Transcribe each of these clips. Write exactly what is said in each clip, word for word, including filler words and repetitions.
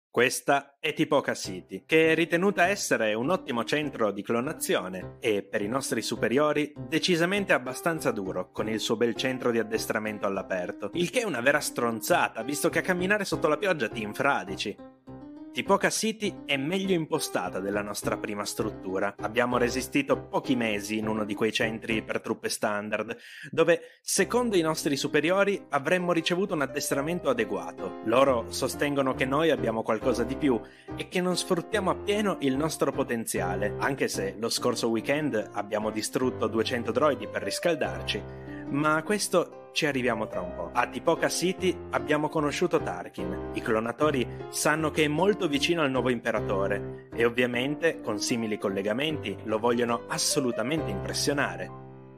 Questa è Tipoca City, che è ritenuta essere un ottimo centro di clonazione e, per i nostri superiori, decisamente abbastanza duro, con il suo bel centro di addestramento all'aperto, il che è una vera stronzata, visto che a camminare sotto la pioggia ti infradici. Tipoca City è meglio impostata della nostra prima struttura. Abbiamo resistito pochi mesi in uno di quei centri per truppe standard, dove, secondo i nostri superiori, avremmo ricevuto un addestramento adeguato. Loro sostengono che noi abbiamo qualcosa di più e che non sfruttiamo appieno il nostro potenziale, anche se lo scorso weekend abbiamo distrutto duecento droidi per riscaldarci. Ma a questo ci arriviamo tra un po'. A Tipoca City abbiamo conosciuto Tarkin. I clonatori sanno che è molto vicino al nuovo imperatore e ovviamente, con simili collegamenti, lo vogliono assolutamente impressionare.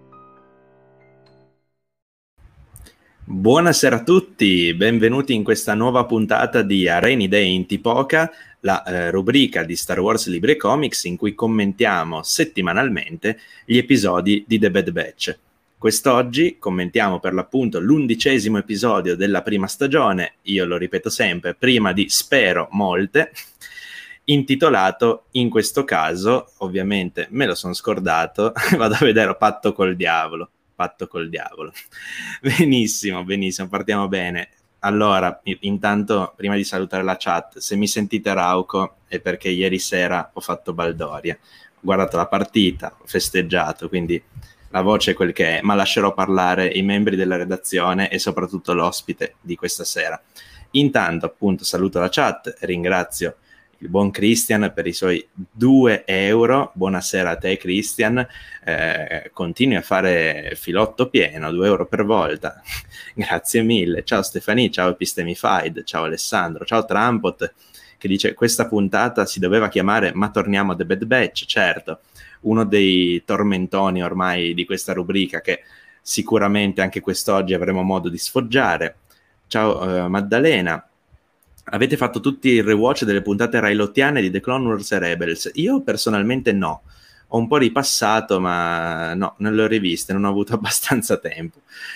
Buonasera a tutti, benvenuti in questa nuova puntata di A Rainy Day in Tipoca, la eh, rubrica di Star Wars Libri e Comics in cui commentiamo settimanalmente gli episodi di The Bad Batch. Quest'oggi commentiamo per l'appunto l'undicesimo episodio della prima stagione, io lo ripeto sempre, prima di spero molte, intitolato in questo caso, ovviamente me lo sono scordato, vado a vedere Patto col diavolo, Patto col diavolo. Benissimo, benissimo, partiamo bene. Allora, intanto, prima di salutare la chat, se mi sentite rauco è perché ieri sera ho fatto baldoria, ho guardato la partita, ho festeggiato, quindi la voce è quel che è, ma lascerò parlare i membri della redazione e soprattutto l'ospite di questa sera. Intanto, appunto, saluto la chat, ringrazio il buon Christian per i suoi due euro. Buonasera a te, Christian. Eh, continui a fare filotto pieno, due euro per volta. Grazie mille. Ciao Stefani, ciao Epistemified, ciao Alessandro, ciao Trampot, che dice questa puntata si doveva chiamare Ma torniamo a The Bad Batch. Certo, uno dei tormentoni ormai di questa rubrica che sicuramente anche quest'oggi avremo modo di sfoggiare. Ciao uh, Maddalena, avete fatto tutti il rewatch delle puntate railottiane di The Clone Wars e Rebels? Io personalmente no, ho un po' ripassato ma no, non le ho riviste, non ho avuto abbastanza tempo.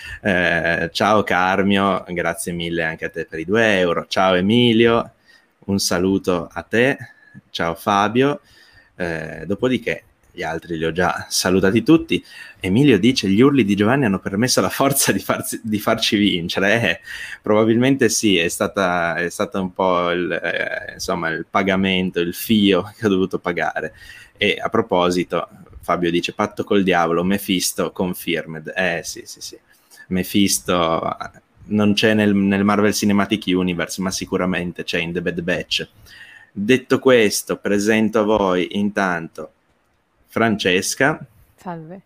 Eh, ciao Carmio, grazie mille anche a te per i due euro. Ciao Emilio, un saluto a te. Ciao Fabio. Eh, dopodiché gli altri li ho già salutati tutti. Emilio dice gli urli di Giovanni hanno permesso alla forza di, farsi, di farci vincere. Eh, probabilmente sì, è stata, è stata un po' il, eh, insomma, il pagamento, il fio che ho dovuto pagare. E a proposito, Fabio dice Patto col diavolo, Mephisto confirmed. Eh sì, sì, sì. Mephisto non c'è nel, nel Marvel Cinematic Universe, ma sicuramente c'è in The Bad Batch. Detto questo, presento a voi intanto Francesca. Salve.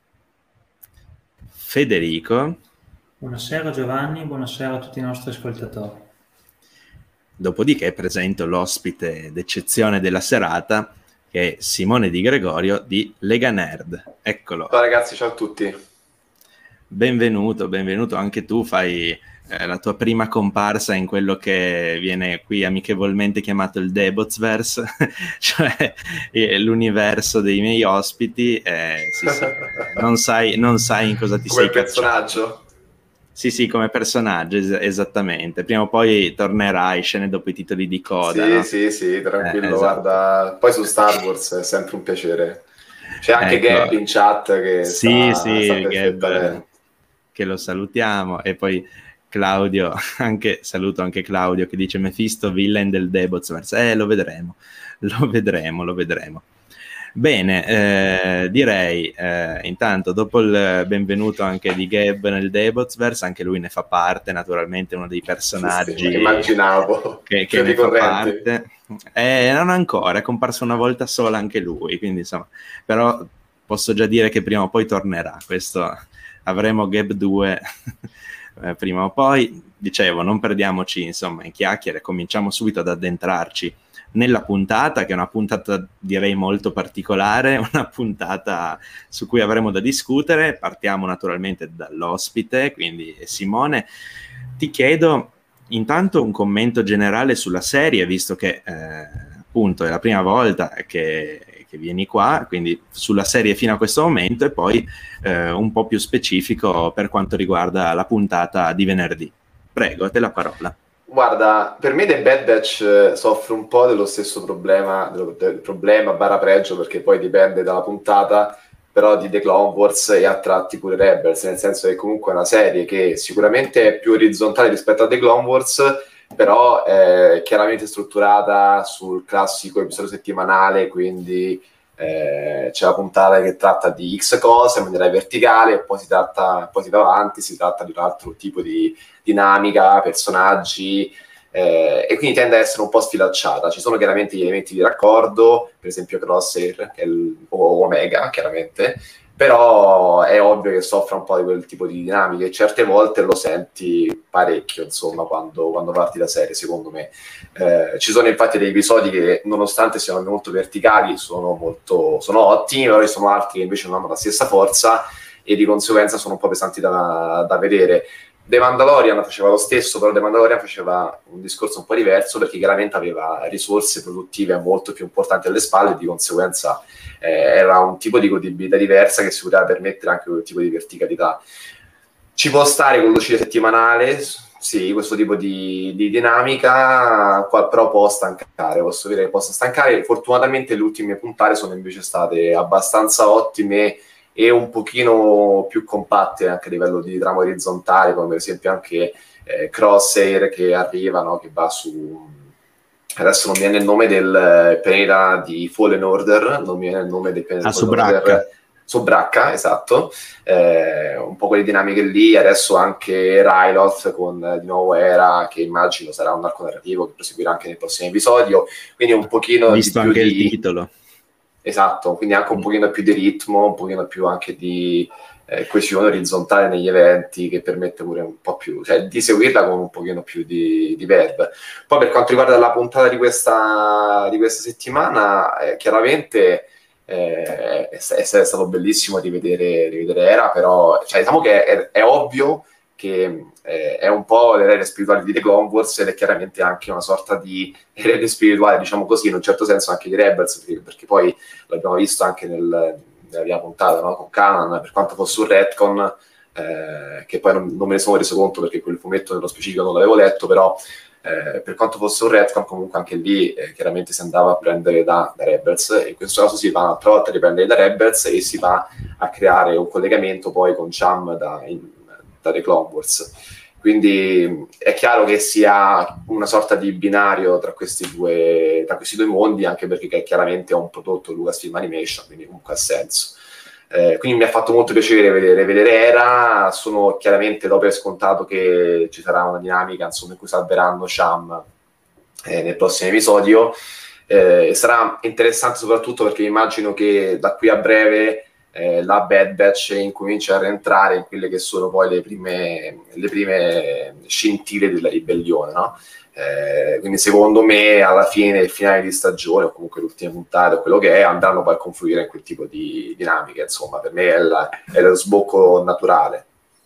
Federico. Buonasera Giovanni, buonasera a tutti i nostri ascoltatori. Dopodiché presento l'ospite d'eccezione della serata, che è Simone Di Gregorio di Lega Nerd. Eccolo. Ciao ragazzi, ciao a tutti. Benvenuto, benvenuto. Anche tu fai eh, la tua prima comparsa in quello che viene qui amichevolmente chiamato il Debotsverse, cioè eh, l'universo dei miei ospiti. Eh, sì, sì. Non sai, non sai in cosa ti come sei personaggio. Cacciato. Sì, sì, come personaggio, es- esattamente. Prima o poi tornerai, scene dopo i titoli di coda. Sì, no? sì, sì, tranquillo, Eh, esatto. Guarda. Poi su Star Wars è sempre un piacere. C'è anche ecco. Gab in chat che sì, sta, sì, sta Gab, perfettamente. che lo salutiamo, e poi Claudio, anche saluto anche Claudio che dice Mephisto villain del Debotsverse. Eh, lo vedremo, lo vedremo, lo vedremo. Bene, eh, direi eh, intanto dopo il benvenuto anche di Gab nel Debotsverse, anche lui ne fa parte, naturalmente uno dei personaggi sì, sì, immaginavo che, che ne fa parte. Eh, non ancora, è comparso una volta sola anche lui, quindi insomma, però posso già dire che prima o poi tornerà, questo avremo Gab due eh, prima o poi. Dicevo, non perdiamoci insomma in chiacchiere, cominciamo subito ad addentrarci nella puntata, che è una puntata direi molto particolare, una puntata su cui avremo da discutere. Partiamo naturalmente dall'ospite, quindi Simone. Ti chiedo intanto un commento generale sulla serie, visto che eh, appunto è la prima volta che, che vieni qua, quindi sulla serie fino a questo momento, e poi eh, un po' più specifico per quanto riguarda la puntata di venerdì. Prego, a te la parola. Guarda, per me The Bad Batch eh, soffre un po' dello stesso problema, dello- del problema barra pregio, perché poi dipende dalla puntata, però di The Clone Wars e a tratti pure Rebels, nel senso che comunque è una serie che sicuramente è più orizzontale rispetto a The Clone Wars, però è chiaramente strutturata sul classico episodio settimanale, quindi eh, c'è la puntata che tratta di X cose in maniera verticale, e poi si tratta, poi si va avanti, si tratta di un altro tipo di dinamica, personaggi, eh, e quindi tende a essere un po' sfilacciata. Ci sono chiaramente gli elementi di raccordo, per esempio Crosshair che è il, o Omega, chiaramente, però è ovvio che soffra un po' di quel tipo di dinamiche e certe volte lo senti parecchio, insomma, quando, quando parti la serie, secondo me. Eh, ci sono infatti dei episodi che, nonostante siano molto verticali, sono, molto, sono ottimi, però ci sono altri che invece non hanno la stessa forza e di conseguenza sono un po' pesanti da, da vedere. The Mandalorian faceva lo stesso, però The Mandalorian faceva un discorso un po' diverso perché chiaramente aveva risorse produttive molto più importanti alle spalle e di conseguenza eh, era un tipo di godibilità diversa che si poteva permettere anche quel tipo di verticalità. Ci può stare con l'uscita settimanale, sì, questo tipo di, di dinamica, qua, però può stancare, posso dire che possa stancare. Fortunatamente le ultime puntate sono invece state abbastanza ottime e un pochino più compatte anche a livello di trama orizzontale, come per esempio anche eh, Crosshair che arriva, no? Che va su... Adesso non mi viene il nome del pianeta di Fallen Order, non mi viene il nome del pianeta Ah, di su Fallen Bracca. Order. Su Bracca, esatto. Eh, un po' quelle dinamiche lì, adesso anche Ryloth con eh, di nuovo Era, che immagino sarà un arco narrativo che proseguirà anche nel prossimo episodio, quindi un pochino Visto di più anche di... il titolo. Esatto, quindi anche un pochino più di ritmo, un pochino più anche di eh, coesione orizzontale negli eventi che permette pure un po' più, cioè di seguirla con un pochino più di, di verve. Poi per quanto riguarda la puntata di questa, di questa settimana, eh, chiaramente eh, è, è stato bellissimo rivedere, rivedere Era, però cioè, diciamo che è, è ovvio che eh, è un po' l'erede spirituale di The Clone Wars ed è chiaramente anche una sorta di erede spirituale, diciamo così, in un certo senso anche di Rebels, perché, perché poi l'abbiamo visto anche nel, nella prima puntata, no? Con Kanan, per quanto fosse un retcon, eh, che poi non, non me ne sono reso conto perché quel fumetto nello specifico non l'avevo letto, però eh, per quanto fosse un retcon comunque anche lì eh, chiaramente si andava a prendere da, da Rebels, e in questo caso si va un'altra volta a riprendere da Rebels e si va a creare un collegamento poi con Cham da, in, da The Clone Wars. Quindi è chiaro che sia una sorta di binario tra questi due, tra questi due mondi, anche perché chiaramente è un prodotto Lucasfilm Animation, quindi comunque ha senso. Eh, quindi mi ha fatto molto piacere vedere, vedere Era. Sono chiaramente dopo per scontato che ci sarà una dinamica, insomma, in cui salveranno Cham eh, nel prossimo episodio. Eh, sarà interessante soprattutto perché immagino che da qui a breve Eh, la Bad Batch incomincia a rientrare in quelle che sono poi le prime, le prime scintille della ribellione, no? Eh, quindi secondo me alla fine, il finale di stagione o comunque l'ultima puntata o quello che è, andranno poi a confluire in quel tipo di dinamiche, insomma per me è, la, è lo sbocco naturale.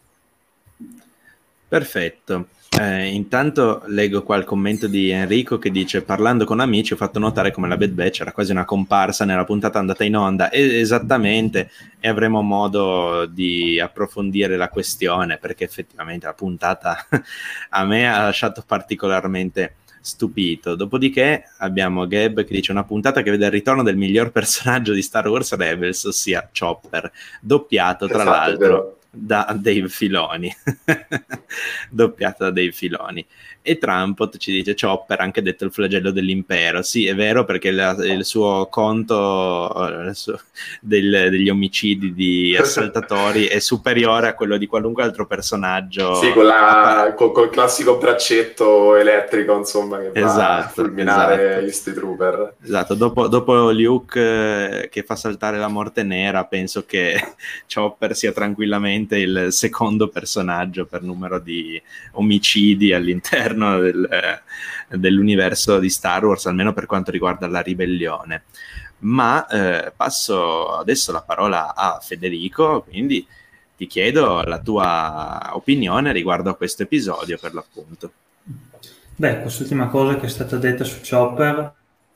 Perfetto. Eh, intanto leggo qua il commento di Enrico che dice: parlando con amici ho fatto notare come la Bad Batch era quasi una comparsa nella puntata andata in onda. E, esattamente, e avremo modo di approfondire la questione, perché effettivamente la puntata a me ha lasciato particolarmente stupito. Dopodiché abbiamo Gab che dice: una puntata che vede il ritorno del miglior personaggio di Star Wars Rebels, ossia Chopper, doppiato tra Esatto, l'altro da Dave Filoni. Doppiato da Dave Filoni. E Trumpot ci dice: Chopper, anche detto il flagello dell'impero. Sì, è vero, perché la, il suo conto il suo, del, degli omicidi di assaltatori è superiore a quello di qualunque altro personaggio. Sì, con la, col, col classico braccetto elettrico, insomma, che va esatto, a fulminare esatto. gli Street Trooper. Esatto, dopo, dopo Luke eh, che fa saltare la morte nera, penso che Chopper sia tranquillamente il secondo personaggio per numero di omicidi all'interno del, eh, dell'universo di Star Wars, almeno per quanto riguarda la ribellione. Ma eh, passo adesso la parola a Federico, quindi ti chiedo la tua opinione riguardo a questo episodio, per l'appunto. Beh, quest'ultima cosa che è stata detta su Chopper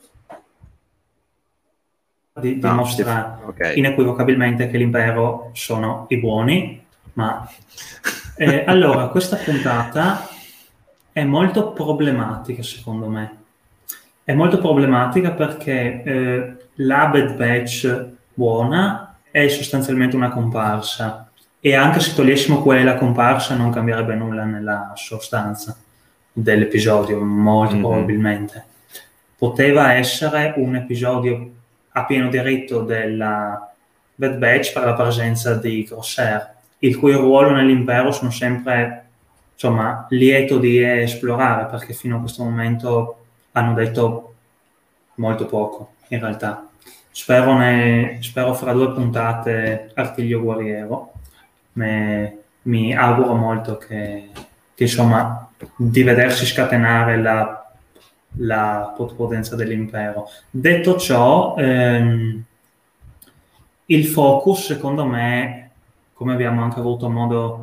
di, No, dimostra okay. inequivocabilmente che l'impero sono i buoni, ma eh, allora questa puntata è molto problematica secondo me. È molto problematica perché eh, la Bad Batch buona è sostanzialmente una comparsa, e anche se togliessimo quella comparsa non cambierebbe nulla nella sostanza dell'episodio, molto mm-hmm. probabilmente. Poteva essere un episodio a pieno diritto della Bad Batch per la presenza di Crosshair, il cui ruolo nell'impero sono sempre, insomma, lieto di esplorare, perché fino a questo momento hanno detto molto poco, in realtà. Spero, ne, spero fra due puntate Artiglio Guerriero. Me, mi auguro molto che, che, insomma, di vedersi scatenare la, la potenza dell'impero. Detto ciò, ehm, il focus, secondo me, come abbiamo anche avuto modo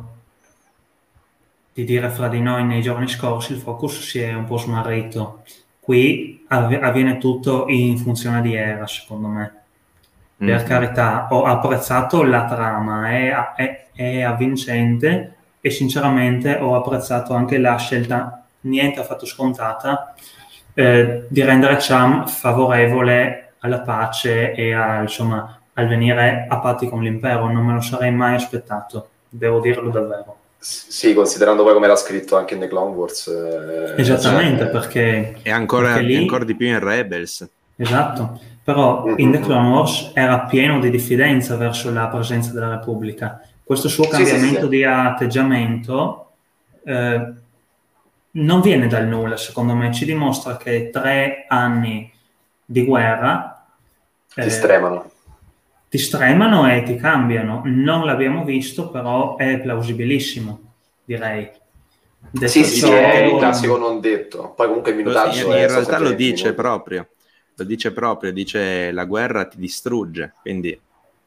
di dire fra di noi nei giorni scorsi, il focus si è un po' smarrito. Qui av- avviene tutto in funzione di Hera, secondo me. Per mm-hmm. carità, ho apprezzato la trama, è, è, è avvincente, e sinceramente ho apprezzato anche la scelta, niente affatto scontata, eh, di rendere Cham favorevole alla pace e a, insomma, al venire a patti con l'impero. Non me lo sarei mai aspettato, devo dirlo davvero. Sì, considerando poi come era scritto anche in The Clone Wars. Eh, Esattamente, cioè, perché... E ancora, perché lì, ancora di più in Rebels. Esatto, però mm-hmm. in The Clone Wars era pieno di diffidenza verso la presenza della Repubblica. Questo suo cambiamento sì, sì, sì. di atteggiamento eh, non viene dal nulla, secondo me. Ci dimostra che tre anni di guerra ti eh, stremano. ti stremano e ti cambiano. Non l'abbiamo visto, però è plausibilissimo, direi. Detto sì, sì, è il classico non detto. Poi comunque il minutaggio in, è in realtà lo dice proprio. Lo dice proprio, dice la guerra ti distrugge, quindi...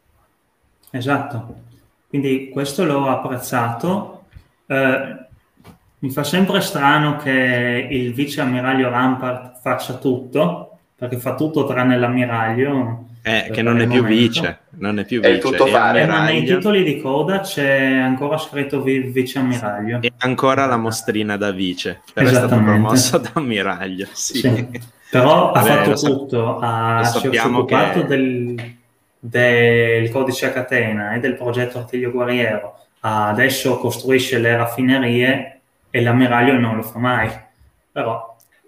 Esatto. Quindi questo l'ho apprezzato. Eh, mi fa sempre strano che il vice ammiraglio Rampart faccia tutto, perché fa tutto tranne l'ammiraglio. Eh, che non è più vice, non è più vice. È tutto è fare. Eh, ma nei titoli di coda c'è ancora scritto vi- vice ammiraglio. E ancora la mostrina da vice, però è stato promosso da ammiraglio. Sì. Sì. Però ha Vabbè, fatto so- tutto, ha, si è occupato che... del, del codice a catena e del progetto Artiglio Guerriero. Adesso costruisce le raffinerie e l'ammiraglio non lo fa mai. Però...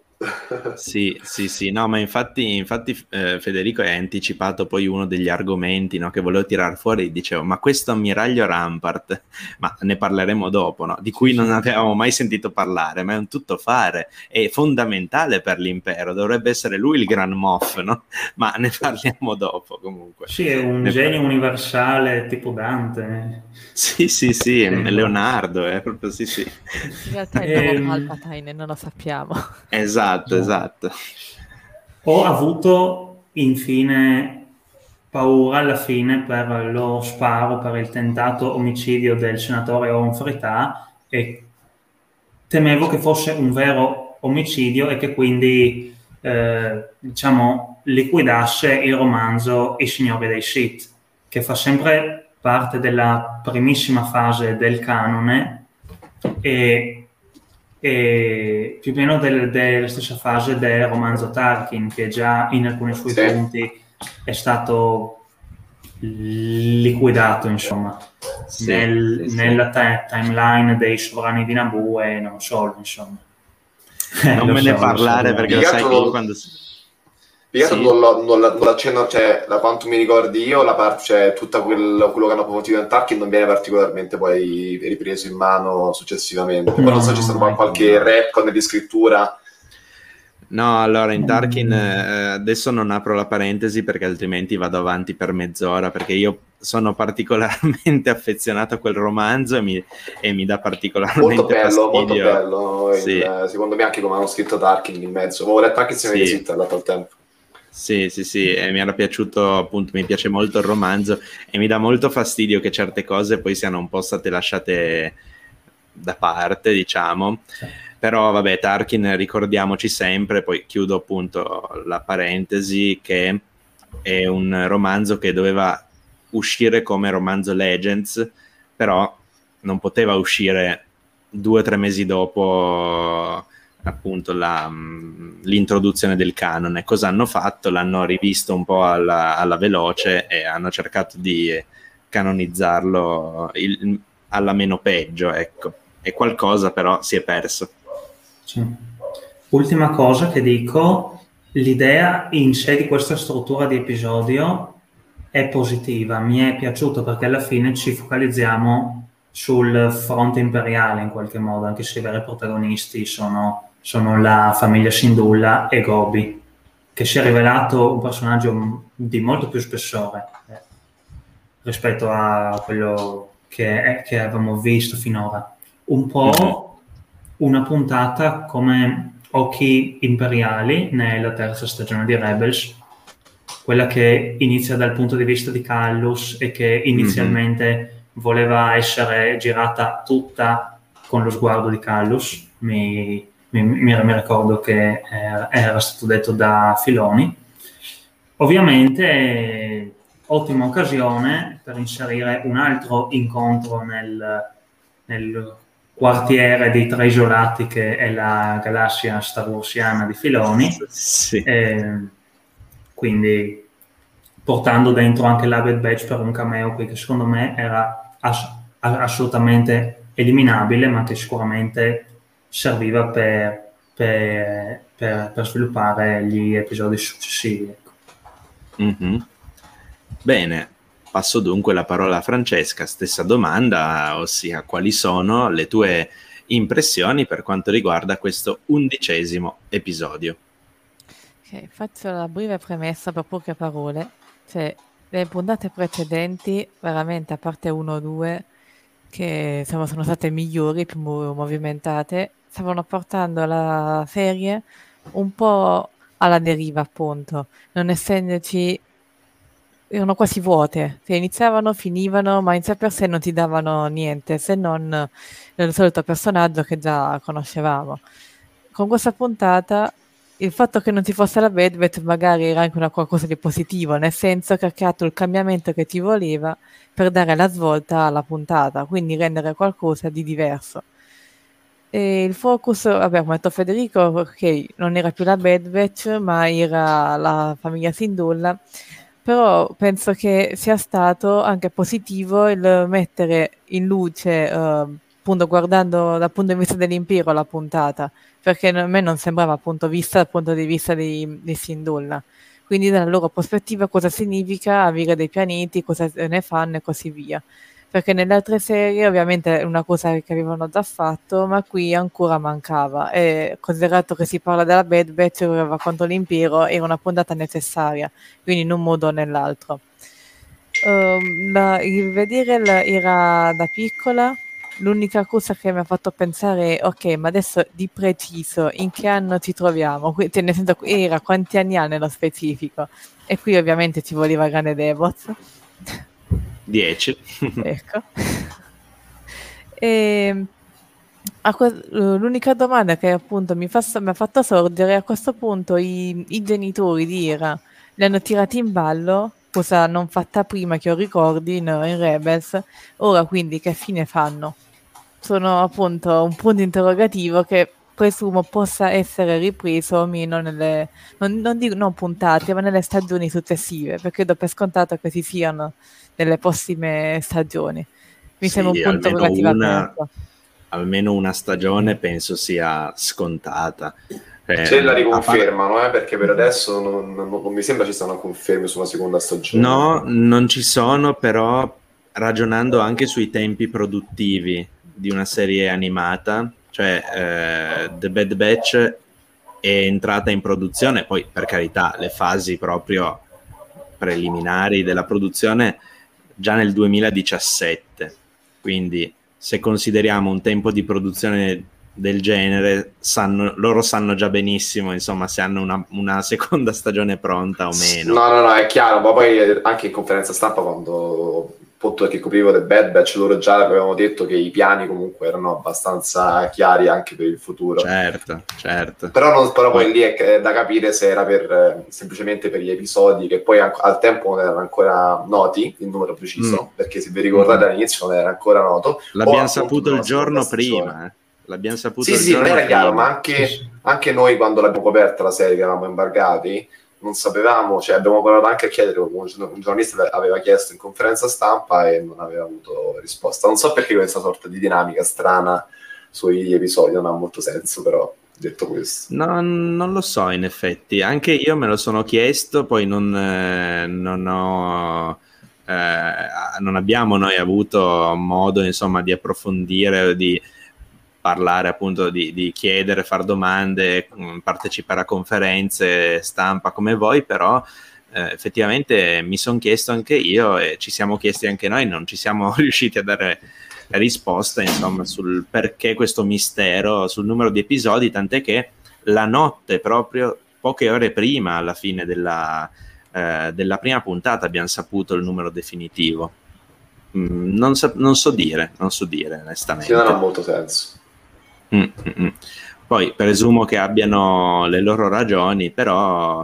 Sì, sì, sì, no, ma infatti, infatti eh, Federico ha anticipato poi uno degli argomenti, no, che volevo tirar fuori. Dicevo, ma questo ammiraglio Rampart, ma ne parleremo dopo, no? Di cui non avevamo mai sentito parlare, ma è un tuttofare, è fondamentale per l'impero, dovrebbe essere lui il Gran Moff, no? Ma ne parliamo dopo comunque. Sì, è un ne genio par- universale tipo Dante. Sì, sì, sì, Leonardo, è eh, proprio sì, sì. In realtà è il nuovo Palpatine, non lo sappiamo. Esatto, esatto. Ho avuto infine paura alla fine per lo sparo, per il tentato omicidio del senatore Onfrità, e temevo che fosse un vero omicidio e che quindi eh, diciamo liquidasse il romanzo I Signori dei Sith, che fa sempre parte della primissima fase del canone e, e più o meno del, della stessa fase del romanzo Tarkin, che già in alcuni suoi sì. punti è stato liquidato, insomma, sì, nel, sì, nella t- timeline dei sovrani di Naboo e non solo, insomma. Non me ne so, parlare so, perché lo sai che io quando... Io sì. non, lo, non, non l'accenno, cioè, da quanto mi ricordi io, la parte, cioè, tutto quello, quello che hanno approfondito in Tarkin non viene particolarmente poi ripreso in mano successivamente. Poi no, non so se c'è stato qualche no. retcon di scrittura. No, allora in Tarkin eh, adesso non apro la parentesi perché altrimenti vado avanti per mezz'ora, perché io sono particolarmente affezionato a quel romanzo e mi, e mi dà particolarmente molto bello, fastidio. Molto bello, sì. il, secondo me anche come hanno scritto Tarkin in mezzo. Avevo letto anche insieme sì. di Sith all'altro tempo. Sì, sì, sì, e mi era piaciuto, appunto, mi piace molto il romanzo e mi dà molto fastidio che certe cose poi siano un po' state lasciate da parte, diciamo. Sì. Però vabbè, Tarkin, ricordiamoci sempre, poi chiudo appunto la parentesi, che è un romanzo che doveva uscire come romanzo Legends, però non poteva uscire due o tre mesi dopo appunto la, l'introduzione del canone. Cosa hanno fatto? L'hanno rivisto un po' alla, alla veloce e hanno cercato di canonizzarlo il, alla meno peggio, ecco. E qualcosa però si è perso. Sì. Ultima cosa che dico, l'idea in sé di questa struttura di episodio è positiva, mi è piaciuto perché alla fine ci focalizziamo sul fronte imperiale in qualche modo, anche se i veri protagonisti sono, sono la famiglia Syndulla e Gobi, che si è rivelato un personaggio di molto più spessore eh, rispetto a quello che, è, che avevamo visto finora. Un po' una puntata come Occhi Imperiali nella terza stagione di Rebels, quella che inizia dal punto di vista di Kallus e che inizialmente mm-hmm. voleva essere girata tutta con lo sguardo di Kallus, mi, mi, mi ricordo che era, era stato detto da Filoni. Ovviamente ottima occasione per inserire un altro incontro nel, nel quartiere dei tre isolati che è la galassia Star Warsiana di Filoni, sì. e quindi portando dentro anche la Bad Batch per un cameo qui che secondo me era ass- assolutamente eliminabile, ma che sicuramente serviva per, per, per, per sviluppare gli episodi successivi. Ecco. Mm-hmm. Bene, passo dunque la parola a Francesca, stessa domanda, ossia quali sono le tue impressioni per quanto riguarda questo undicesimo episodio? Ok, faccio la breve premessa per poche parole. Cioè, le puntate precedenti, veramente a parte uno o due, che insomma, sono state migliori, più mo- movimentate, stavano portando la serie un po' alla deriva, appunto, non essendoci, erano quasi vuote, cioè, iniziavano, finivano, ma in sé per sé non ti davano niente, se non il solito personaggio che già conoscevamo. Con questa puntata il fatto che non ci fosse la Bad Batch magari era anche una qualcosa di positivo, nel senso che ha creato il cambiamento che ti voleva per dare la svolta alla puntata, quindi rendere qualcosa di diverso. E il focus, vabbè, come ha detto Federico, ok, non era più la Bad Batch, ma era la famiglia Syndulla, però penso che sia stato anche positivo il mettere in luce, eh, appunto guardando dal punto di vista dell'impero la puntata, perché a me non sembrava appunto vista dal punto di vista di, di Syndulla, quindi dalla loro prospettiva cosa significa avere dei pianeti, cosa ne fanno e così via, perché nelle altre serie ovviamente è una cosa che avevano già fatto, ma qui ancora mancava, e considerato che si parla della Bad Batch che aveva contro l'impero, era una puntata necessaria, quindi in un modo o nell'altro. Uh, la, il vedere la, era da piccola. L'unica cosa che mi ha fatto pensare è, ok, ma adesso di preciso in che anno ci troviamo? Qui, cioè, nel senso, era quanti anni ha nello specifico? E qui ovviamente ci voleva grande Devoz. dieci. Ecco. E, a que- l'unica domanda che appunto mi, fa, mi ha fatto sorgere, a questo punto i, i genitori di Ira li hanno tirati in ballo, cosa non fatta prima che io ricordi in, in Rebels, ora quindi che fine fanno? Sono appunto un punto interrogativo che presumo possa essere ripreso o meno nelle, non, non dico non puntate, ma nelle stagioni successive, perché do per scontato che ci siano nelle prossime stagioni. Mi sì, sembra un punto interrogativo aperto. Almeno una stagione penso sia scontata. Eh, Ce la riconfermano, par- eh, perché per adesso non, non, non mi sembra ci siano conferme su una seconda stagione. No, non ci sono, però ragionando anche sui tempi produttivi di una serie animata, cioè eh, The Bad Batch è entrata in produzione, poi per carità le fasi proprio preliminari della produzione già nel duemiladiciassette, quindi se consideriamo un tempo di produzione del genere, sanno, loro sanno già benissimo insomma se hanno una, una seconda stagione pronta o meno. No, no, no, è chiaro, ma poi anche in conferenza stampa quando appunto che coprivo The Bad Batch loro già avevano detto che i piani comunque erano abbastanza chiari anche per il futuro. Certo, certo. Però, non, però poi lì è, è da capire se era per eh, semplicemente per gli episodi che poi an- al tempo non erano ancora noti il numero preciso, mm. perché se vi ricordate mm. all'inizio non era ancora noto. L'abbiamo saputo il giorno prima. Eh. L'abbiamo saputo sì, il sì, non giorno era chiaro, prima. ma anche, anche noi quando l'abbiamo coperta la serie che eravamo imbargati, non sapevamo, cioè abbiamo provato anche a chiedere, un giornalista aveva chiesto in conferenza stampa e non aveva avuto risposta. Non so perché questa sorta di dinamica strana sui episodi non ha molto senso, però detto questo. No, non lo so, in effetti. Anche io me lo sono chiesto, poi non, eh, non ho... Eh, non abbiamo noi avuto modo, insomma, di approfondire, di parlare, appunto, di, di chiedere, far domande, mh, partecipare a conferenze stampa come voi, però eh, effettivamente mi sono chiesto anche io e ci siamo chiesti anche noi, non ci siamo riusciti a dare risposta, insomma, sul perché questo mistero, sul numero di episodi, tant'è che la notte, proprio poche ore prima, alla fine della, eh, della prima puntata, abbiamo saputo il numero definitivo. Mm, non, so, non so dire, non so dire onestamente. Sì, non ha molto senso. Mm, mm, mm. Poi presumo che abbiano le loro ragioni, però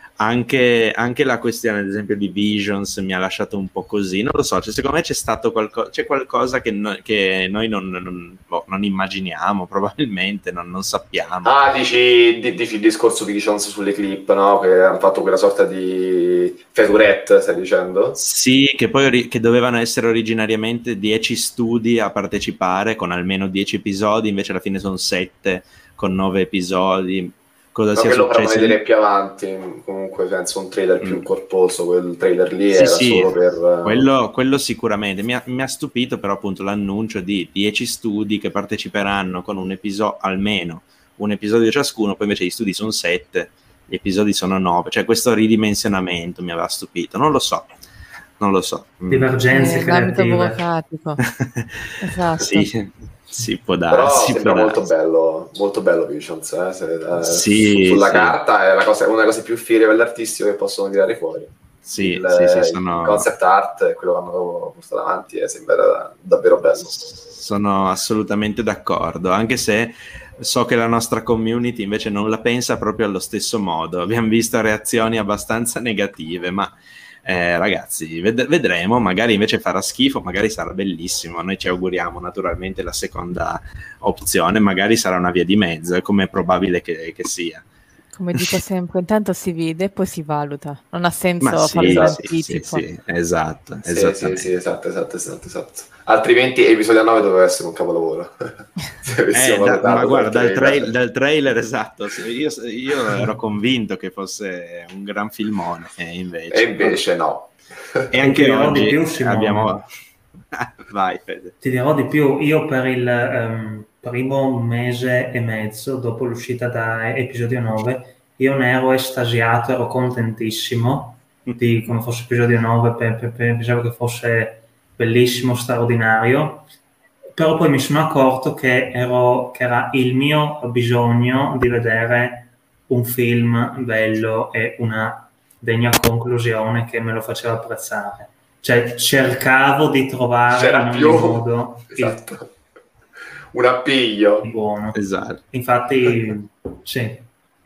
anche, anche la questione, ad esempio, di Visions mi ha lasciato un po' così, non lo so, cioè, secondo me c'è stato qualcosa, c'è qualcosa che, no, che noi non, non, boh, non immaginiamo, probabilmente non, non sappiamo. Ah, dici, dici il discorso di Visions sulle clip, no? Che hanno fatto quella sorta di featurette, stai dicendo? Sì, che poi che dovevano essere originariamente dieci studi a partecipare con almeno dieci episodi, invece alla fine sono sette con nove episodi. Cosa Ma sia quello faremo successo vedere lì? più avanti, comunque penso un trailer più Mm. corposo, quel trailer lì Sì, era sì, solo per... quello, quello sicuramente. Mi ha, mi ha stupito però appunto l'annuncio di dieci studi che parteciperanno con un episodio, almeno un episodio ciascuno, poi invece gli studi sono sette, gli episodi sono nove, cioè questo ridimensionamento mi aveva stupito, non lo so, non lo so. Mm. Divergenze Eh, l'ambito creative. burocratico. Esatto. Sì, sì, può Però darsi, sembra può molto darsi. bello, molto bello Visions, eh? Se, eh, Sì, su- sulla sì. carta è la cosa, una delle cose più fiere per l'artistico che possono tirare fuori. Sì, il, sì, sì, il sono... concept art, quello che hanno posto davanti, e sembra davvero bello. Sono assolutamente d'accordo, anche se so che la nostra community invece non la pensa proprio allo stesso modo. Abbiamo visto reazioni abbastanza negative, ma eh, ragazzi, ved- vedremo, magari invece farà schifo, magari sarà bellissimo. Noi ci auguriamo naturalmente la seconda opzione, magari sarà una via di mezzo, è come è probabile che, che sia. Come dico sempre, intanto si vede e poi si valuta. Non ha senso Ma sì, fare esatto. sì, sì, l'anticipo. sì, esatto, Sì, esattamente. sì, sì, esatto, esatto, esatto, esatto. Altrimenti episodio nove doveva essere un capolavoro. Se avessimo Eh, da, valutato ma guarda, dal, dal trail, dal trailer, esatto, io, io ero convinto che fosse un gran filmone, e invece, E invece no. E anche Ti dirò oggi di più, Simone. abbiamo... Vai, Fede. Ti dirò di più, io per il um, primo mese e mezzo dopo l'uscita da episodio nove, io ne ero estasiato, ero contentissimo di come fosse episodio nove, per, per, per, pensavo che fosse bellissimo, straordinario, però poi mi sono accorto che, ero, che era il mio bisogno di vedere un film bello e una degna conclusione che me lo faceva apprezzare. Cioè cercavo di trovare C'era in ogni più modo esatto. il... un appiglio il buono. Esatto. Infatti sì, è,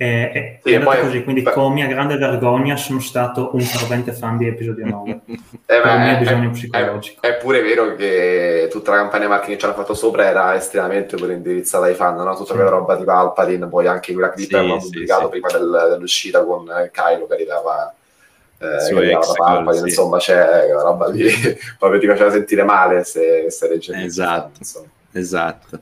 è, Sì, è andato poi- così, quindi beh. con mia grande vergogna sono stato un fervente fan di episodio nove. Eh, Per ma un mio è, bisogno è- psicologico. è- è pure vero che tutta la campagna marketing che ci hanno fatto sopra era estremamente pure indirizzata ai fan, no? Tutta Sì. quella roba di Palpatine, poi anche quella clip Sì, avevano sì, pubblicato sì. prima del- dell'uscita con eh, Kylo che arrivava, eh, Su che arrivava da Hexagol, Palpatine, sì. insomma c'è quella roba lì, proprio ti faceva sentire male se, se leggevi Esatto. insomma. Esatto.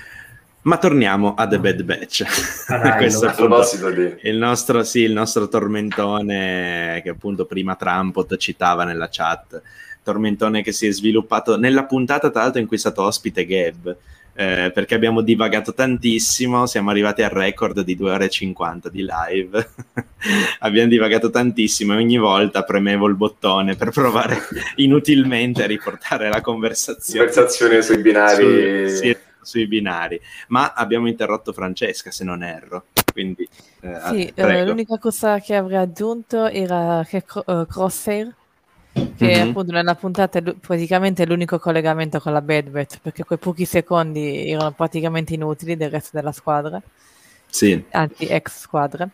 Ma torniamo a The Bad Batch. Rilo. Questo A appunto proposito di... il nostro, sì, il nostro tormentone che appunto prima Trampot citava nella chat, tormentone che si è sviluppato nella puntata tra l'altro in cui è stato ospite Gab, eh, perché abbiamo divagato tantissimo, siamo arrivati al record di due ore e cinquanta di live. Abbiamo divagato tantissimo e ogni volta premevo il bottone per provare inutilmente a riportare la conversazione, Conversazione sui binari... Su- sì, sui binari, ma abbiamo interrotto Francesca se non erro, quindi eh, Sì, prego. eh, l'unica cosa che avrei aggiunto era che Cro- eh, Crosshair, che Mhm. appunto nella puntata è lu- praticamente è l'unico collegamento con la Bad Batch, perché quei pochi secondi erano praticamente inutili del resto della squadra, Sì. anzi ex squadra.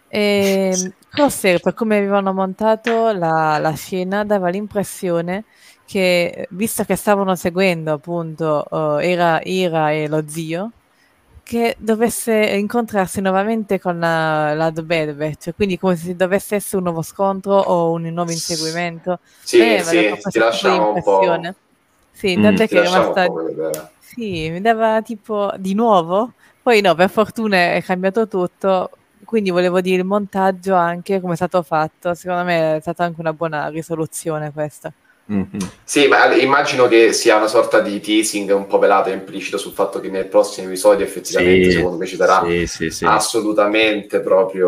E Sì. Crosshair, per come avevano montato la, la scena, dava l'impressione che, visto che stavano seguendo appunto eh, era Ira e lo zio, che dovesse incontrarsi nuovamente con la, la The Bad Batch, quindi come se dovesse essere un nuovo scontro o un nuovo inseguimento. Sì, Eh, sì, mi ha dato ti questa tipo di lasciamo un po', impressione. Sì, Mm. tant'è ti che è lasciamo un rimasta... po' quell'idea. Sì, mi dava tipo di nuovo. Poi no, per fortuna è cambiato tutto, quindi volevo dire il montaggio anche, come è stato fatto. Secondo me è stata anche una buona risoluzione questa. Mhm. Sì, ma immagino che sia una sorta di teasing un po' velato e implicito sul fatto che nel prossimo episodio effettivamente, Sì, secondo me, ci sarà sì, sì, sì. assolutamente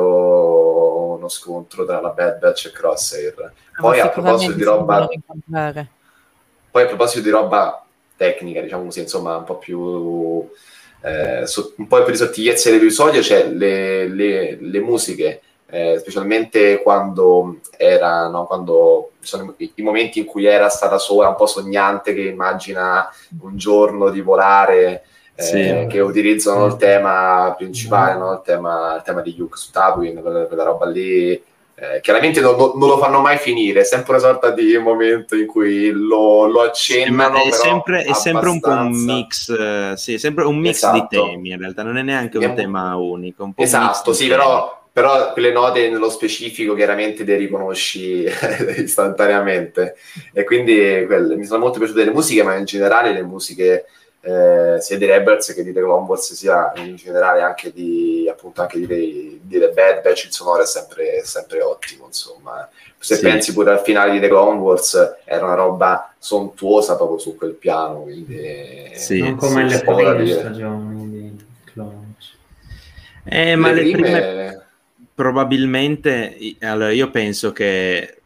proprio uno scontro tra la Bad Batch e Crosshair. Ma Poi a proposito sicuramente di si devono roba, rincontrare. poi a proposito di roba tecnica, diciamo così, insomma, un po' più eh, so- un po' più di sottigliezza dell'episodio, c'è le, le, le musiche. Eh, specialmente quando era, no, quando sono i, i momenti in cui era stata sola, un po' sognante, che immagina un giorno di volare, eh, Sì. che utilizzano il tema principale, no? il, tema, il tema di Hugh su Tatooine, quella, quella roba lì. Eh, chiaramente non, non lo fanno mai finire, è sempre una sorta di momento in cui lo, lo accennano, Sì, è, però sempre, è sempre un po' un abbastanza... mix, eh, sì, è sempre un mix Esatto. di temi, in realtà non è neanche un È un- tema unico, un po' un Esatto, mix di sì, temi. però, però quelle note nello specifico chiaramente le riconosci istantaneamente e quindi quelle, mi sono molto piaciute le musiche, ma in generale le musiche eh, sia di Rebels che di The Clone Wars, sia in generale anche di appunto anche di, di The Bad Batch, il sonoro è sempre, sempre ottimo, insomma. Se Sì. pensi pure al finale di The Clone Wars era una roba sontuosa proprio su quel piano, quindi Sì, non come sì, le sì. poco da prime dire. stagioni di Clone Wars. Eh, ma Le le prime... prime probabilmente, i- allora io penso che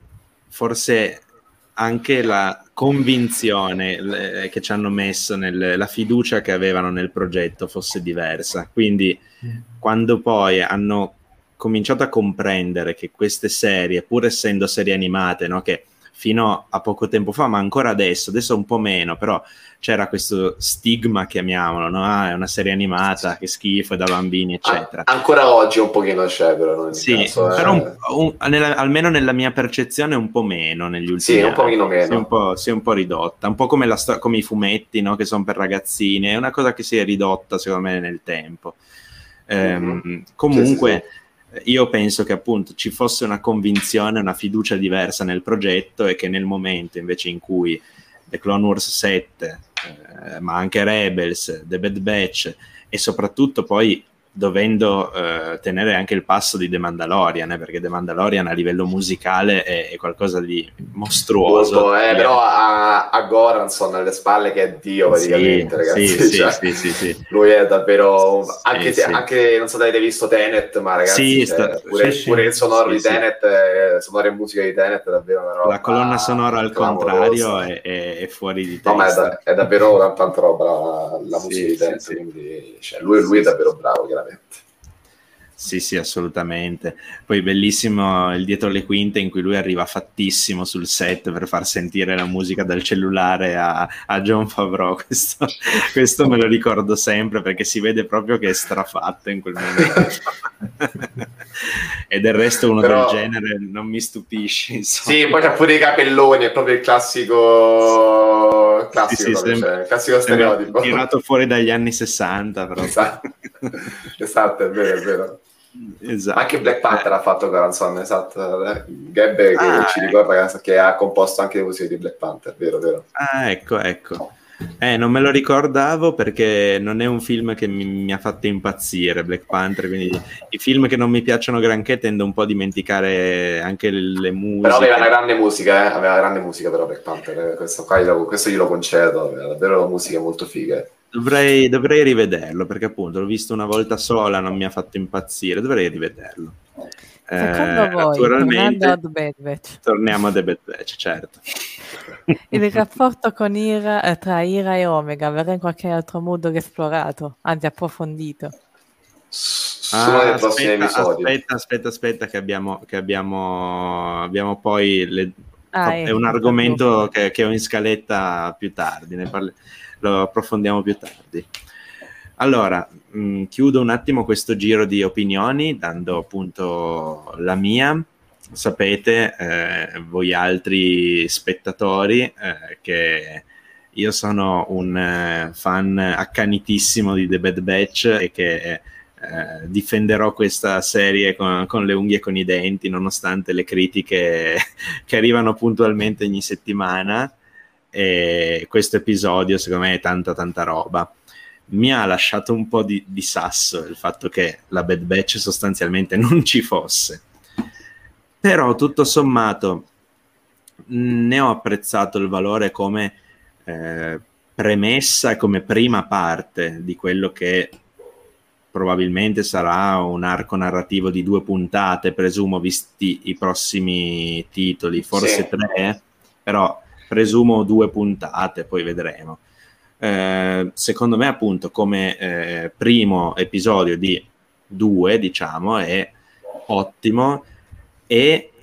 forse anche la convinzione le- che ci hanno messo, nel, la fiducia che avevano nel progetto fosse diversa. Quindi quando poi hanno cominciato a comprendere che queste serie, pur essendo serie animate, no, che fino a poco tempo fa, ma ancora adesso, adesso un po' meno, però c'era questo stigma, chiamiamolo, no? Ah, è una serie animata, che schifo, è da bambini, eccetera. An- ancora oggi un pochino c'è, però non nel Sì, caso, però eh. un- un- nella- almeno nella mia percezione un po' meno negli Sì, ultimi un pochino anni. meno. Si è un po', si è un po' ridotta, un po' come, la sto- come i fumetti, no? Che sono per ragazzini, è una cosa che si è ridotta secondo me nel tempo. Ehm, Mhm. Comunque Sì, sì, io penso che appunto ci fosse una convinzione, una fiducia diversa nel progetto e che nel momento invece in cui The Clone Wars sette, eh, ma anche Rebels, The Bad Batch e soprattutto poi dovendo eh, tenere anche il passo di The Mandalorian, eh, perché The Mandalorian a livello musicale è, è qualcosa di mostruoso. molto, eh, però ha, ha Goranson alle spalle che è Dio praticamente, Sì, ragazzi. sì, Cioè, sì, sì, sì. lui è davvero, Sì, anche, se, sì. anche non so se avete visto Tenet, ma ragazzi, Sì, cioè, sta- pure, sì, sì. pure il sonoro Sì, di sì. Tenet, eh, sonoro e musica di Tenet è davvero una roba La colonna sonora al clamorosa. contrario è, è- è fuori di No, ma è, testa. da- è davvero tanta, tanta roba la, la Sì, musica di sì, Tenet, sì. quindi cioè, lui, lui è Sì, davvero sì, bravo, chiaramente. Sì, sì, assolutamente. Poi bellissimo il dietro le quinte in cui lui arriva fattissimo sul set per far sentire la musica dal cellulare a, a Jon Favreau. Questo, questo me lo ricordo sempre perché si vede proprio che è strafatto in quel momento. E del resto uno Però- del genere non mi stupisce, insomma. Sì, poi c'ha pure i capelloni, è proprio il classico, classico, Sì, sì, proprio, sembra- cioè, il classico sembra stereotipo. tirato fuori dagli anni sessanta proprio. Esatto. Esatto, è vero, è vero. Esatto. Ma anche Black Panther Eh. ha fatto Goranson, esatto. Gabbe che Ah, ci ecco. ricorda che, che ha composto anche le musiche di Black Panther, vero, vero. Ah, ecco, ecco. Eh, non me lo ricordavo perché non è un film che mi, mi ha fatto impazzire, Black Panther, quindi i film che non mi piacciono granché tendo un po' a dimenticare anche le musiche. Però aveva una grande musica, eh? Aveva grande musica però Black Panther, eh? questo, qua glielo, questo glielo concedo, aveva davvero musiche molto fighe. Dovrei, dovrei rivederlo perché appunto l'ho visto una volta sola, non mi ha fatto impazzire, dovrei rivederlo. Secondo Eh, voi, naturalmente tornando a The Bad Batch, torniamo a The Bad Batch, certo. il rapporto con Ira, eh, tra Ira e Omega verrà in qualche altro modo esplorato, anzi approfondito? Sono Ah, nei prossimi aspetta, episodi. aspetta, aspetta, aspetta, che abbiamo, che abbiamo, abbiamo poi le- Ah, è ecco, un sta argomento che, che ho in scaletta più tardi, ne parli- lo approfondiamo più tardi. Allora, mh, chiudo un attimo questo giro di opinioni dando appunto la mia. Sapete, eh, voi altri spettatori, eh, che io sono un eh, fan accanitissimo di The Bad Batch e che eh, difenderò questa serie con, con le unghie e con i denti, nonostante le critiche che arrivano puntualmente ogni settimana. E questo episodio secondo me è tanta tanta roba. Mi ha lasciato un po' di, di sasso il fatto che la Bad Batch sostanzialmente non ci fosse, però tutto sommato ne ho apprezzato il valore come eh, premessa e come prima parte di quello che probabilmente sarà un arco narrativo di due puntate, presumo, visti i prossimi titoli, forse sì. tre, però presumo due puntate, poi vedremo. Eh, secondo me appunto come eh, primo episodio di due, diciamo, è ottimo e,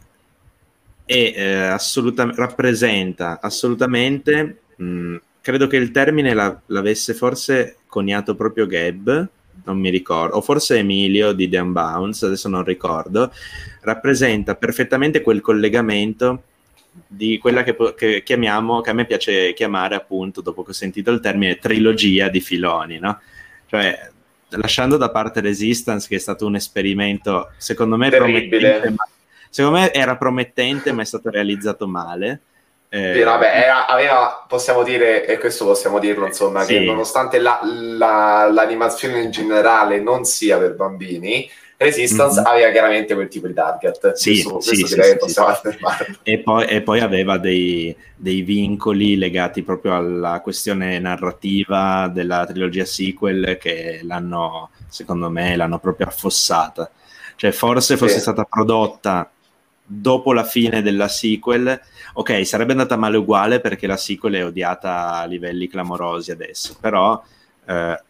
e eh, assolutamente rappresenta assolutamente mh, credo che il termine la, l'avesse forse coniato proprio Gab, non mi ricordo, o forse Emilio di The Unbounce, adesso non ricordo, rappresenta perfettamente quel collegamento di quella che, che chiamiamo, che a me piace chiamare appunto, dopo che ho sentito il termine, trilogia di filoni, no? Cioè, lasciando da parte Resistance, che è stato un esperimento secondo me promettente, ma, secondo me era promettente ma è stato realizzato male. Eh, sì, vabbè, era, aveva, possiamo dire, e questo possiamo dirlo, insomma, sì. che nonostante la, la, l'animazione in generale non sia per bambini, Resistance mm-hmm. aveva chiaramente quel tipo di target. Sì, questo, sì, questo sì, direi sì, possiamo sì. affermarlo. E poi, e poi aveva dei, dei vincoli legati proprio alla questione narrativa della trilogia sequel che l'hanno, secondo me, l'hanno proprio affossata. Cioè, forse fosse sì. stata prodotta dopo la fine della sequel, ok, sarebbe andata male uguale perché la sequel è odiata a livelli clamorosi adesso, però eh,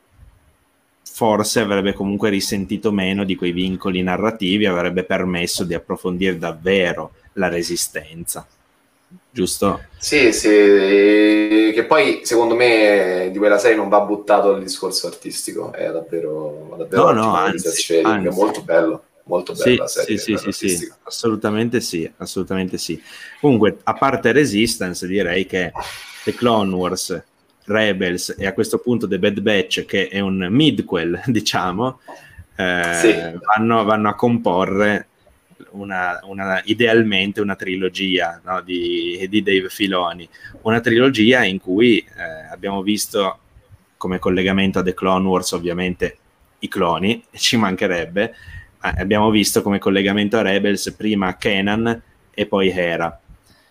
forse avrebbe comunque risentito meno di quei vincoli narrativi, avrebbe permesso di approfondire davvero la Resistenza, giusto? Sì, sì, che poi secondo me di quella serie non va buttato il discorso artistico, è davvero, davvero no, no, anzi, anzi. È molto bello. Molto bella sì, serie, sì, sì, sì, sì, assolutamente sì, assolutamente sì. Comunque, a parte Resistance, direi che The Clone Wars, Rebels e a questo punto The Bad Batch, che è un midquel, diciamo, eh, sì. vanno, vanno a comporre una, una, idealmente una trilogia, no, di, di Dave Filoni, una trilogia in cui eh, abbiamo visto come collegamento a The Clone Wars ovviamente i cloni, ci mancherebbe. Abbiamo visto come collegamento a Rebels prima Kanan e poi Hera,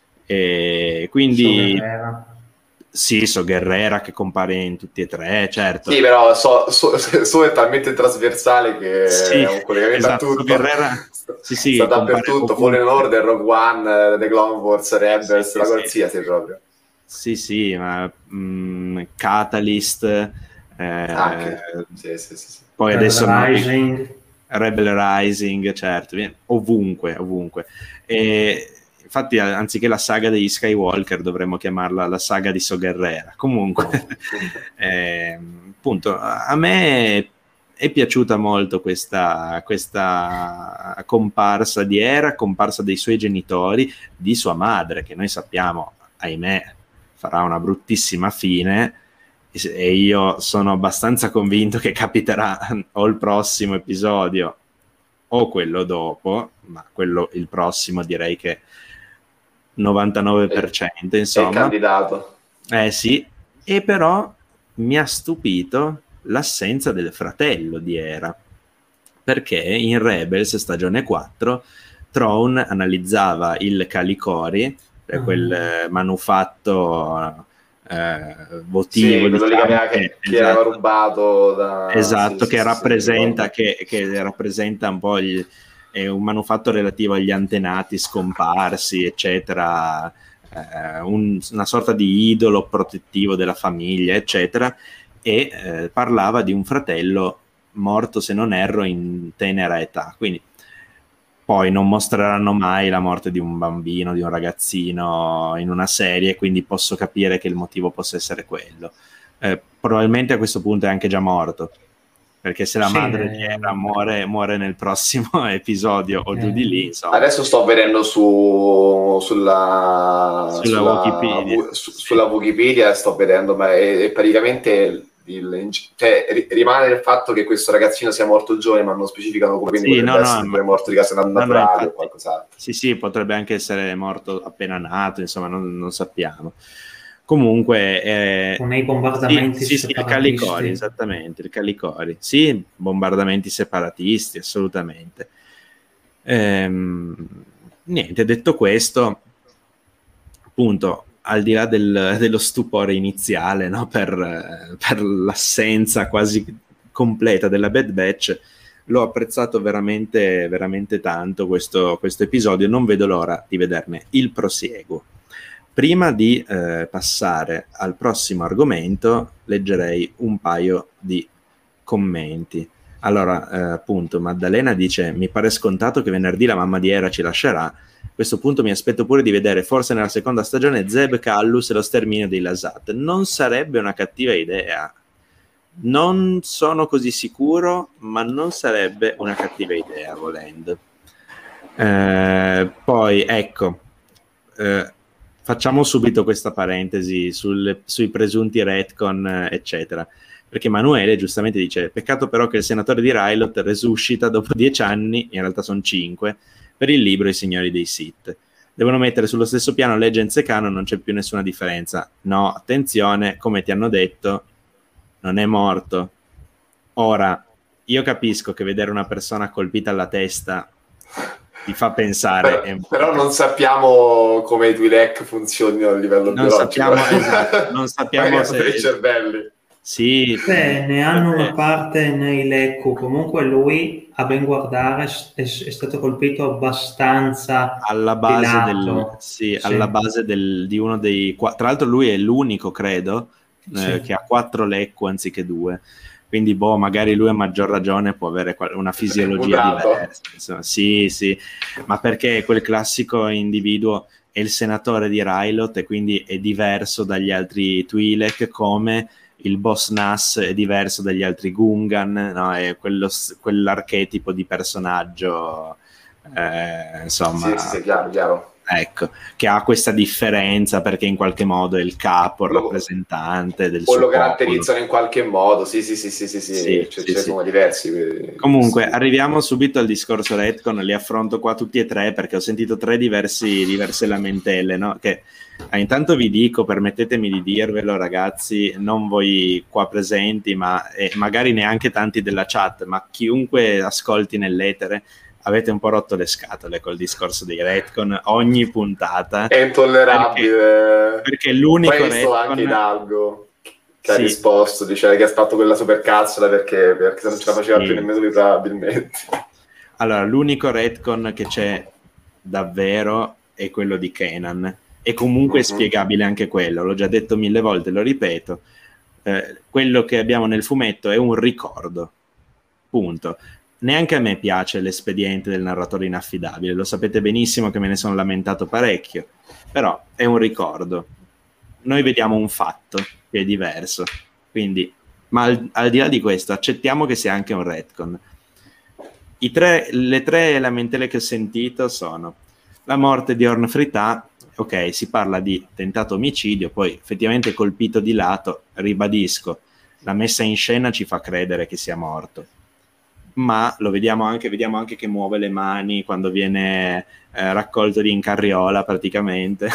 e quindi So Guerrera. sì, So Guerrera che compare in tutti e tre, certo. Sì, però so, so, so è talmente trasversale che sì, è un collegamento esatto, a tutto. So Guerrera, sì, sì, sta dappertutto, Fallen Order, Rogue One, The Clone Wars, Rebels, sì, la sì, qualsiasi sì. proprio. Sì, sì, ma mh, Catalyst, eh, anche. Sì, sì, sì, sì. Poi Rebel adesso Rising. Rebel Rising, certo, ovunque, ovunque. E infatti, anziché la saga degli Skywalker, dovremmo chiamarla la saga di So Guerrera. Comunque, eh, appunto, a me è piaciuta molto questa, questa comparsa di Hera, comparsa dei suoi genitori, di sua madre, che noi sappiamo, ahimè, farà una bruttissima fine. E io sono abbastanza convinto che capiterà o il prossimo episodio o quello dopo, ma quello il prossimo direi che novantanove per cento è, insomma. È il candidato. Eh sì, e però mi ha stupito l'assenza del fratello di Hera, perché in Rebels stagione quattro Thrawn analizzava il Calicori, cioè quel manufatto eh, votivo, sì, quello diciamo, lì che aveva, che, che esatto, aveva rubato da... esatto, sì, che sì, rappresenta sì, che, che rappresenta un po' gli, è un manufatto relativo agli antenati scomparsi, eccetera, eh, un, una sorta di idolo protettivo della famiglia, eccetera, e eh, parlava di un fratello morto, se non erro, in tenera età. Quindi poi non mostreranno mai la morte di un bambino, di un ragazzino in una serie, quindi posso capire che il motivo possa essere quello. Eh, probabilmente a questo punto è anche già morto, perché se la Sì, madre eh, di Hera muore, muore nel prossimo episodio o Eh. giù di lì, insomma. Adesso sto vedendo su, sulla, Sulla sulla, Wikipedia, Wu- su- sì. sulla Wikipedia sto vedendo, ma è, è praticamente il, cioè, ri- rimane il fatto che questo ragazzino sia morto giovane, ma non specificano come, quindi Sì, potrebbe no, no, essere ma- pure morto di cause no, no, naturali o infatti- qualcos'altro. Sì, sì, potrebbe anche essere morto appena nato, insomma, non, non sappiamo. Comunque, eh, con i bombardamenti sì, sì, sì, il separatisti. Calicori, esattamente, il Calicori. Sì, bombardamenti separatisti, assolutamente. Ehm, niente, detto questo, appunto, al di là del- dello stupore iniziale, no, per, eh, per l'assenza quasi completa della Bad Batch, l'ho apprezzato veramente, veramente tanto questo, questo episodio, non vedo l'ora di vederne il prosieguo. Prima di eh, passare al prossimo argomento, leggerei un paio di commenti. Allora, eh, appunto, Maddalena dice: mi pare scontato che venerdì la mamma di Hera ci lascerà. A questo punto mi aspetto pure di vedere, forse nella seconda stagione, Zeb, Kallus e lo sterminio dei Lasat. Non sarebbe una cattiva idea. Non sono così sicuro, ma non sarebbe una cattiva idea, volendo. Eh, poi, ecco, eh, facciamo subito questa parentesi sul, sui presunti retcon, eccetera. Perché Emanuele giustamente dice: peccato però che il senatore di Rylot resuscita dopo dieci anni, in realtà sono cinque, per il libro I Signori dei Sith. Devono mettere sullo stesso piano Legends e Canon, non c'è più nessuna differenza. No, attenzione, come ti hanno detto, non è morto. Ora, io capisco che vedere una persona colpita alla testa ti fa pensare... Però, però non sappiamo come i Twi'lek funzionino a livello non biologico. sappiamo, esatto, non sappiamo se... per i cervelli. Sì, Beh, ne hanno eh, una parte nei Lecco, comunque lui, a ben guardare, è, è stato colpito abbastanza alla di base, del, lato. sì, Sì. alla base del, di uno dei qua- tra l'altro lui è l'unico, credo, eh, Sì. che ha quattro lecco anziché due, quindi boh, magari lui a maggior ragione può avere qual- una fisiologia Mutato. diversa, insomma. Sì, sì, ma perché quel classico individuo è il senatore di Rylot e quindi è diverso dagli altri Twi'lek, come il boss Nass è diverso dagli altri Gungan, no? È quello, quell'archetipo di personaggio, eh, insomma, Sì, sì, sì, chiaro, chiaro. ecco, che ha questa differenza perché in qualche modo è il capo, il Lo- rappresentante del O suo lo popolo. caratterizzano in qualche modo, sì, sì, sì, sì, sì, sì, Sì, ce, sì, ce sì. sono diversi. quindi- Comunque, sì. arriviamo subito al discorso retcon, li affronto qua tutti e tre perché ho sentito tre diversi, diverse lamentele, no? Che eh, intanto vi dico, permettetemi di dirvelo ragazzi, non voi qua presenti, ma eh, magari neanche tanti della chat, ma chiunque ascolti nell'etere, avete un po' rotto le scatole col discorso dei retcon ogni puntata. È intollerabile. Perché, perché l'unico Poi hai visto retcon... anche Hidalgo che ha Sì. risposto, diceva che ha fatto quella supercazzola perché, perché non ce la faceva Sì. più nemmeno lui probabilmente. Allora, l'unico retcon che c'è davvero è quello di Kanan, e comunque è Mhm. spiegabile anche quello, l'ho già detto mille volte, lo ripeto, eh, quello che abbiamo nel fumetto è un ricordo, punto. Neanche a me piace l'espediente del narratore inaffidabile, lo sapete benissimo che me ne sono lamentato parecchio, però è un ricordo. Noi vediamo un fatto che è diverso, quindi, ma al, al di là di questo, accettiamo che sia anche un retcon. I tre, le tre lamentele che ho sentito sono la morte di Orn Frithà, ok, si parla di tentato omicidio, poi effettivamente colpito di lato, ribadisco, la messa in scena ci fa credere che sia morto, ma lo vediamo anche, vediamo anche che muove le mani quando viene eh, raccolto lì in carriola praticamente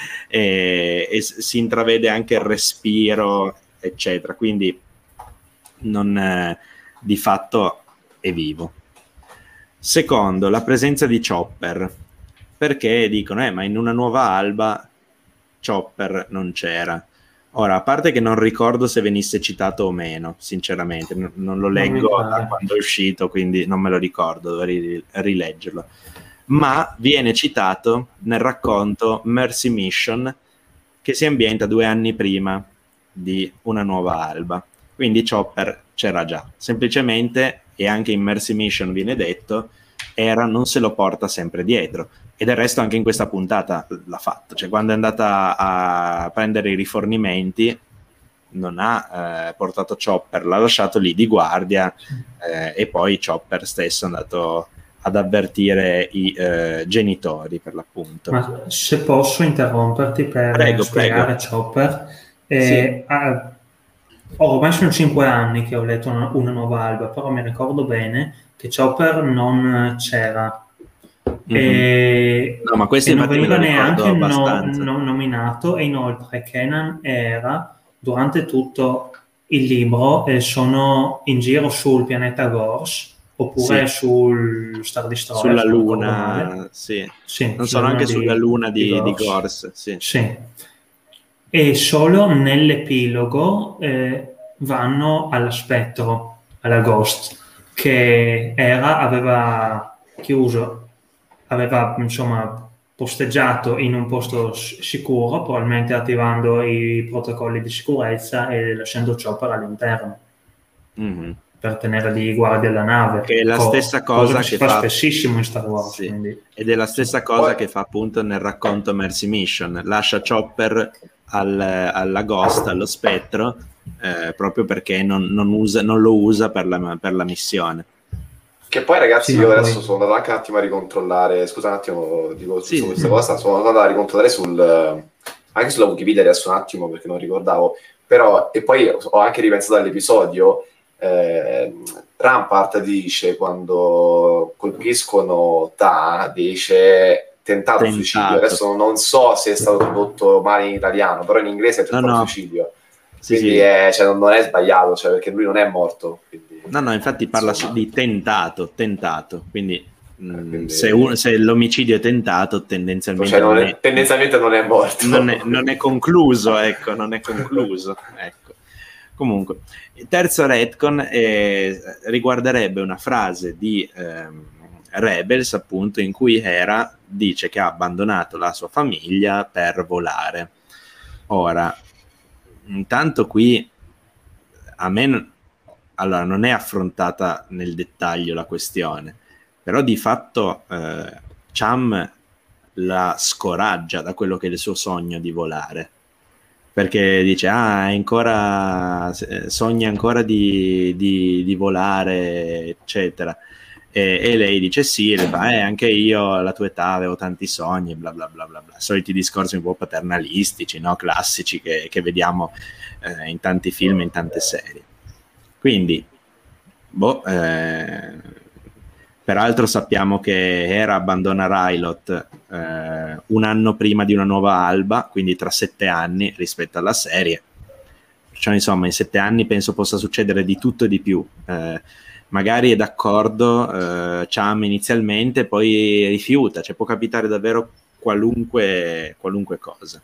e, e si intravede anche il respiro, eccetera, quindi non, eh, di fatto è vivo. Secondo, la presenza di Chopper, perché dicono eh ma in Una Nuova Alba Chopper non c'era. Ora, a parte che non ricordo se venisse citato o meno, sinceramente, n- non lo leggo Non mi pare. da quando è uscito, quindi non me lo ricordo, dovrei rileggerlo. Ma viene citato nel racconto Mercy Mission, che si ambienta due anni prima di Una Nuova Alba. Quindi Chopper c'era già. Semplicemente, e anche in Mercy Mission viene detto, Hera non se lo porta sempre dietro. E del resto anche in questa puntata l'ha fatto, cioè quando è andata a prendere i rifornimenti non ha eh, portato Chopper, l'ha lasciato lì di guardia, eh, e poi Chopper stesso è andato ad avvertire i eh, genitori, per l'appunto. Ma se posso interromperti per prego, spiegare prego. Chopper, eh, Sì. ah, ormai sono cinque anni che ho letto una, una nuova alba, però mi ricordo bene che Chopper non c'era. Mm-hmm. E, no, ma questo e non infatti veniva me lo ricordo neanche no, abbastanza. no, nominato, e inoltre Kanan era durante tutto il libro eh, sono in giro sul pianeta Gors, oppure Sì. sul Star Destroyer, sulla se non ricordo male. luna, sì. Sì, non sulla sono luna anche di- sulla luna di, di di Gors. Gors, sì. Sì. E solo nell'epilogo eh, vanno alla Spettro, alla Ghost, che era, aveva chiuso, aveva insomma posteggiato in un posto s- sicuro, probabilmente attivando i protocolli di sicurezza e lasciando Chopper all'interno Mhm. per tenere di guardia la nave. Che è la Co- stessa cosa che si che fa fa spessissimo in Star Wars. Sì. Quindi, ed è la stessa cosa Poi- che fa appunto nel racconto Mercy Mission, lascia Chopper al, alla Ghost, allo spettro, eh, proprio perché non, non, usa, non lo usa per la, per la missione. Che poi ragazzi, Sì, io ma adesso poi- sono andato anche un attimo a ricontrollare, scusa un attimo, dico Sì, su sì. questa cosa, sono andato a ricontrollare sul, anche sulla Wikipedia adesso un attimo perché non ricordavo, però, e poi ho anche ripensato all'episodio, eh, Rampart dice quando colpiscono Ta, dice tentato, Tentato. suicidio, adesso non so se è stato tradotto male in italiano, però in inglese è tentato No, no. suicidio, Sì, quindi sì. È, cioè, non è sbagliato, cioè, perché lui non è morto. Quindi, No, no, infatti parla insomma. di tentato, tentato, quindi, mh, Quindi- se, un- se l'omicidio è tentato, tendenzialmente, Cioè, non non è- è, tendenzialmente non è morto. non è, non è concluso, ecco, non è concluso, ecco. Comunque, il terzo retcon eh, riguarderebbe una frase di ehm, Rebels, appunto, in cui Hera dice che ha abbandonato la sua famiglia per volare. Ora, intanto qui a me non- allora non è affrontata nel dettaglio la questione, però di fatto eh, Cham la scoraggia da quello che è il suo sogno di volare, perché dice ah è ancora eh, sogna ancora di, di, di volare, eccetera, e, e lei dice sì, e le fa, eh, anche io alla tua età avevo tanti sogni, bla bla bla bla bla, soliti discorsi un po' paternalistici, no? Classici che, che vediamo eh, in tanti film, in tante serie. Quindi boh, eh, peraltro sappiamo che Hera abbandona Rylot eh, un anno prima di una nuova alba, quindi tra sette anni rispetto alla serie. Cioè, insomma, in sette anni penso possa succedere di tutto e di più. Eh, magari è d'accordo eh, Cham inizialmente, poi rifiuta, cioè può capitare davvero qualunque, qualunque cosa.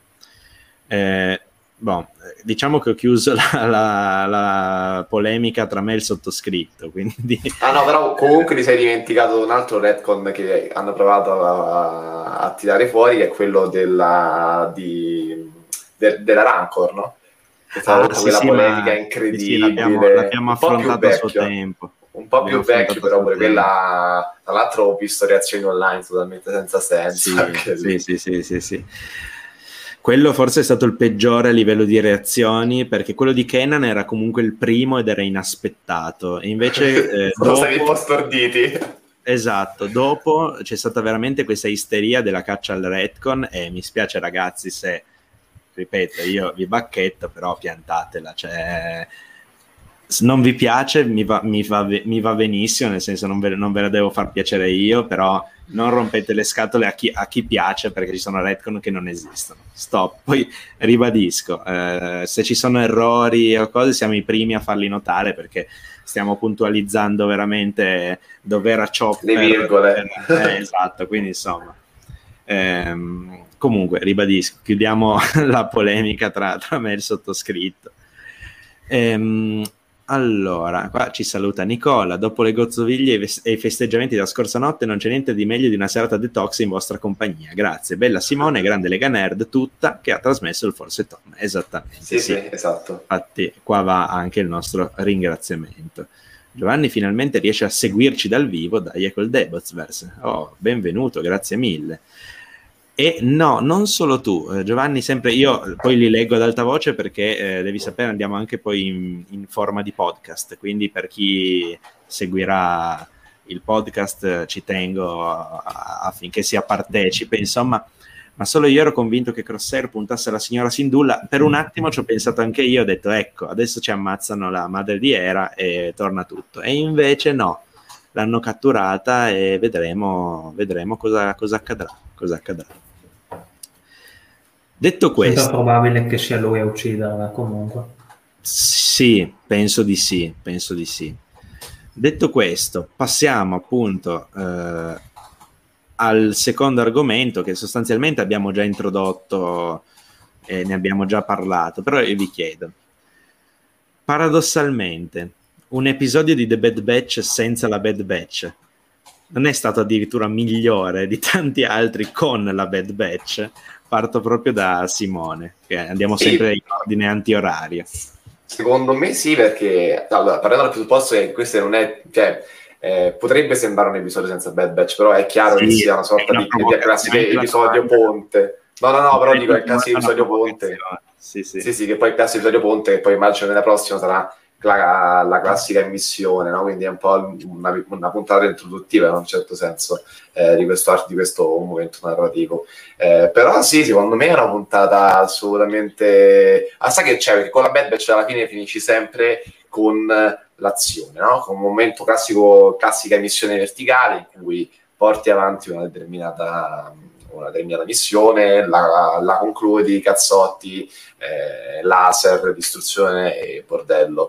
Eh, Bon, diciamo che ho chiuso la, la, la polemica tra me e il sottoscritto, quindi... Ah no, però comunque ti sei dimenticato un altro retcon che hanno provato a, a tirare fuori, che è quello della, di, de, della Rancor, no? Che è stata Ah, tutta sì, quella sì, polemica ma- incredibile, sì, sì, l'abbiamo, l'abbiamo un po' più affrontato a suo vecchio, tempo. un po' L'abbiamo più vecchio, affrontato a però suo pure tempo. quella, tra l'altro ho visto reazioni online totalmente senza senso. Sì, anche sì, lì. sì, sì, sì, sì. Quello forse è stato il peggiore a livello di reazioni, perché quello di Kanan era comunque il primo ed era inaspettato, e invece eh, Sono stati un po' dopo, storditi. esatto, dopo c'è stata veramente questa isteria della caccia al retcon, e mi spiace ragazzi se, ripeto, io vi bacchetto, però piantatela, cioè se non vi piace mi va, mi va, mi va benissimo, nel senso non ve, non ve la devo far piacere io, però non rompete le scatole a chi, a chi piace, perché ci sono retcon che non esistono. Stop. Poi ribadisco, eh, se ci sono errori o cose siamo i primi a farli notare, perché stiamo puntualizzando veramente dove era Chopper, Le virgole. eh, esatto, quindi insomma ehm, comunque ribadisco, chiudiamo la polemica tra, tra me e il sottoscritto. ehm, Allora, qua ci saluta Nicola. Dopo le gozzoviglie e, ves- e i festeggiamenti della scorsa notte non c'è niente di meglio di una serata detox in vostra compagnia. Grazie, bella Simone, grande Lega Nerd tutta, che ha trasmesso il Force Tom. Esattamente, Sì, sì. sì, esatto. Infatti qua va anche il nostro ringraziamento. Giovanni finalmente riesce a seguirci dal vivo, dai, col Debotsverse. Oh, benvenuto, grazie mille. E no, non solo tu, eh, Giovanni, sempre io poi li leggo ad alta voce perché eh, devi sapere andiamo anche poi in, in forma di podcast, quindi per chi seguirà il podcast eh, ci tengo a, a, affinché sia partecipe, insomma, ma solo io ero convinto che Crosshair puntasse alla signora Syndulla. Per un attimo ci ho pensato anche io, ho detto ecco, adesso ci ammazzano la madre di Hera e torna tutto, e invece no, l'hanno catturata e vedremo, vedremo cosa, cosa accadrà, cosa accadrà. Detto questo, è probabile che sia lui a ucciderla comunque. Sì, penso di sì, penso di sì. Detto questo, passiamo appunto eh, al secondo argomento che sostanzialmente abbiamo già introdotto e ne abbiamo già parlato, però io vi chiedo, paradossalmente, un episodio di The Bad Batch senza la Bad Batch non è stato addirittura migliore di tanti altri con la Bad Batch? Parto proprio da Simone, che andiamo sempre in ordine antiorario. Secondo me sì, perché allora, partendo dal presupposto che questo non è, cioè, eh, potrebbe sembrare un episodio senza Bad Batch, però è chiaro sì, che sia una sorta una di, di classico episodio ponte. No, no, no, però dico è il classico episodio ponte. Sì sì. sì, sì, che poi il classico episodio ponte, che poi immagino nella prossima sarà la, la classica missione, no? Quindi è un po' una, una puntata introduttiva in un certo senso eh, di questo di questo momento narrativo. Eh, però sì, secondo me è una puntata assolutamente. Ah, sai che c'è? Perché con la Bad Batch alla fine finisci sempre con l'azione, no? Con un momento classico, classica missione verticale in cui porti avanti una determinata una determinata missione, la, la concludi, cazzotti, eh, laser, distruzione e bordello.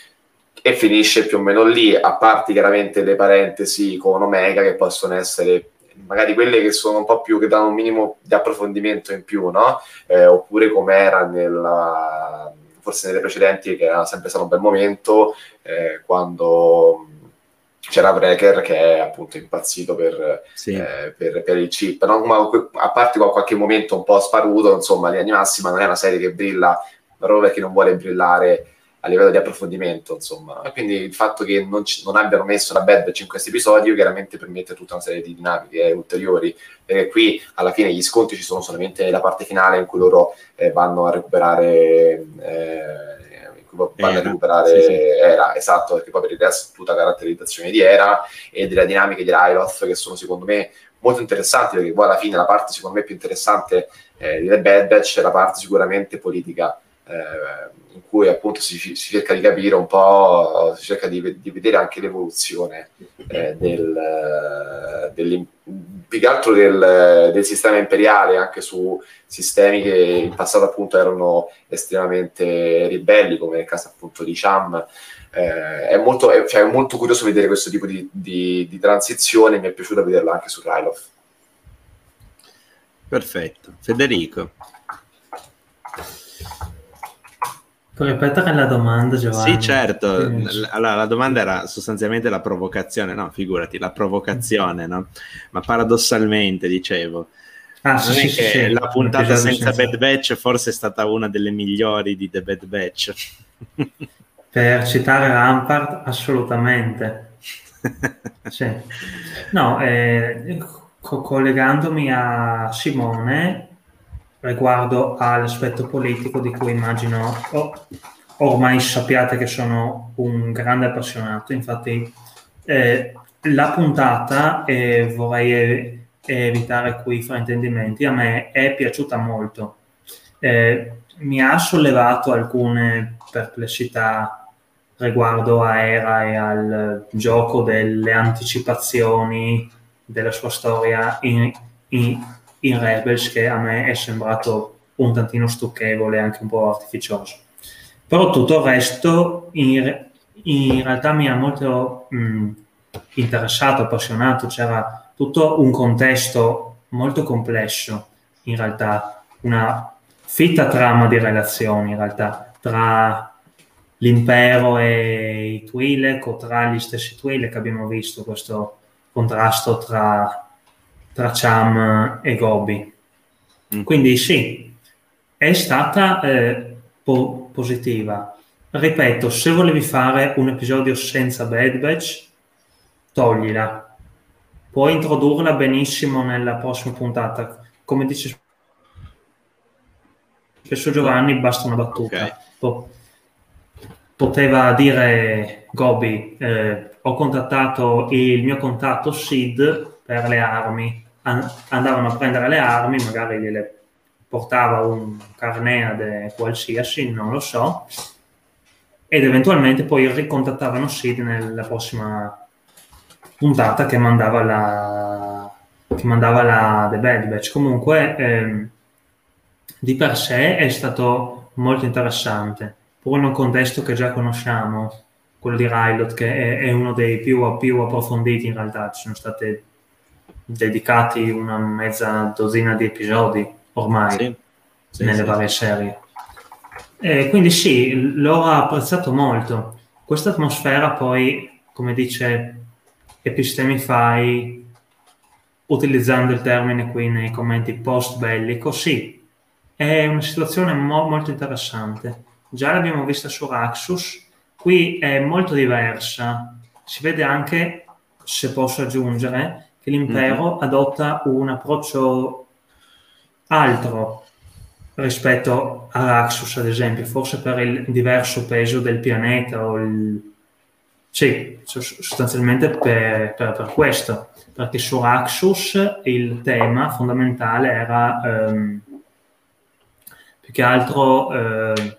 E finisce più o meno lì, a parte chiaramente le parentesi con Omega che possono essere magari quelle che sono un po' più, che danno un minimo di approfondimento in più, no? Eh, oppure come era nella, forse nelle precedenti, che era sempre stato un bel momento, eh, quando c'era Breaker che è appunto impazzito per, sì. eh, per, per il chip, no? Ma a parte con qualche momento un po' sparuto, insomma, linea di massima non è una serie che brilla proprio perché non vuole brillare a livello di approfondimento, insomma. E quindi il fatto che non, ci, non abbiano messo la Bad Batch in questo episodio chiaramente permette tutta una serie di dinamiche eh, ulteriori, perché qui alla fine gli scontri ci sono solamente nella parte finale in cui loro eh, vanno a recuperare eh, vanno Era, a recuperare sì, sì. Era, esatto, perché poi per il resto tutta la caratterizzazione di Era e delle dinamiche di Ryloth che sono secondo me molto interessanti, perché poi alla fine la parte secondo me più interessante eh, di The Bad Batch è la parte sicuramente politica, eh, in cui appunto si, si cerca di capire un po', si cerca di, di vedere anche l'evoluzione eh, del, del, più che altro del, del sistema imperiale, anche su sistemi che in passato appunto erano estremamente ribelli, come nel caso appunto di Cham. Eh, è, molto, è, cioè, è molto curioso vedere questo tipo di, di, di transizione, mi è piaciuto vederla anche su Ryloth. Perfetto. Federico. Puoi ripetere la domanda, Giovanni? Sì, certo. Allora, la domanda era sostanzialmente la provocazione, no, figurati, la provocazione, no? Ma paradossalmente, dicevo, ah, sì, non sì, è che sì, la puntata senza, senza Bad Batch forse è stata una delle migliori di The Bad Batch. Per citare Rampart, assolutamente. Sì. No, eh, co- collegandomi a Simone riguardo all'aspetto politico di cui immagino oh, ormai sappiate che sono un grande appassionato, infatti eh, la puntata, e vorrei evitare qui fraintendimenti, a me è piaciuta molto, eh, mi ha sollevato alcune perplessità riguardo a Hera e al gioco delle anticipazioni della sua storia in, in in Rebels, che a me è sembrato un tantino stucchevole e anche un po' artificioso. Però tutto il resto in, in realtà mi ha molto mh, interessato, appassionato, c'era tutto un contesto molto complesso, in realtà, una fitta trama di relazioni, in realtà, tra l'impero e i Twi'lek, o tra gli stessi Twi'lek abbiamo visto questo contrasto tra tra Cham e Gobi. Mm. Quindi sì, è stata eh, po- positiva. Ripeto, se volevi fare un episodio senza Bad Batch, toglila. Puoi introdurla benissimo nella prossima puntata. come dice spesso Giovanni, basta una battuta. Okay. Po- poteva dire Gobi, eh, ho contattato il mio contatto Sid per le armi, An- andavano a prendere le armi, magari gliele portava un Carneade qualsiasi, non lo so, ed eventualmente poi ricontattavano Sid nella prossima puntata che mandava la che mandava la The Bad Batch. Comunque ehm, di per sé è stato molto interessante, pur in un contesto che già conosciamo, quello di Rylot, che è, è uno dei più, più approfonditi. In realtà ci sono state dedicati una mezza dozzina di episodi ormai Sì, sì, nelle sì. varie serie. E quindi sì, l'ho apprezzato molto. Questa atmosfera poi, come dice Epistemify, utilizzando il termine qui nei commenti post bellico, sì, è una situazione mo- molto interessante. Già l'abbiamo vista su Raxus, qui è molto diversa. Si vede anche, se posso aggiungere, che l'impero Mhm. adotta un approccio altro rispetto a Raxus, ad esempio, forse per il diverso peso del pianeta o il... Sì, sostanzialmente per, per, per questo, perché su Raxus il tema fondamentale era ehm, più che altro, eh,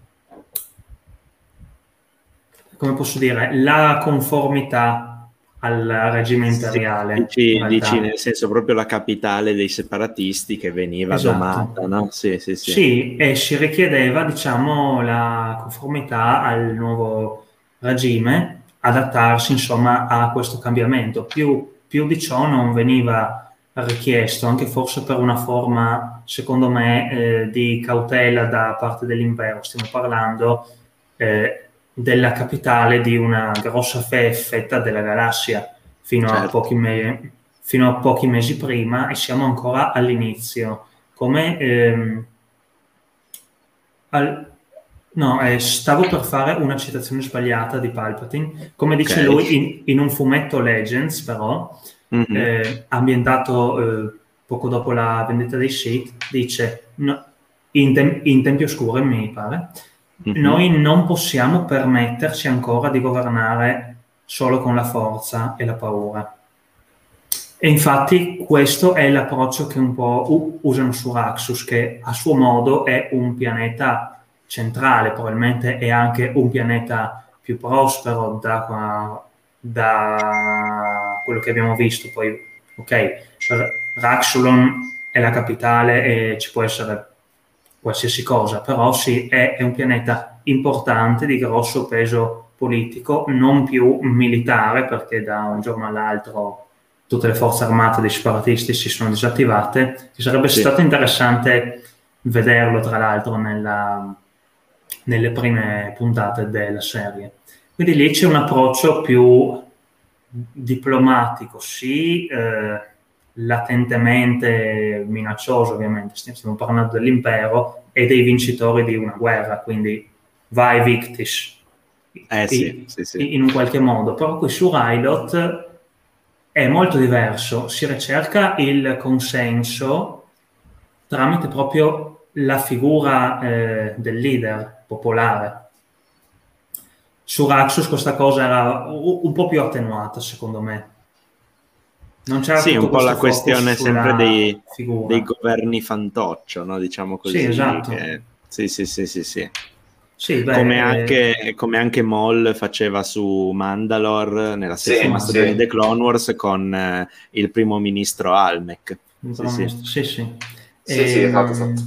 come posso dire, la conformità al regime imperiale. Sì, in dici, dici realtà. nel senso proprio la capitale dei separatisti che veniva Esatto. domata, no? Sì, sì, sì. Sì, e si richiedeva, diciamo, la conformità al nuovo regime, adattarsi, insomma, a questo cambiamento. Più, più di ciò non veniva richiesto, anche forse per una forma, secondo me, eh, di cautela da parte dell'impero. Stiamo parlando eh, della capitale di una grossa fe- fetta della galassia fino, Certo. a pochi me- fino a pochi mesi prima, e siamo ancora all'inizio. Come ehm, al, no, eh, stavo per fare una citazione sbagliata di Palpatine, come dice Ok. lui in, in un fumetto Legends, però Mhm. eh, ambientato eh, poco dopo la vendetta dei Sith, dice no, in, tem- in Tempi Oscuri, mi pare, Mhm. noi non possiamo permetterci ancora di governare solo con la forza e la paura. E infatti questo è l'approccio che un po' u- usano su Raxus, che a suo modo è un pianeta centrale, probabilmente è anche un pianeta più prospero da, da quello che abbiamo visto. Poi, ok, Raxulon è la capitale e ci può essere qualsiasi cosa, però sì, è, è un pianeta importante, di grosso peso politico, non più militare, perché da un giorno all'altro tutte le forze armate dei separatisti si sono disattivate. Ci sarebbe Sì. stato interessante vederlo, tra l'altro, nella, nelle prime puntate della serie. Quindi lì c'è un approccio più diplomatico, sì, eh, latentemente minaccioso, ovviamente. Stiamo parlando dell'impero e dei vincitori di una guerra, quindi vai Victis, Eh sì, in, sì, sì. in un qualche modo. Però qui su Rylot è molto diverso, si ricerca il consenso tramite proprio la figura eh, del leader popolare. Su Raxus questa cosa era un po' più attenuata, secondo me. Non c'era Sì, tutto un po' la questo focus questione sempre sulla dei, figura. dei governi fantoccio, no? Diciamo così. Sì, esatto. Che... Sì, sì, sì, sì, sì. Sì, beh, come, eh, anche, come anche Maul faceva su Mandalore nella Sì, settima sì. stagione di The Clone Wars con eh, il primo ministro Almec. Sì, sì. sì, sì. Sì, E, sì, esatto, esatto.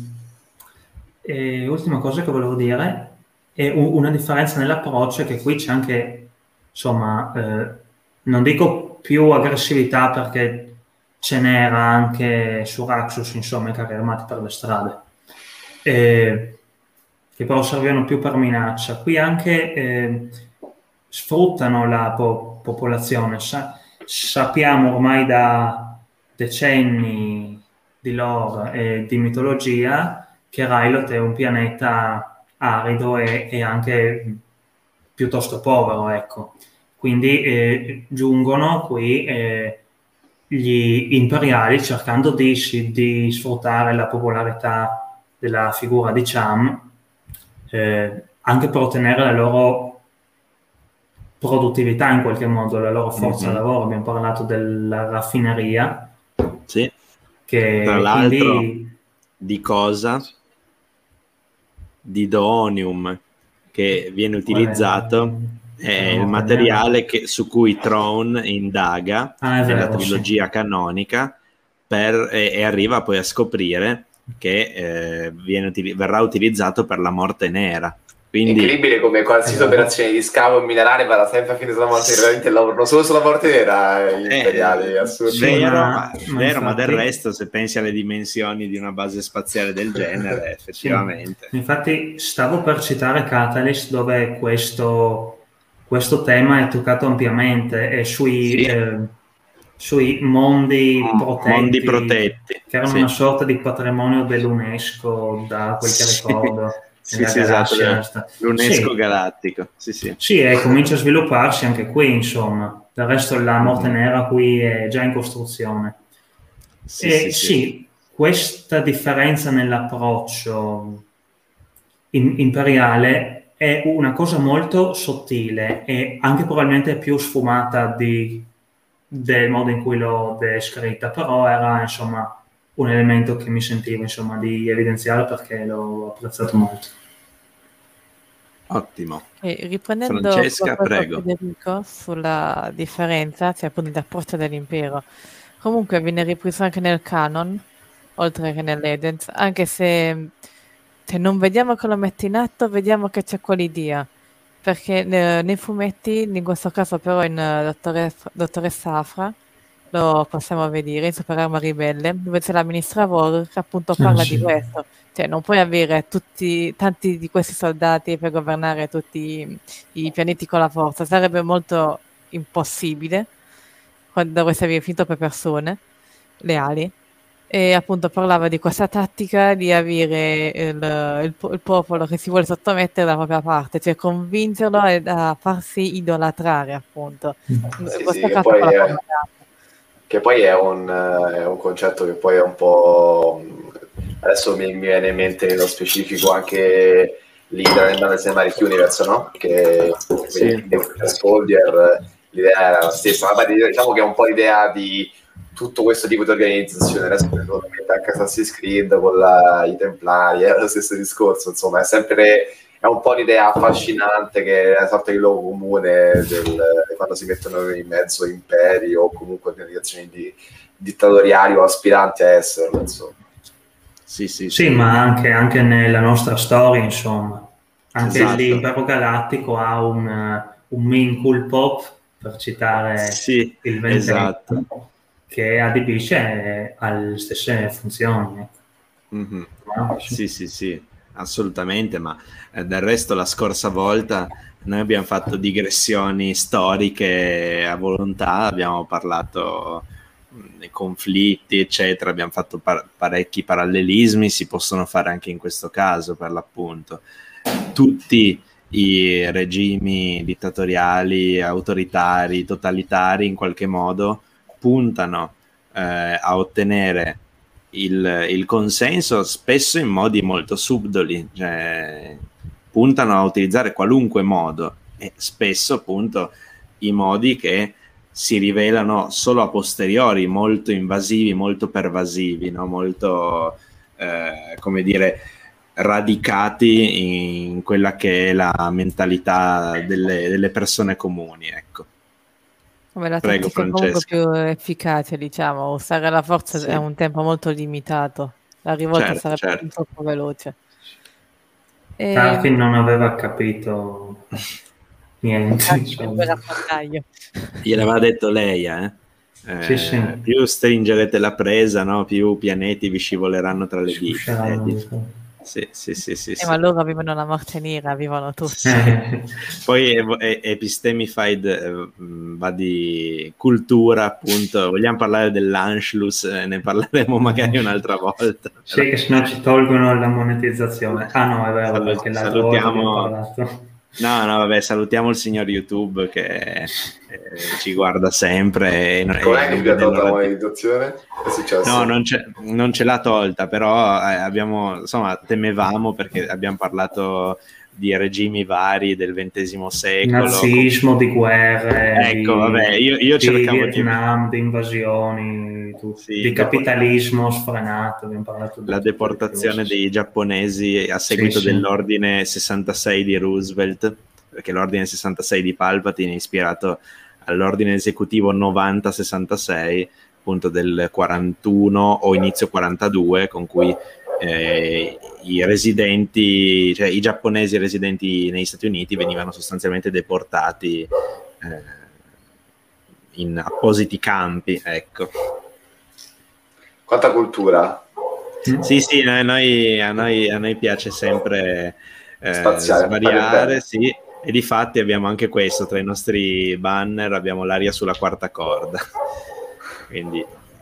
E ultima cosa che volevo dire è u- una differenza nell'approccio, è che qui c'è anche, insomma, eh, non dico più aggressività, perché ce n'era anche su Raxus, insomma, i carri armati per le strade, eh, che però servivano più per minaccia. Qui anche eh, sfruttano la po- popolazione. Sa- sappiamo ormai da decenni di lore e di mitologia che Rylot è un pianeta arido e, e anche piuttosto povero, ecco. Quindi eh, giungono qui eh, gli imperiali, cercando di, di sfruttare la popolarità della figura di Cham, eh, anche per ottenere la loro produttività in qualche modo, la loro forza Mhm. lavoro. Abbiamo parlato della raffineria, Sì. che Tra l'altro, quindi di cosa? Di Donium, che viene utilizzato, è il materiale che, su cui Thrawn indaga Ah, è nella vero, trilogia sì. canonica per, e, e arriva poi a scoprire che eh, viene utili- verrà utilizzato per la morte nera. Quindi, incredibile come qualsiasi Eh, operazione di scavo minerale vada sempre a finire sulla morte nera, veramente lavorano solo sulla morte nera gli imperiali, eh, assurdo. Sì, vero, ma- ma, ma vero, ma del infatti- resto, se pensi alle dimensioni di una base spaziale del genere, effettivamente. Sì. Infatti stavo per citare Catalyst, dove questo, questo tema è toccato ampiamente, e sui, Sì. eh, sui mondi Mm, protetti, mondi protetti, che erano sì. una sorta di patrimonio dell'UNESCO, da quel che Sì. ricordo, Sì, nella sì, esatto, galassia. l'UNESCO Sì. galattico. Sì, sì. Sì, e comincia a svilupparsi anche qui, insomma. Del resto la morte Mhm. nera qui è già in costruzione. Sì, E sì, sì, sì. questa differenza nell'approccio in- imperiale è una cosa molto sottile e anche probabilmente più sfumata di- del modo in cui l'ho descritta, però era insomma un elemento che mi sentivo insomma di evidenziare, perché l'ho apprezzato molto. Ottimo. E riprendendo Francesca, quello che ha detto prego. Federico sulla differenza, cioè appunto l'approccio dell'impero, comunque viene ripreso anche nel canon, oltre che nell'Edens, anche se cioè, non vediamo che lo mette in atto, vediamo che c'è quell'idea, perché ne- nei fumetti, in questo caso però in eh, Dottore- Dottoressa Afra, lo possiamo vedere in Super Arma Ribelle, dove c'è la ministra Vor che appunto Sì, parla sì. di questo. Cioè, non puoi avere tutti, tanti di questi soldati per governare tutti i pianeti con la forza, sarebbe molto impossibile, quando dovresti finito per persone leali. E appunto parlava di questa tattica di avere il, il po- il popolo che si vuole sottomettere dalla propria parte, cioè convincerlo e- a farsi idolatrare, appunto. In Sì, questo sì, che caso poi con la è, comandante. che poi è un, eh, è un concetto che poi è un po'... Adesso mi, mi viene in mente nello specifico anche l'Hydra nel Marvel Cinematic Universe, no? Che Sì. per Soldier l'idea era la stessa. Vabbè, diciamo che è un po' l'idea di tutto questo tipo di organizzazione. Adesso secondo me anche Assassin's Creed con la, i Templari è lo stesso discorso, insomma, è sempre... È un po' l'idea affascinante, che è una sorta di luogo comune del, quando si mettono in mezzo imperi o comunque organizzazioni di, dittatoriali o aspiranti a esserlo, insomma. Sì, sì, Sì, sì. ma anche, anche nella nostra storia, insomma. Anche Esatto. l'impero galattico ha un, un main cool pop, per citare Sì, il ventennio, esatto. che adibisce alle stesse funzioni. Mhm. No? Sì, sì, sì, assolutamente, ma eh, del resto la scorsa volta noi abbiamo fatto digressioni storiche a volontà, abbiamo parlato mh, dei conflitti, eccetera, abbiamo fatto par- parecchi parallelismi, si possono fare anche in questo caso, per l'appunto. Tutti i regimi dittatoriali, autoritari, totalitari, in qualche modo puntano eh, a ottenere il, il consenso, spesso in modi molto subdoli, cioè puntano a utilizzare qualunque modo, e spesso appunto i modi che si rivelano solo a posteriori, molto invasivi, molto pervasivi, no? Molto eh, come dire, radicati in quella che è la mentalità delle, delle persone comuni, ecco. Come la Prego, tattica comunque Francesca. più efficace, diciamo, usare la forza Sì. è un tempo molto limitato, la rivolta Certo, sarebbe certo. troppo veloce. E... Tarkin non aveva capito niente. Tarkin per rafforzarlo. Gliel'aveva detto lei, eh? Eh, Sì, sì. Più stringerete la presa, no? Più pianeti vi scivoleranno tra le dita. Eh, di... Sì, sì, sì, sì, Eh, sì. ma loro vivono la morte nera, vivono tutti. Sì. Poi e- e- Epistemified eh, va di cultura, appunto. Vogliamo parlare dell'Anschluss, eh, ne parleremo magari un'altra volta. Sì, che sennò ci tolgono la monetizzazione. Ah no, è vero, Salut- perché l'altra volta abbiamo salutiamo, parlato. No, no, vabbè, salutiamo il signor YouTube che eh, ci guarda sempre. E, Com'è e che vi ha tolta la di... monetizzazione? Che è successo? No, non, ce, non ce l'ha tolta, però eh, abbiamo, insomma, temevamo perché abbiamo parlato di regimi vari del ventesimo secolo. Nazismo, di guerre, ecco, di, vabbè, io, io di cercavo Vietnam, di... di invasioni, tu, Sì, di capitalismo sfrenato. Abbiamo parlato di la deportazione dei giapponesi a seguito sì, sì. dell'ordine sessantasei di Roosevelt, perché l'ordine sessantasei di Palpatine è ispirato all'ordine esecutivo novanta sessantasei, appunto del quarantuno o inizio quarantadue, con cui eh, i residenti, cioè i giapponesi residenti negli Stati Uniti venivano sostanzialmente deportati eh, in appositi campi, ecco. Quanta cultura? Sì, sì, a noi, a noi, a noi piace sempre eh, Spaziale, svariare, sì, e di fatti abbiamo anche questo tra i nostri banner, abbiamo l'aria sulla quarta corda. Quindi,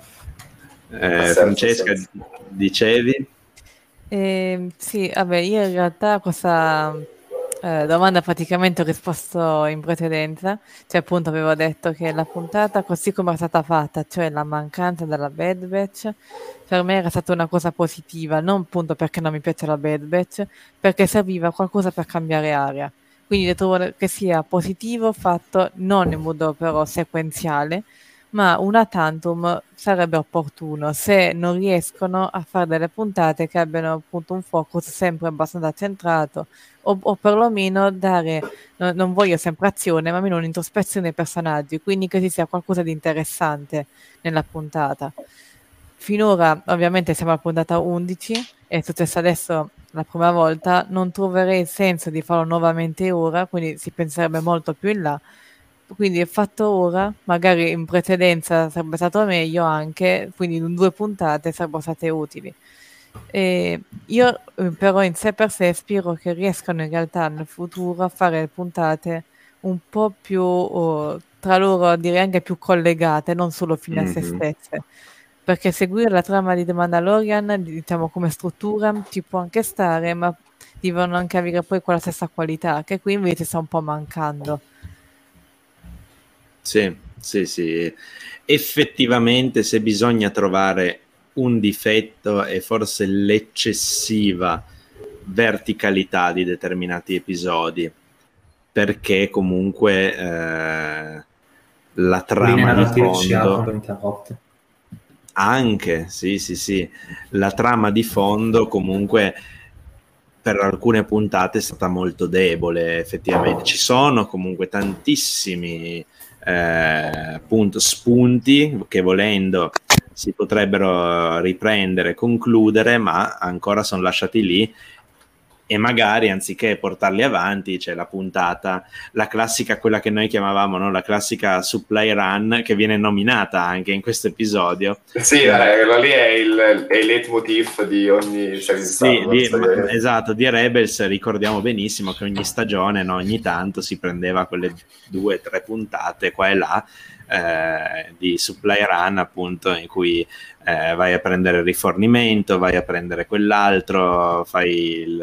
eh, Francesca, dicevi? Eh, sì, vabbè, io in realtà questa eh, domanda praticamente ho risposto in precedenza, cioè appunto avevo detto che la puntata così come era stata fatta, cioè la mancanza della Bad Batch, per me era stata una cosa positiva, non appunto perché non mi piace la Bad Batch, perché serviva qualcosa per cambiare aria. Quindi trovo che sia positivo fatto non in modo però sequenziale, ma una tantum sarebbe opportuno se non riescono a fare delle puntate che abbiano appunto un focus sempre abbastanza centrato o, o perlomeno dare, no, non voglio sempre azione, ma almeno un'introspezione ai personaggi, quindi che ci sia qualcosa di interessante nella puntata. Finora ovviamente siamo alla puntata undici, è successo adesso la prima volta, non troverei il senso di farlo nuovamente ora, quindi si penserebbe molto più in là. Quindi è fatto ora, magari in precedenza sarebbe stato meglio anche, quindi in due puntate sarebbero state utili. E io eh, però in sé per sé spero che riescano in realtà nel futuro a fare puntate un po' più oh, tra loro, direi anche più collegate, non solo fine a se Mhm. stesse. Perché seguire la trama di The Mandalorian, diciamo come struttura, ci può anche stare, ma devono anche avere poi quella stessa qualità, che qui invece sta un po' mancando. Sì, sì, sì. Effettivamente, se bisogna trovare un difetto è forse l'eccessiva verticalità di determinati episodi, perché comunque eh, la trama di fondo anche, sì, sì, sì, la trama di fondo comunque per alcune puntate è stata molto debole, effettivamente. Ci sono comunque tantissimi eh, appunto spunti che volendo si potrebbero riprendere, concludere, ma ancora sono lasciati lì e magari anziché portarli avanti c'è la puntata, la classica, quella che noi chiamavamo, no? La classica supply run che viene nominata anche in questo episodio. Sì, eh, quello lì è il, è il leitmotiv di ogni serie di Star Sì, di, Wars, ma, che... esatto, di Rebels ricordiamo benissimo che ogni stagione, no, ogni tanto si prendeva quelle due o tre puntate qua e là eh, di supply run, appunto, in cui eh, vai a prendere il rifornimento, vai a prendere quell'altro, fai il,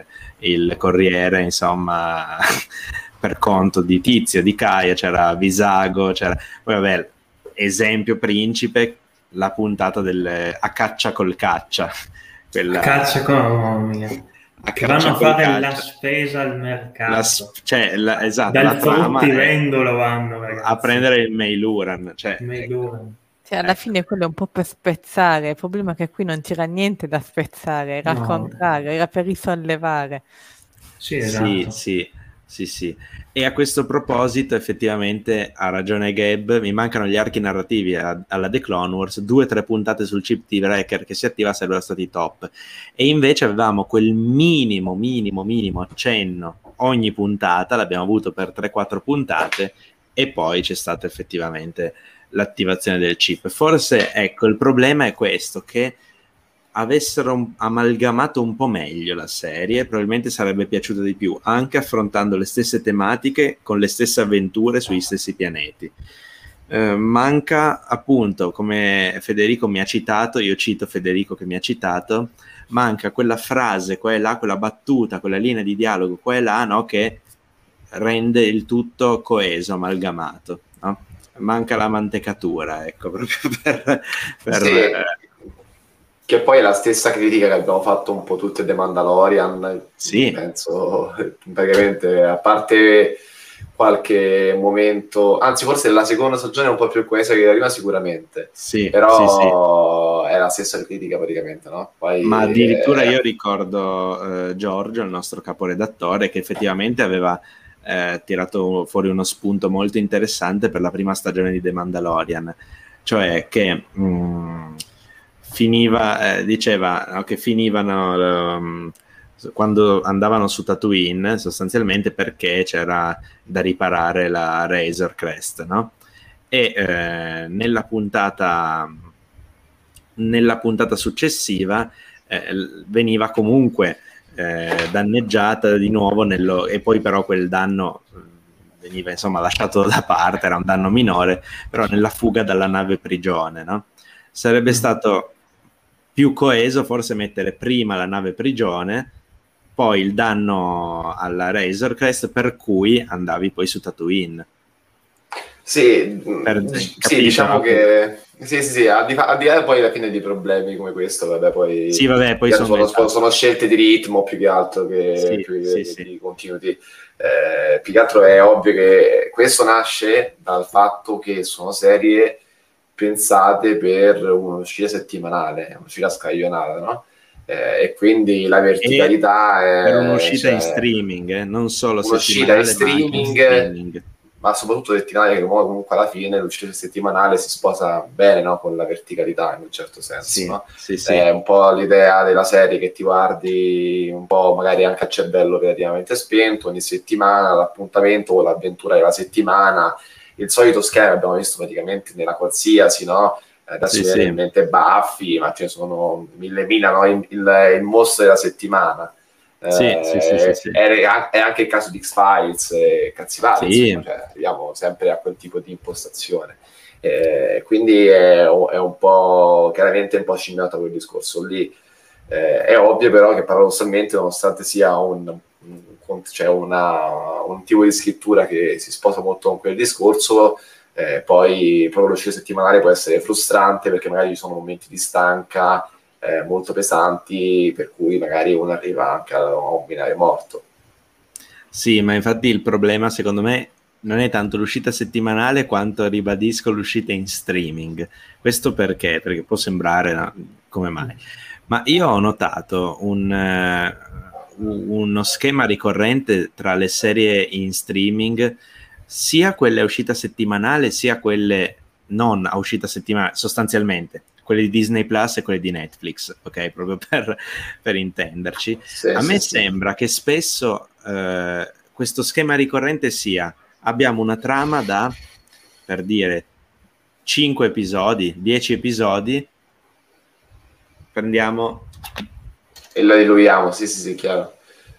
il corriere, insomma, per conto di Tizio, di Caia, c'era Visago, c'era... Poi vabbè, esempio principe, la puntata del a caccia col caccia. Quella... A caccia con oh, mia. A che vanno a fare caccia. la spesa al mercato, la, cioè, la, esatto, dal la trama fruttivendolo vanno, ragazzi, a prendere il Meiluran, cioè, Meiluran. Cioè, alla ecco. fine quello è un po' per spezzare, il problema è che qui non c'era niente da spezzare, era No. al contrario, era per risollevare. Sì, esatto. Sì, sì, sì, sì. E a questo proposito effettivamente ha ragione Gab, mi mancano gli archi narrativi a, alla The Clone Wars, due o tre puntate sul chip T-Wrecker che si attiva sarebbero stati top, e invece avevamo quel minimo, minimo, minimo accenno ogni puntata, l'abbiamo avuto per tre quattro puntate e poi c'è stata effettivamente l'attivazione del chip. Forse, ecco, il problema è questo, che avessero amalgamato un po' meglio la serie, probabilmente sarebbe piaciuta di più, anche affrontando le stesse tematiche con le stesse avventure sugli stessi pianeti. Eh, manca appunto, come Federico mi ha citato, io cito Federico che mi ha citato, manca quella frase qua e là, quella battuta, quella linea di dialogo qua e là, no, che rende il tutto coeso, amalgamato, no? Manca la mantecatura, ecco, proprio per... per sì, eh... che poi è la stessa critica che abbiamo fatto un po' tutte The Mandalorian, sì. penso, praticamente, a parte qualche momento, anzi forse la seconda stagione è un po' più coesa che la prima sicuramente, sì, però sì, sì. è la stessa critica praticamente, no? Poi, ma addirittura eh... io ricordo eh, Giorgio, il nostro caporedattore, che effettivamente aveva eh, tirato fuori uno spunto molto interessante per la prima stagione di The Mandalorian, cioè che mh, finiva, eh, diceva no, che finivano um, quando andavano su Tatooine sostanzialmente perché c'era da riparare la Razor Crest, no? E eh, nella puntata nella puntata successiva eh, veniva comunque eh, danneggiata di nuovo nello, e poi però quel danno veniva insomma lasciato da parte, era un danno minore, però nella fuga dalla nave prigione, no? Sarebbe mm. stato più coeso forse mettere prima la nave prigione, poi il danno alla Razor Crest, per cui andavi poi su Tatooine. Sì, per, sì capito, diciamo no? che sì, sì, sì, al di, al di là poi alla fine di problemi come questo, vabbè, poi, sì, vabbè, poi sono, sono, sono, sono scelte di ritmo più che altro che, sì, più sì, che sì. di continuity. Eh, più che altro è ovvio che questo nasce dal fatto che sono serie pensate per un'uscita settimanale, un'uscita scaglionata, no? Eh, e quindi la verticalità e è per un'uscita cioè, in streaming, eh? Non solo un'uscita in settimanale, streaming, ma anche in streaming. Ma soprattutto settimanale, che comunque alla fine l'uscita settimanale si sposa bene, no? Con la verticalità in un certo senso, sì, no? sì, sì. È un po' l'idea della serie che ti guardi un po' magari anche a cervello relativamente spento ogni settimana, l'appuntamento o l'avventura della settimana, il solito schema abbiamo visto praticamente nella qualsiasi, no? Adesso sì, mi viene sì. in mente Buffy, ma ce ne sono mille mila, no? il, il, il mostro della settimana. Sì, eh, sì, sì, sì, sì. È, è anche il caso di X-Files e cazzi vari, sì. insomma, cioè, arriviamo sempre a quel tipo di impostazione. Eh, quindi è, è un po' chiaramente un po' scimmiato quel discorso lì. Eh, è ovvio però che paradossalmente, nonostante sia un, un, cioè una, un tipo di scrittura che si sposa molto con quel discorso, eh, poi proprio l'uscita settimanale può essere frustrante perché magari ci sono momenti di stanca Eh, molto pesanti, per cui magari uno arriva anche a un binario morto. Sì, ma infatti il problema secondo me non è tanto l'uscita settimanale quanto, ribadisco, l'uscita in streaming. Questo perché? Perché può sembrare no? come mai, ma io ho notato un, uh, uno schema ricorrente tra le serie in streaming, sia quelle a uscita settimanale sia quelle non a uscita settimanale, sostanzialmente quelle di Disney Plus e quelle di Netflix, ok? Proprio per, per intenderci. Sì, a sì, me sì. sembra che spesso eh, questo schema ricorrente sia: abbiamo una trama da, per dire, cinque episodi, dieci episodi, prendiamo e la diluiamo, sì, sì, sì, chiaro.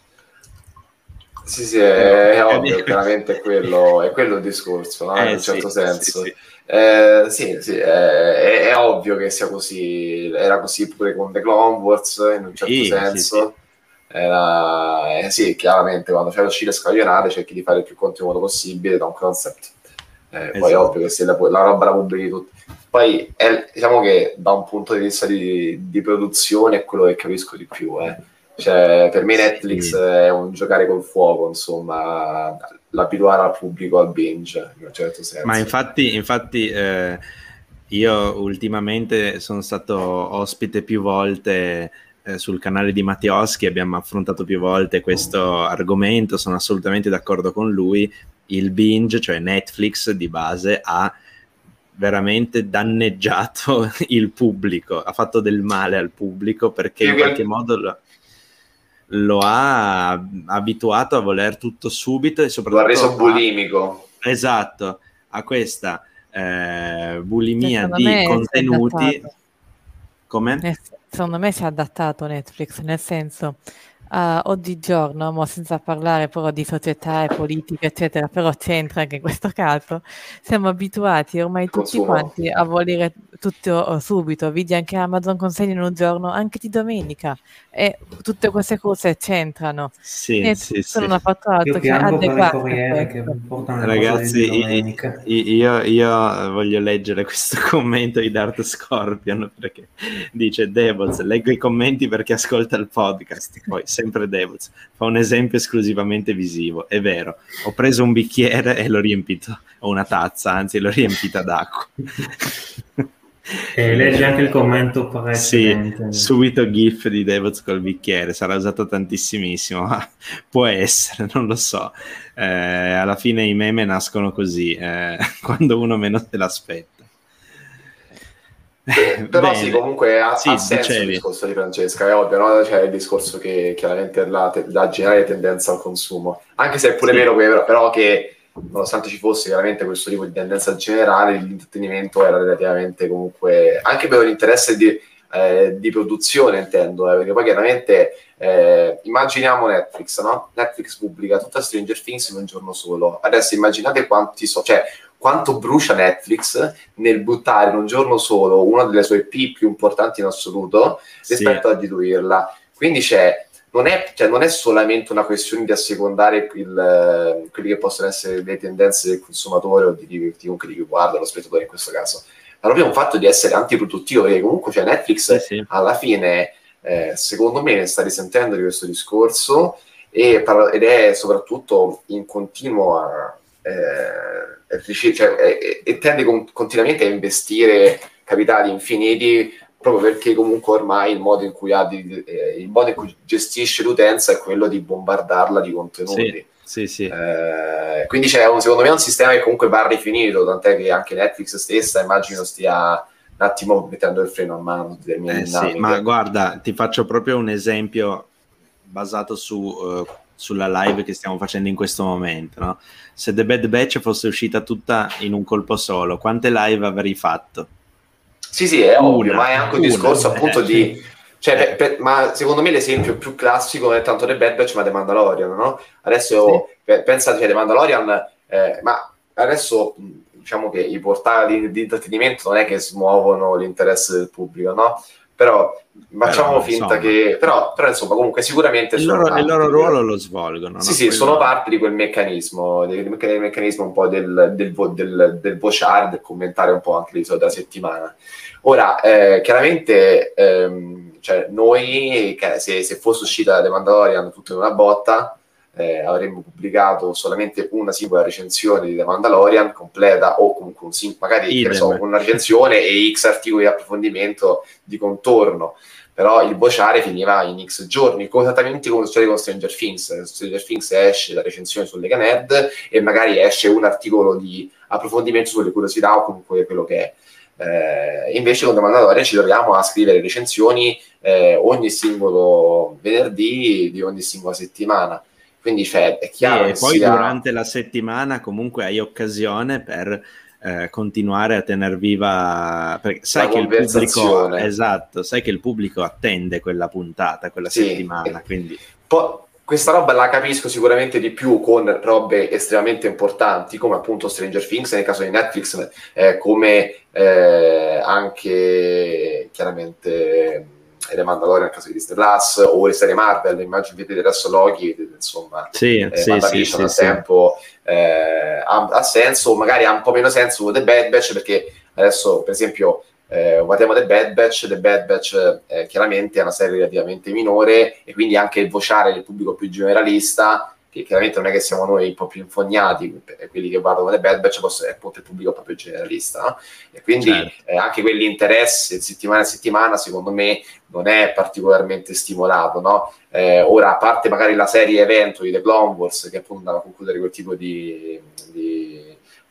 Sì, sì, è, è ovvio, chiaramente è quello, è quello il discorso, no? Eh, in un certo sì, senso. sì, sì. Eh, sì, sì, è, è ovvio che sia così, era così pure con The Clone Wars, in un certo Sì, senso. sì, sì. Era, eh, sì, chiaramente quando fai l'uscita scaglionale cerchi di fare il più contenuto possibile da un concept. Eh, Esatto. Poi è ovvio che se la, la roba la pubblichi tutti. Poi è, diciamo che da un punto di vista di, di produzione è quello che capisco di più, eh. Cioè, per me Netflix sì. è un giocare col fuoco, insomma, l'abituare al pubblico al binge, in un certo senso. Ma infatti, infatti eh, io ultimamente sono stato ospite più volte eh, sul canale di Mattioschi, abbiamo affrontato più volte questo argomento, sono assolutamente d'accordo con lui. Il binge, cioè Netflix di base, ha veramente danneggiato il pubblico, ha fatto del male al pubblico perché Più in che- qualche modo lo, lo ha abituato a voler tutto subito e Lo ha soprattutto reso a- bulimico. esatto, a questa eh, bulimia Secondo di me si è contenuti. adattato. Come? Nel- Secondo me si è adattato Netflix, nel senso uh, oggigiorno, mo senza parlare però di società e politica, eccetera, però c'entra anche in questo caso, siamo abituati ormai tutti Consumo. quanti a volere tutto uh, subito, vedi anche Amazon consegna in un giorno, anche di domenica, e tutte queste cose c'entrano. Sì, E sì, tutto non sì. ha fatto altro Io che piango per i adeguarsi a corrieri che questo. portano le cose di Ragazzi, i- domenica. i- io, io voglio leggere questo commento di Darth Scorpion perché dice Devils, leggo i commenti perché ascolta il podcast, poi sempre Devils, fa un esempio esclusivamente visivo, è vero, ho preso un bicchiere e l'ho riempito, o una tazza, anzi l'ho riempita d'acqua. E leggi anche il commento Sì, precedente. subito gif di Devils col bicchiere, sarà usato tantissimissimo, ma può essere, non lo so. Eh, alla fine i meme nascono così, eh, quando uno meno se l'aspetta. Beh, però Bene. sì, comunque ha, Sì, ha senso dicevi. il discorso di Francesca, è ovvio, no? C'è il discorso che chiaramente la, te- la generale tendenza al consumo, anche se è pure Sì. vero che- però che nonostante ci fosse chiaramente questo tipo di tendenza generale, l'intrattenimento era relativamente comunque, anche per l'interesse di, eh, di produzione intendo, eh, perché poi chiaramente eh, immaginiamo Netflix, no? Netflix pubblica tutta Stranger Things in un giorno solo, adesso immaginate quanti so, cioè quanto brucia Netflix nel buttare in un giorno solo una delle sue I P più importanti in assoluto rispetto Sì. a diluirla. Quindi c'è, non è, cioè, non è solamente una questione di assecondare il, quelli che possono essere le tendenze del consumatore o di, di chiunque li guarda, lo spettatore in questo caso, ma proprio un fatto di essere antiproduttivo, perché comunque cioè, Netflix Sì, sì. alla fine, eh, secondo me, sta risentendo di questo discorso e, ed è soprattutto in continuo a... Eh, cioè, e, e tende con, continuamente a investire capitali infiniti proprio perché comunque ormai il modo in cui ha di, eh, il modo in cui gestisce l'utenza è quello di bombardarla di contenuti. Sì, sì, sì. Eh, quindi c'è un, secondo me un sistema che comunque va rifinito, tant'è che anche Netflix stessa immagino stia un attimo mettendo il freno a mano Eh, sì, ma guarda, ti faccio proprio un esempio basato su uh, sulla live che stiamo facendo in questo momento, no? Se The Bad Batch fosse uscita tutta in un colpo solo, quante live avrei fatto? Sì, sì, è Una, ovvio, ma è anche un una, discorso appunto eh, di... Cioè, eh. per, per, ma secondo me l'esempio più classico non è tanto The Bad Batch, ma The Mandalorian, no? Adesso Sì. pensate, cioè, The Mandalorian, eh, ma adesso diciamo che i portali di, di intrattenimento non è che smuovono l'interesse del pubblico, no? Però facciamo però, finta insomma, che... Però, però, insomma, comunque sicuramente il sono loro, il loro di ruolo quel... lo svolgono, Sì, no? sì, Quello... sono parte di quel meccanismo, del, del meccanismo un po' del, del, del, del vociare, del commentare un po' anche l'episodio della settimana. Ora, eh, chiaramente, ehm, cioè, noi, se, se fosse uscita The Mandalorian tutto in una botta, eh, avremmo pubblicato solamente una singola recensione di The Mandalorian completa, o comunque un sim- magari che ne so, una recensione e X articoli di approfondimento di contorno. Però il vociare finiva in X giorni, esattamente come succede con Stranger Things. Stranger Things esce la recensione su Lega Nerd e magari esce un articolo di approfondimento sulle curiosità o comunque quello che è. Eh, invece con The Mandalorian ci troviamo a scrivere recensioni eh, ogni singolo venerdì di ogni singola settimana, quindi cioè, è chiaro sì, che e poi sia... durante la settimana comunque hai occasione per eh, continuare a tener viva, perché sai la che il pubblico, conversazione, esatto, sai che il pubblico attende quella puntata, quella sì, settimana, quindi poi questa roba la capisco sicuramente di più con robe estremamente importanti come appunto Stranger Things nel caso di Netflix, eh, come eh, anche chiaramente The Mandalorian nel caso di Disney Plus, o le serie Marvel, immagino di vedere adesso Loki, insomma, sì, eh, sì, WandaVision sì, al sì, tempo eh, ha, ha senso, magari ha un po' meno senso con The Bad Batch, perché adesso per esempio Eh, guardiamo The Bad Batch, The Bad Batch eh, chiaramente è una serie relativamente minore e quindi anche il vociare del pubblico più generalista, che chiaramente non è che siamo noi un po' più infognati, quelli che guardano The Bad Batch possono, è appunto il pubblico proprio generalista, no? E quindi certo. eh, anche quell'interesse settimana a settimana secondo me non è particolarmente stimolato, no? Eh, ora, a parte magari la serie evento di The Clone Wars che appunto andava a concludere quel tipo di, di,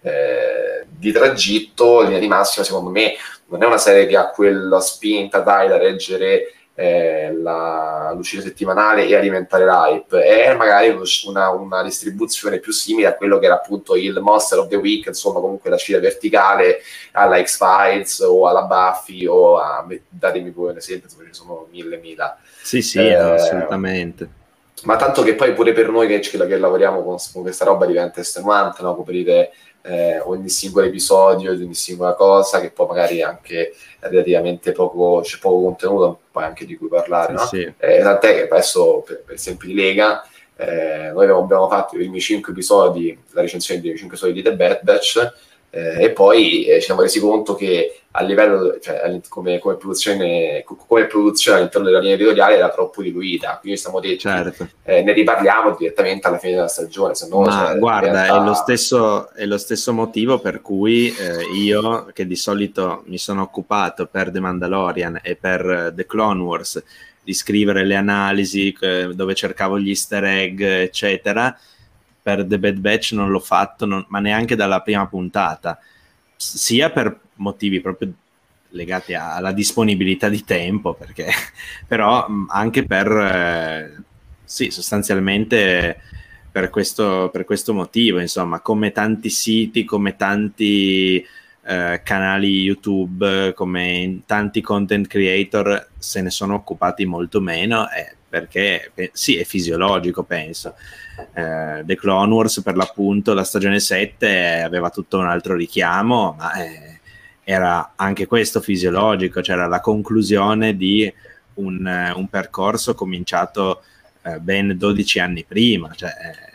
eh, di tragitto, in linea di massima secondo me non è una serie che ha quella spinta dai da reggere eh, la, l'uscita settimanale e alimentare l'hype, è magari una, una distribuzione più simile a quello che era appunto il Monster of the Week, insomma comunque la scia verticale alla X-Files o alla Buffy o a, datemi voi un esempio, ce ne sono mille mila. Sì, sì, eh, no, assolutamente. ma tanto che poi pure per noi che, che lavoriamo con, con questa roba diventa estenuante, no? Coprire eh, ogni singolo episodio di ogni singola cosa, che poi magari anche relativamente poco, c'è poco contenuto poi anche di cui parlare, no? Sì. Eh, tant'è che adesso per, per esempio di Lega eh, noi abbiamo fatto i primi cinque episodi, la recensione dei cinque episodi di The Bad Batch, eh, e poi eh, ci siamo resi conto che a livello, cioè, come, come, produzione, come produzione all'interno della linea editoriale era troppo diluita, quindi siamo detti certo. eh, ne riparliamo direttamente alla fine della stagione, se no, ma cioè, guarda realtà... è, lo stesso, è lo stesso motivo per cui eh, io, che di solito mi sono occupato per The Mandalorian e per The Clone Wars di scrivere le analisi eh, dove cercavo gli easter egg eccetera, per The Bad Batch non l'ho fatto, non, ma neanche dalla prima puntata, sia per motivi proprio legati a, alla disponibilità di tempo, perché però anche per eh, sì, sostanzialmente per questo, per questo motivo, insomma, come tanti siti, come tanti eh, canali YouTube, come tanti content creator se ne sono occupati molto meno, eh, perché eh, sì, è fisiologico, penso. Eh, The Clone Wars, per l'appunto, la stagione sette aveva tutto un altro richiamo, ma eh, era anche questo fisiologico, c'era la conclusione di un, un percorso cominciato eh, ben dodici anni prima, cioè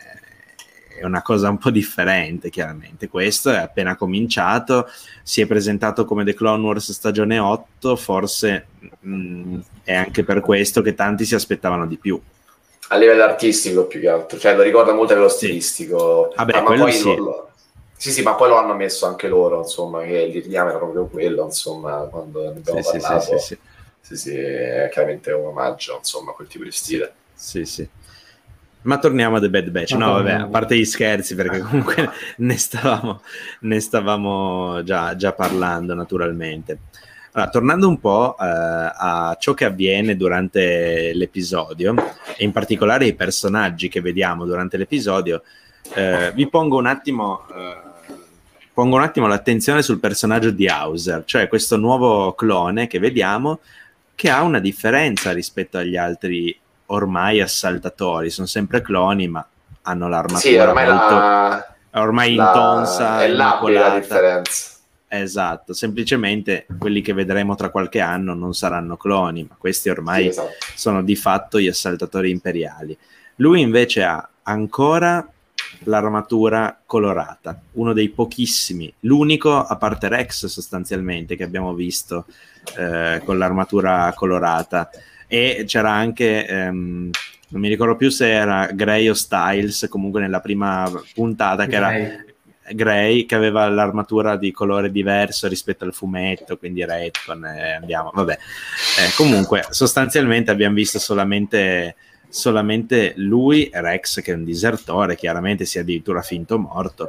eh, è una cosa un po' differente, chiaramente. Questo è appena cominciato, si è presentato come The Clone Wars stagione otto, forse mh, è anche per questo che tanti si aspettavano di più. A livello artistico più che altro, cioè lo ricorda molto a livello stilistico. Sì. Vabbè, ah, ma poi sì. Lo, lo, sì, sì, ma poi lo hanno messo anche loro, insomma, che il richiamo era proprio quello, insomma, quando ne abbiamo sì, parlato. Sì, sì, sì. Sì, sì, è chiaramente un omaggio, insomma, a quel tipo di stile. Sì, sì. Ma torniamo a The Bad Batch. No, vabbè, a parte gli scherzi, perché comunque ne stavamo, ne stavamo già, già parlando, naturalmente. Allora, tornando un po' eh, a ciò che avviene durante l'episodio, e in particolare i personaggi che vediamo durante l'episodio, eh, vi pongo un attimo eh, pongo un attimo l'attenzione sul personaggio di Hauser, cioè questo nuovo clone che vediamo, che ha una differenza rispetto agli altri ormai assaltatori. Sono sempre cloni, ma hanno l'armatura sì, ormai molto la, ormai la, intonsa, è labile la differenza. Esatto, semplicemente quelli che vedremo tra qualche anno non saranno cloni, ma questi ormai sì, esatto. sono di fatto gli assaltatori imperiali. Lui invece ha ancora l'armatura colorata, uno dei pochissimi, l'unico a parte Rex sostanzialmente che abbiamo visto eh, con l'armatura colorata, e c'era anche ehm, non mi ricordo più se era Grey o Styles, comunque nella prima puntata, che Grey. era Grey, che aveva l'armatura di colore diverso rispetto al fumetto, quindi Retcon, eh, andiamo, vabbè. Eh, comunque, sostanzialmente abbiamo visto solamente, solamente lui, Rex, che è un disertore, chiaramente si è addirittura finto morto.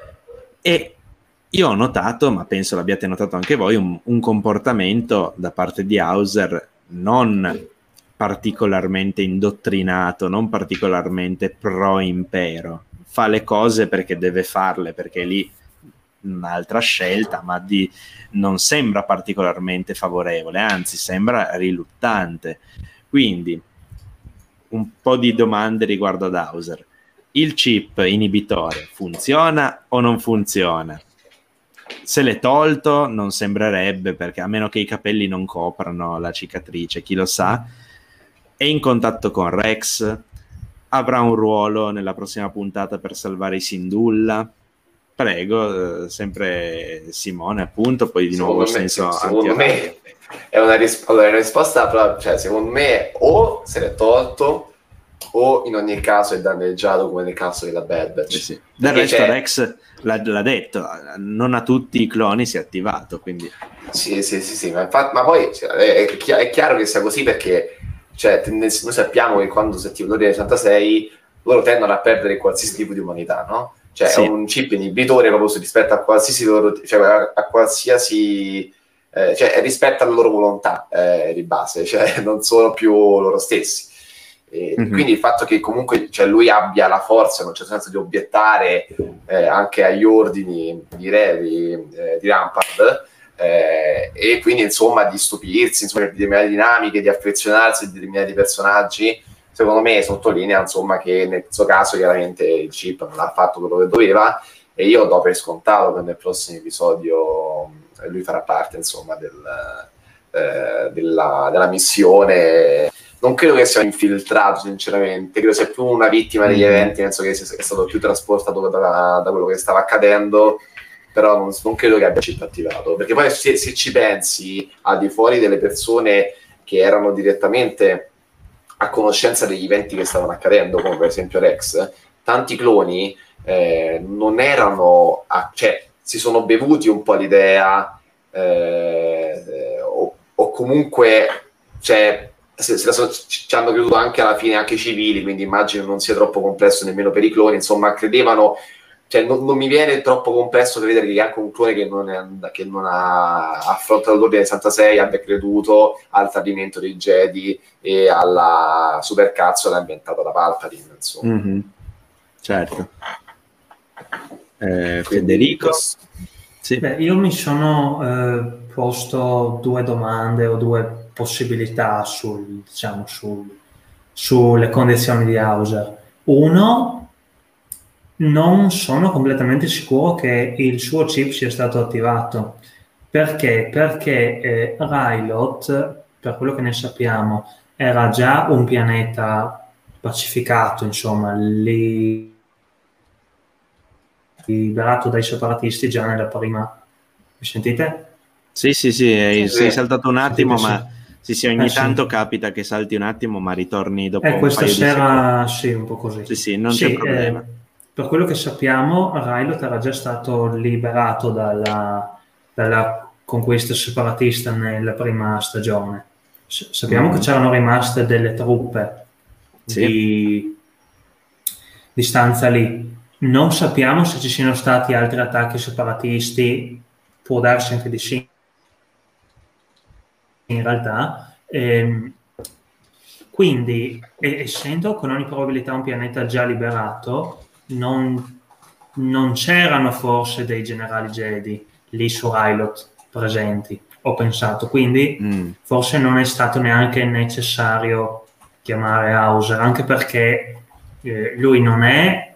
E io ho notato, ma penso l'abbiate notato anche voi, un, un comportamento da parte di Hauser non particolarmente indottrinato, non particolarmente pro-impero. Fa le cose perché deve farle, perché lì un'altra scelta, ma di, non sembra particolarmente favorevole, anzi sembra riluttante. Quindi un po' di domande riguardo ad Hauser. Il chip inibitore funziona o non funziona? Se l'è tolto non sembrerebbe, perché a meno che i capelli non coprano la cicatrice, chi lo sa. È in contatto con Rex, avrà un ruolo nella prossima puntata per salvare i Syndulla. Prego, eh, sempre Simone, appunto, poi di secondo nuovo me, senso secondo me è una, ris- allora, una risposta, cioè secondo me o se l'è tolto o in ogni caso è danneggiato, come nel caso della Bad Batch. Sì, sì. Del resto Rex l'ha, l'ha detto, non a tutti i cloni si è attivato, quindi sì sì sì, sì ma, infatti, ma poi cioè, è, chi- è chiaro che sia così, perché cioè, noi sappiamo che quando si attiva l'ordine sessantasei loro tendono a perdere qualsiasi tipo di umanità, no? Cioè sì. È un chip inibitore proprio rispetto a qualsiasi loro, cioè a, a qualsiasi eh, cioè rispetto alla loro volontà eh, di base, cioè non sono più loro stessi. E mm-hmm. Quindi il fatto che comunque cioè, lui abbia la forza in un certo senso di obiettare eh, anche agli ordini di Re di, eh, di Rampart, eh, e quindi insomma di stupirsi insomma, di determinate dinamiche, di affezionarsi a determinati personaggi, secondo me sottolinea insomma che nel suo caso chiaramente il chip non ha fatto quello che doveva, e io do per scontato che nel prossimo episodio lui farà parte insomma del, eh, della, della missione. Non credo che sia infiltrato sinceramente, credo sia più una vittima degli mm-hmm. eventi, penso che sia stato più trasportato da, da quello che stava accadendo, però non, non credo che abbia chip attivato, perché poi se, se ci pensi, al di fuori delle persone che erano direttamente a conoscenza degli eventi che stavano accadendo, come per esempio Rex, tanti cloni eh, non erano, a, cioè si sono bevuti un po' l'idea eh, o, o comunque cioè, se, se so, ci hanno creduto anche alla fine anche i civili, quindi immagino non sia troppo complesso nemmeno per i cloni, insomma credevano, cioè non, non mi viene troppo complesso credere che anche un clone che non, è, che non ha affrontato l'ordine sessantasei abbia creduto al tradimento dei Jedi e alla supercazzola inventata da Palpatine, insomma. Mm-hmm. Certo. Eh, Federico? Sì. Beh, io mi sono eh, posto due domande o due possibilità sul, diciamo, sul, sulle condizioni di Hauser. Uno, non sono completamente sicuro che il suo chip sia stato attivato. Perché? Perché eh, Rylot, per quello che ne sappiamo, era già un pianeta pacificato, insomma, lì liberato dai separatisti già nella prima. Mi sentite? Sì, sì, sì, sì sei sì. saltato un attimo, Sentite, ma sì, sì, ogni eh, tanto sì. capita che salti un attimo, ma ritorni dopo eh, un questa paio sera, di secondi. Sì, un po' così. Sì, sì, non sì, c'è problema. Eh, per quello che sappiamo, Rylot era già stato liberato dalla, dalla conquista separatista nella prima stagione. S- sappiamo mm. che c'erano rimaste delle truppe sì. di, di stanza lì. Non sappiamo se ci siano stati altri attacchi separatisti, può darsi anche di sì. In realtà, ehm, quindi, essendo con ogni probabilità un pianeta già liberato, non, non c'erano forse dei generali Jedi lì su Rylot presenti, ho pensato, quindi mm. forse non è stato neanche necessario chiamare Hauser, anche perché eh, lui non è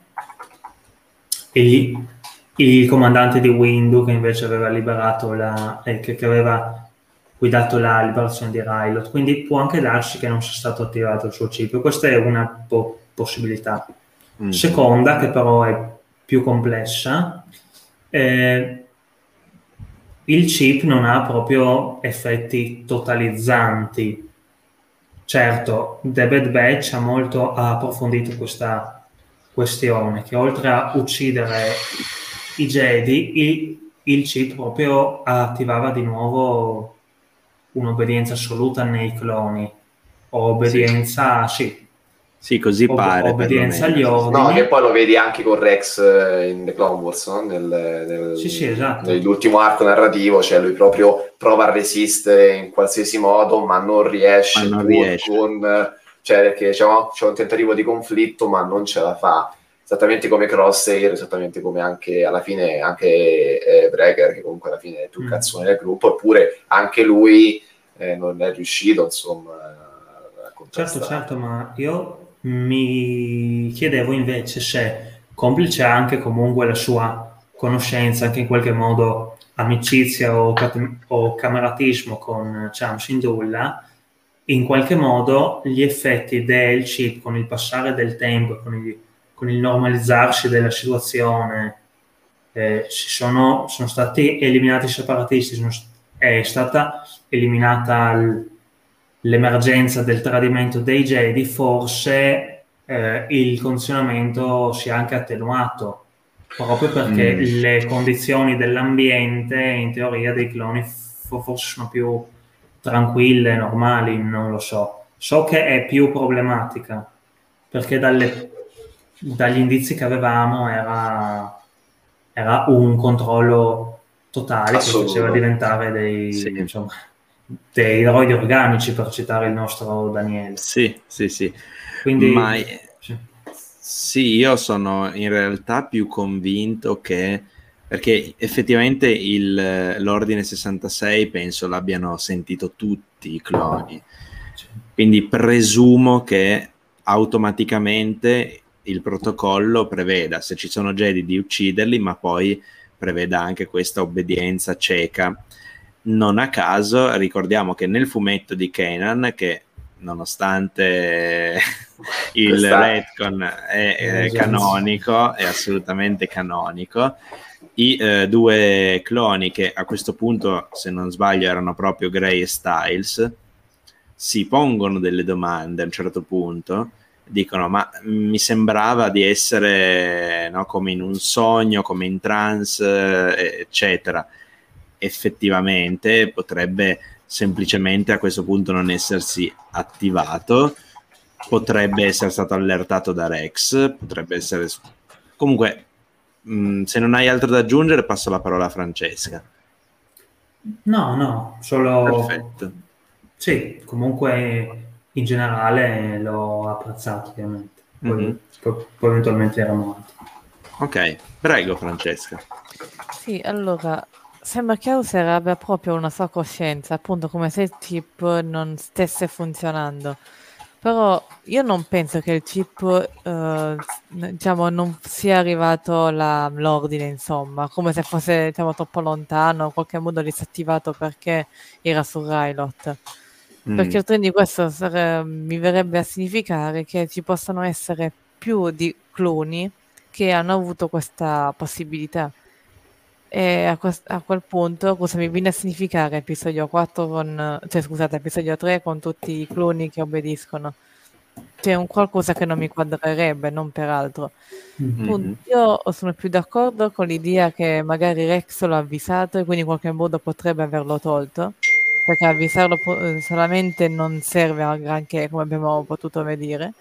il, il comandante di Windu che invece aveva liberato la eh, che, che aveva guidato la liberazione di Rylot, quindi può anche darsi che non sia stato attivato il suo chip. Questa è una po- possibilità. Mm. Seconda, che però è più complessa, eh, il chip non ha proprio effetti totalizzanti. Certo, The Bad Batch ha molto ha approfondito questa questione, che oltre a uccidere i Jedi, il, il chip proprio attivava di nuovo un'obbedienza assoluta nei cloni, o obbedienza, sì, sì, sì così ob- pare, obbedienza agli ordini. No, che poi lo vedi anche con Rex in The Clone Wars, no? nel, nel, sì, sì, esatto. nell'ultimo arco narrativo, cioè lui proprio prova a resistere in qualsiasi modo, ma non riesce, ma non riesce. Con, cioè perché c'è un, c'è un tentativo di conflitto, ma non ce la fa. Esattamente come Crosshair, esattamente come anche alla fine anche eh, Breaker, che comunque alla fine è più mm. cazzone del gruppo, eppure anche lui eh, non è riuscito, insomma, a contrastare. Certo, certo, ma io mi chiedevo invece se, complice anche comunque la sua conoscenza, anche in qualche modo amicizia o, o cameratismo con Cham Syndulla, in qualche modo gli effetti del chip con il passare del tempo, con il con il normalizzarsi della situazione, eh, si sono, sono stati eliminati i separatisti, sono, è stata eliminata l, l'emergenza del tradimento dei Jedi, forse eh, il condizionamento si è anche attenuato, proprio perché mm. le condizioni dell'ambiente, in teoria, dei cloni forse sono più tranquille, normali, non lo so. So che è più problematica, perché dalle dagli indizi che avevamo era, era un controllo totale che faceva diventare dei, sì. insomma, dei droidi organici, per citare il nostro Daniele. Sì, sì, sì. Quindi, Ma sì. sì, io sono in realtà più convinto che, perché effettivamente il, l'Ordine sessantasei penso l'abbiano sentito tutti i cloni, sì. Quindi presumo che automaticamente il protocollo preveda, se ci sono Jedi, di ucciderli, ma poi preveda anche questa obbedienza cieca. Non a caso ricordiamo che nel fumetto di Kanan, che nonostante il retcon è, è canonico, è assolutamente canonico, i eh, due cloni, che a questo punto, se non sbaglio, erano proprio Grey e Styles, si pongono delle domande a un certo punto, dicono: ma mi sembrava di essere, no, come in un sogno, come in trance, eccetera. Effettivamente potrebbe semplicemente a questo punto non essersi attivato, potrebbe essere stato allertato da Rex, potrebbe essere... Comunque, mh, se non hai altro da aggiungere, passo la parola a Francesca. No, no, solo... Perfetto. Sì, comunque in generale l'ho apprezzato, ovviamente. Poi, Mm-hmm. poi, poi eventualmente erano altri. Ok, prego Francesca. Sì, allora, sembra che Hauser abbia proprio una sua coscienza, appunto come se il chip non stesse funzionando. Però io non penso che il chip, eh, diciamo, non sia arrivato la, l'ordine, insomma, come se fosse, diciamo, troppo lontano, in qualche modo disattivato perché era su Rylot. Mm. Perché altrimenti questo sare- mi verrebbe a significare che ci possono essere più di cloni che hanno avuto questa possibilità. E a, quest- a quel punto cosa mi viene a significare episodio quattro con, cioè scusate, episodio tre con tutti i cloni che obbediscono? C'è un qualcosa che non mi quadrerebbe, non per altro. Mm-hmm. Punto, io sono più d'accordo con l'idea che magari Rex l'ha avvisato e quindi in qualche modo potrebbe averlo tolto, perché avvisarlo po- solamente non serve a granché, come abbiamo potuto vedere.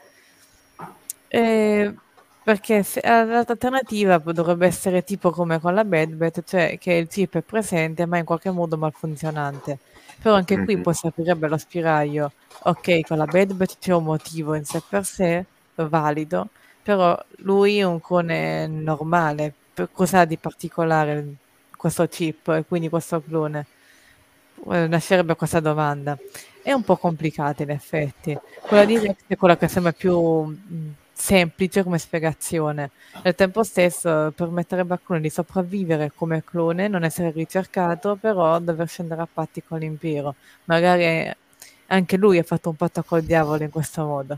E perché se, l'altra alternativa dovrebbe essere tipo come con la Bad Batch, cioè che il chip è presente ma in qualche modo malfunzionante. Però anche qui Mm-hmm. poi si aprirebbe lo spiraglio. Ok, con la Bad Batch c'è un motivo in sé per sé valido, però lui è un clone normale. Per cosa ha di particolare questo chip e quindi questo clone? Eh, Nascerebbe questa domanda. È un po' complicata in effetti. Quella di Rex è quella che sembra più mh, semplice come spiegazione. Al tempo stesso permetterebbe a clone di sopravvivere come clone, non essere ricercato, però dover scendere a patti con l'impero. Magari anche lui ha fatto un patto col diavolo in questo modo.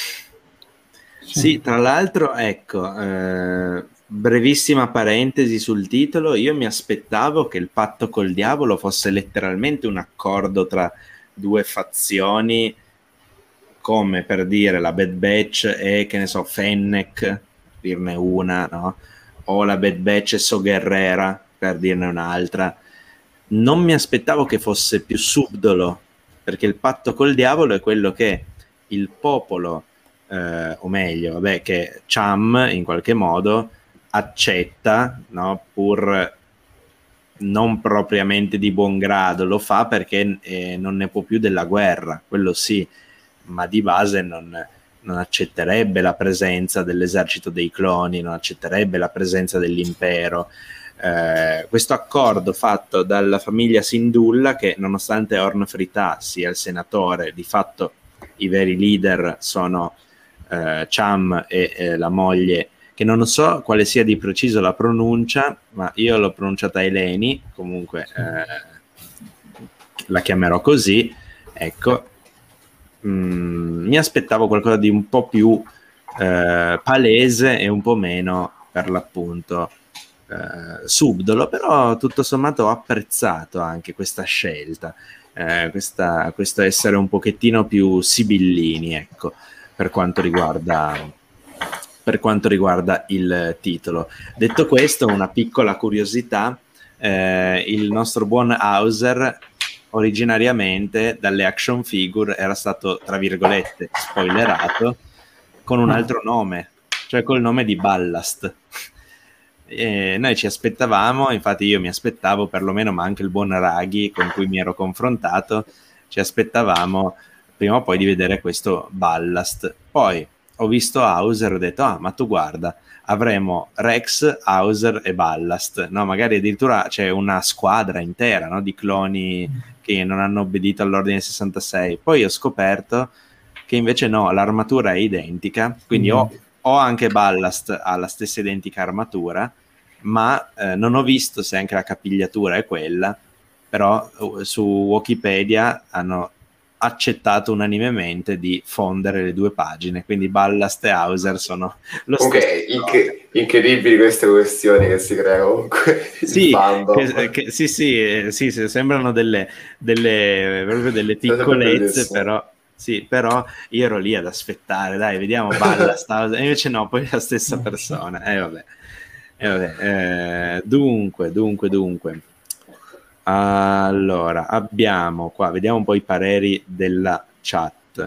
Sì, tra l'altro, ecco, eh, brevissima parentesi sul titolo, io mi aspettavo che il patto col diavolo fosse letteralmente un accordo tra due fazioni, come per dire la Bad Batch e, che ne so, Fennec, dirne una, no? O la Bad Batch e So Guerrera, per dirne un'altra. Non mi aspettavo che fosse più subdolo, perché il patto col diavolo è quello che il popolo, eh, o meglio, vabbè, che Cham in qualche modo accetta, no? Pur non propriamente di buon grado, lo fa perché eh, non ne può più della guerra, quello sì, ma di base non, non accetterebbe la presenza dell'esercito dei cloni, non accetterebbe la presenza dell'impero. Eh, questo accordo fatto dalla famiglia Syndulla, che nonostante Orn Frithá sia il senatore, di fatto i veri leader sono eh, Cham e eh, la moglie, che non so quale sia di preciso la pronuncia, ma io l'ho pronunciata Eleni, comunque eh, la chiamerò così, ecco. Mm, mi aspettavo qualcosa di un po' più eh, palese e un po' meno, per l'appunto, eh, subdolo, però tutto sommato ho apprezzato anche questa scelta, eh, questa, questo essere un pochettino più sibillini, ecco, per quanto riguarda per quanto riguarda il titolo. Detto questo, una piccola curiosità, eh, il nostro buon Hauser originariamente dalle action figure era stato, tra virgolette, spoilerato con un altro nome, cioè col nome di Ballast. E noi ci aspettavamo, infatti io mi aspettavo perlomeno, ma anche il buon Raghi con cui mi ero confrontato, ci aspettavamo prima o poi di vedere questo Ballast. Poi ho visto Hauser e ho detto, ah, ma tu guarda, avremo Rex, Hauser e Ballast, no? Magari addirittura c'è una squadra intera, no? Di cloni che non hanno obbedito all'ordine sessantasei. Poi ho scoperto che invece no, l'armatura è identica, quindi mm. ho, ho anche Ballast ha la stessa identica armatura, ma eh, non ho visto se anche la capigliatura è quella, però uh, su Wikipedia hanno accettato unanimemente di fondere le due pagine, quindi Ballast e Hauser sono lo okay, stesso. Inc- incredibili queste questioni che si creano comunque. Sì, che, che, sì, sì, eh, sì, sì, sembrano delle, delle, proprio delle piccolezze, però, sì, però io ero lì ad aspettare, dai, vediamo Ballast, Hauser, e invece no, poi la stessa persona, e eh, vabbè, eh, vabbè. Eh, dunque, dunque, dunque. Allora, abbiamo qua, vediamo un po' i pareri della chat.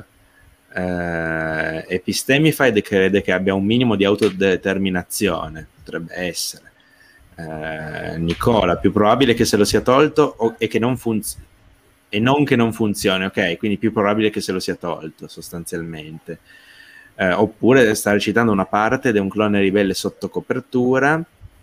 Eh, Epistemify crede che abbia un minimo di autodeterminazione, potrebbe essere. Eh, Nicola, più probabile che se lo sia tolto o, e che non funzioni, e non che non funzioni, ok? Quindi più probabile che se lo sia tolto, sostanzialmente. Eh, oppure sta recitando una parte di un clone ribelle sotto copertura.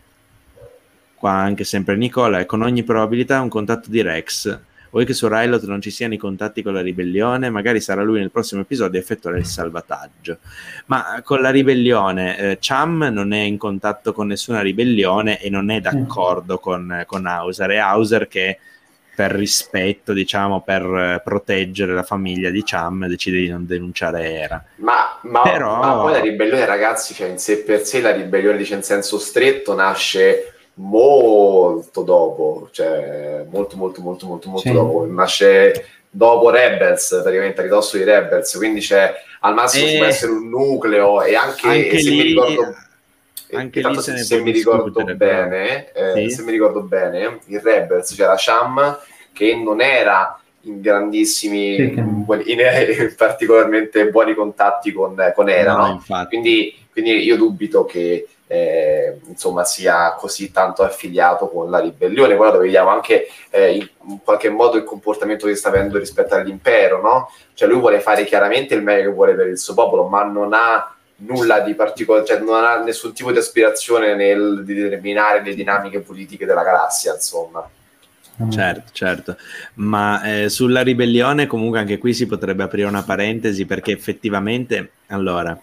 Qua anche sempre Nicola, e con ogni probabilità un contatto di Rex. Vuoi che su Rylot non ci siano i contatti con la ribellione? Magari sarà lui nel prossimo episodio a effettuare il salvataggio. Ma con la ribellione, eh, Cham non è in contatto con nessuna ribellione e non è d'accordo con, con Hauser. È Hauser che, per rispetto, diciamo, per proteggere la famiglia di Cham, decide di non denunciare Hera. Ma, ma, Però... ma poi la ribellione, ragazzi, cioè in sé per sé la ribellione, dice in senso stretto, nasce molto dopo, cioè molto molto molto molto molto sì. dopo, nasce dopo Rebels, praticamente a ridosso di Rebels, quindi c'è al massimo e... ci può essere un nucleo, e anche, anche se lì, mi ricordo anche tanto, lì se, se, se mi ricordo bene eh, sì. se mi ricordo bene in Rebels c'era Cham che non era in grandissimi sì. in, in particolarmente buoni contatti con, con Hera, no, no? Quindi, quindi io dubito che Eh, insomma sia così tanto affiliato con la ribellione. Guarda, vediamo anche eh, in, in qualche modo il comportamento che sta avendo rispetto all'impero, no? Cioè lui vuole fare chiaramente il meglio che vuole per il suo popolo, ma non ha nulla di particolare, cioè non ha nessun tipo di aspirazione nel di determinare le dinamiche politiche della galassia, insomma. Certo, certo, ma eh, sulla ribellione comunque anche qui si potrebbe aprire una parentesi, perché effettivamente, allora,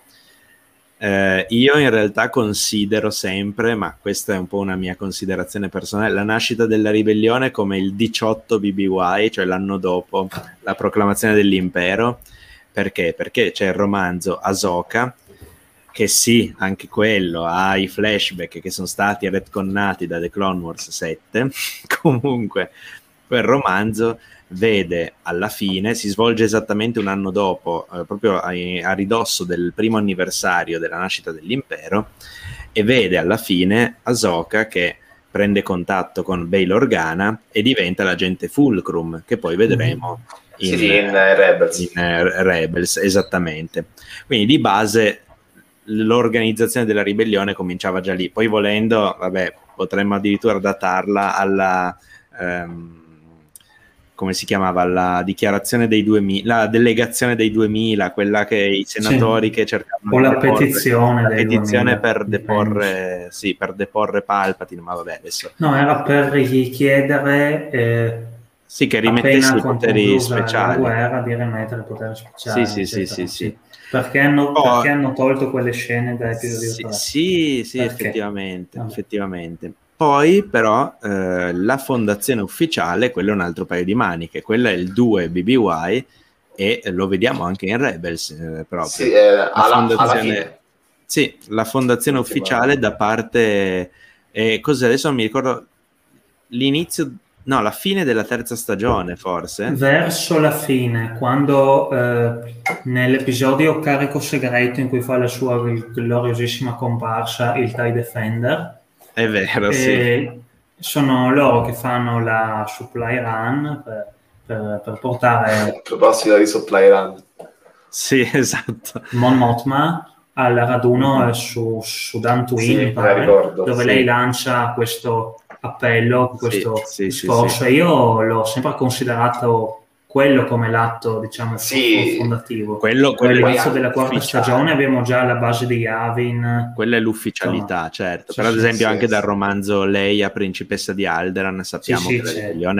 Eh, io in realtà considero sempre, ma questa è un po' una mia considerazione personale, la nascita della ribellione come il diciotto B B Y, cioè l'anno dopo la proclamazione dell'impero. Perché? Perché c'è il romanzo Ahsoka, che sì, anche quello ha i flashback che sono stati retconnati da The Clone Wars sette. Comunque quel romanzo vede alla fine, si svolge esattamente un anno dopo, eh, proprio a, a ridosso del primo anniversario della nascita dell'impero, e vede alla fine Ahsoka che prende contatto con Bail Organa e diventa l'agente Fulcrum, che poi vedremo in, sì, in, uh, Rebels. in uh, Rebels, esattamente. Quindi di base l'organizzazione della ribellione cominciava già lì, poi volendo, vabbè, potremmo addirittura datarla alla... Um, come si chiamava, la dichiarazione dei duemila, la delegazione dei duemila, quella che i senatori sì. che cercavano o la deporre, petizione, la petizione duemila, per deporre, sì, per deporre Palpatine, ma vabbè adesso. No, era per chiedere eh, sì, che rimettesse i poteri speciali. La guerra di rimettere i poteri speciali. Sì, sì, sì, sì, sì. Perché hanno, oh, perché hanno tolto quelle scene da episodio sì, tre? Sì, sì, perché? effettivamente, Vabbè. effettivamente. Poi però eh, la fondazione ufficiale, quello è un altro paio di maniche, quella è il due B B Y e lo vediamo anche in Rebels eh, proprio. Sì, eh, la alla, fondazione, alla fine. Sì, la fondazione sì, ufficiale da parte, eh, cos'è adesso non mi ricordo, l'inizio, no, la fine della terza stagione forse? Verso la fine, quando eh, nell'episodio Carico Segreto in cui fa la sua gloriosissima comparsa il TIE Defender, è vero, sì. Sono loro che fanno la supply run per, per, per portare a proposito di supply run sì, esatto, Mon Mothma al raduno mm-hmm. su, su Dantooine, sì, mi pare, ricordo, dove sì. lei lancia questo appello, questo sì, discorso. Sì, sì. Io l'ho sempre considerato quello come l'atto, diciamo, sì, fondativo. Quello, quello all'inizio della quarta ufficiale. stagione abbiamo già la base di Yavin. Quella è l'ufficialità, insomma, certo. Sì, però ad esempio sì, anche sì, dal romanzo Leia, principessa di Alderaan, sappiamo sì, che sì, la ribellione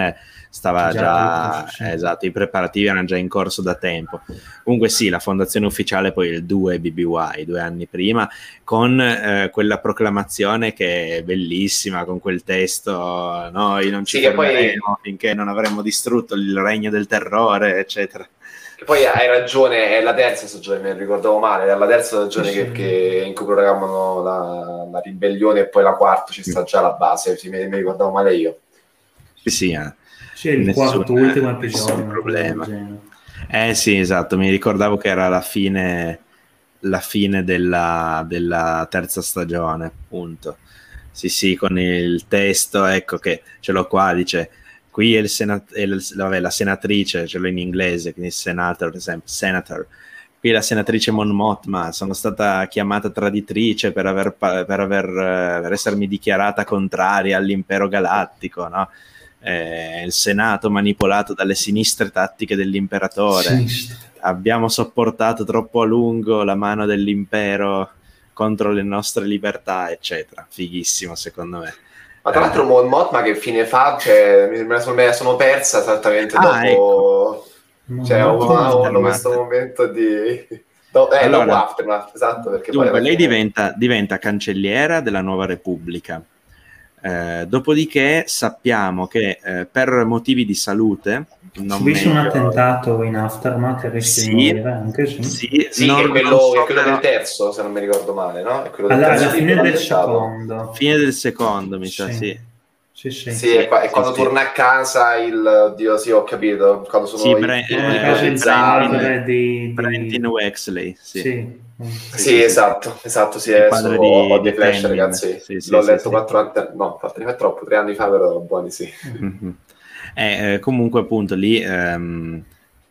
stava Già già, tutto, sì. eh, esatto, i preparativi erano già in corso da tempo. Comunque sì, la fondazione ufficiale poi è il due B B Y, due anni prima, con eh, quella proclamazione che è bellissima, con quel testo, noi non ci Sì, che poi- fermeremo finché non avremo distrutto il regno del terrore, eccetera. Che poi hai ragione, è la terza stagione, me ne ricordavo male, è la terza stagione Sì, che, sì. che in cui programmano la, la ribellione e poi la quarta ci sta già la base, sì, me, me ricordavo male io. Sì, sì, eh. Sì, il Nessun- quarto ultimo nessun episodio, una cosa del problema. genere. Eh sì, esatto, mi ricordavo che era la fine, la fine della, della terza stagione, appunto. Sì, sì, con il testo, ecco che ce l'ho qua, dice, qui è il senat- è il- vabbè, la senatrice, ce l'ho in inglese, quindi senator, senator. Qui la senatrice Mon Mothma, sono stata chiamata traditrice per, aver, pa- per, aver, eh, per essermi dichiarata contraria all'impero galattico, no? Eh, il Senato manipolato dalle sinistre tattiche dell'imperatore. Sinistra. Abbiamo sopportato troppo a lungo la mano dell'impero contro le nostre libertà, eccetera. Fighissimo, secondo me. Ma tra l'altro Mon Mothma che fine fa? Cioè, me la sono, me la sono persa esattamente Ah, dopo... Non Cioè, ho ho, fatto ho niente. questo momento di... Do- eh, Allora, dopo Aftermath, esatto, perché poi Dunque, alla lei fine... diventa, diventa cancelliera della Nuova Repubblica. Eh, dopodiché sappiamo che eh, per motivi di salute, non Subisce un meglio- attentato in Aftermath e rischia Sì, di morire anche, sì. sì, Sì, non- che è non quello, so che è quello però- del terzo, se non mi ricordo male, no? È quello del Alla, terzo alla libro, fine del l'attentato. secondo. fine del secondo, mi sa, Sì. sì. Sì, sì. Sì, è, qua- è Sì, quando sì. torna a casa il... Oddio, sì, ho capito. Quando sono Sì, i- Bre- i- Torna a eh, casa il ipotizzati. padre di... di... Brentin Wexley, sì. Sì. Sì, Sì, sì, esatto, esatto, sì, Il adesso padre ho, di- ho dei di flash, Tennin. ragazzi. Sì, sì, L'ho sì, letto sì. quattro anni, no, quattro anni fa troppo, tre anni fa, però erano buoni, sì. Mhm. Eh, eh, comunque appunto lì ehm,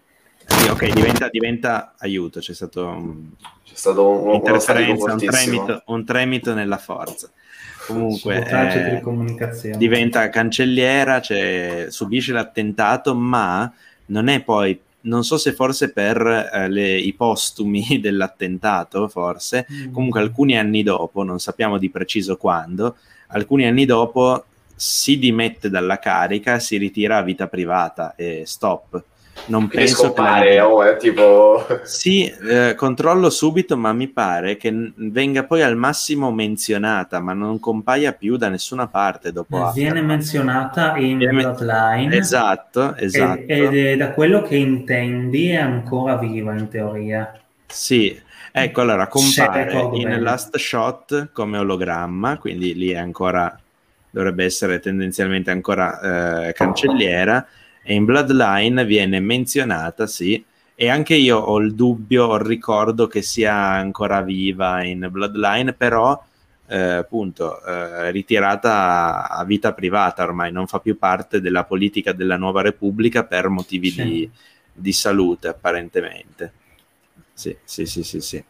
sì, ok, diventa, diventa aiuto, c'è stato un- C'è stato un, uno statico un'interferenza, un fortissimo. tremito, un tremito nella forza. Comunque Sabotaggio eh, di comunicazione. diventa cancelliera, cioè, subisce l'attentato, ma non è poi, non so se forse per eh, le, i postumi dell'attentato, forse, Mm. comunque alcuni anni dopo, non sappiamo di preciso quando, alcuni anni dopo si dimette dalla carica, si ritira a vita privata e stop. Non Quindi penso che la scompare, richieda. oh, è tipo... Sì, eh, controllo subito, ma mi pare che n- venga poi al massimo menzionata, ma non compaia più da nessuna parte dopo Viene Aftermath. menzionata in Viene men- Bloodline. Esatto, esatto. Ed, ed è da quello che intendi è ancora viva in teoria. Sì, ecco, allora Se compare ricordo in bene. Last Shot come ologramma, quindi lì è ancora, dovrebbe essere tendenzialmente ancora eh, cancelliera, e in Bloodline viene menzionata, sì, e anche io ho il dubbio, ho il ricordo che sia ancora viva in Bloodline, però eh, appunto eh, ritirata a, a vita privata ormai, non fa più parte della politica della Nuova Repubblica per motivi Sì. di, di salute apparentemente. Sì, sì, sì, sì, sì.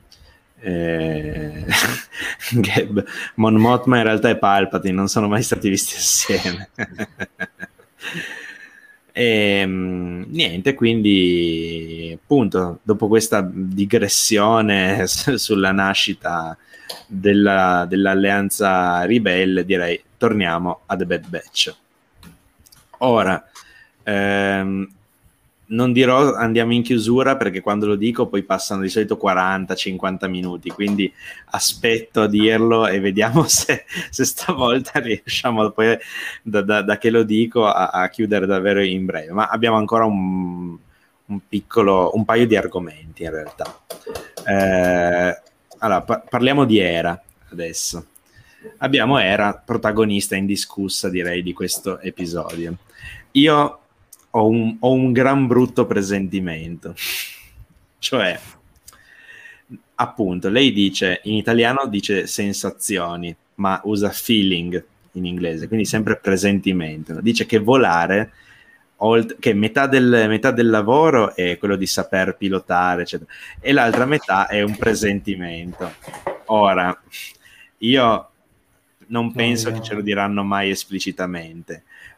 Eh... Gab, Mon Mothma in realtà è Palpatine, non sono mai stati visti assieme. E, niente, quindi appunto dopo questa digressione sulla nascita della, dell'alleanza ribelle, direi torniamo a The Bad Batch. Ora ehm, non dirò andiamo in chiusura, perché quando lo dico poi passano di solito quaranta cinquanta minuti, quindi aspetto a dirlo e vediamo se, se stavolta riusciamo poi da, da, da che lo dico a, a chiudere davvero in breve, ma abbiamo ancora un, un piccolo un paio di argomenti in realtà. Eh, allora pa- parliamo di Hera adesso. Abbiamo Hera, protagonista indiscussa, direi, di questo episodio. Io ho un, ho un gran brutto presentimento, cioè appunto lei dice, in italiano dice sensazioni, ma usa feeling in inglese, quindi sempre presentimento, no? Dice che volare, olt- che metà del, metà del lavoro è quello di saper pilotare, eccetera, e l'altra metà è un presentimento. Ora, io non penso Oddio. che ce lo diranno mai esplicitamente,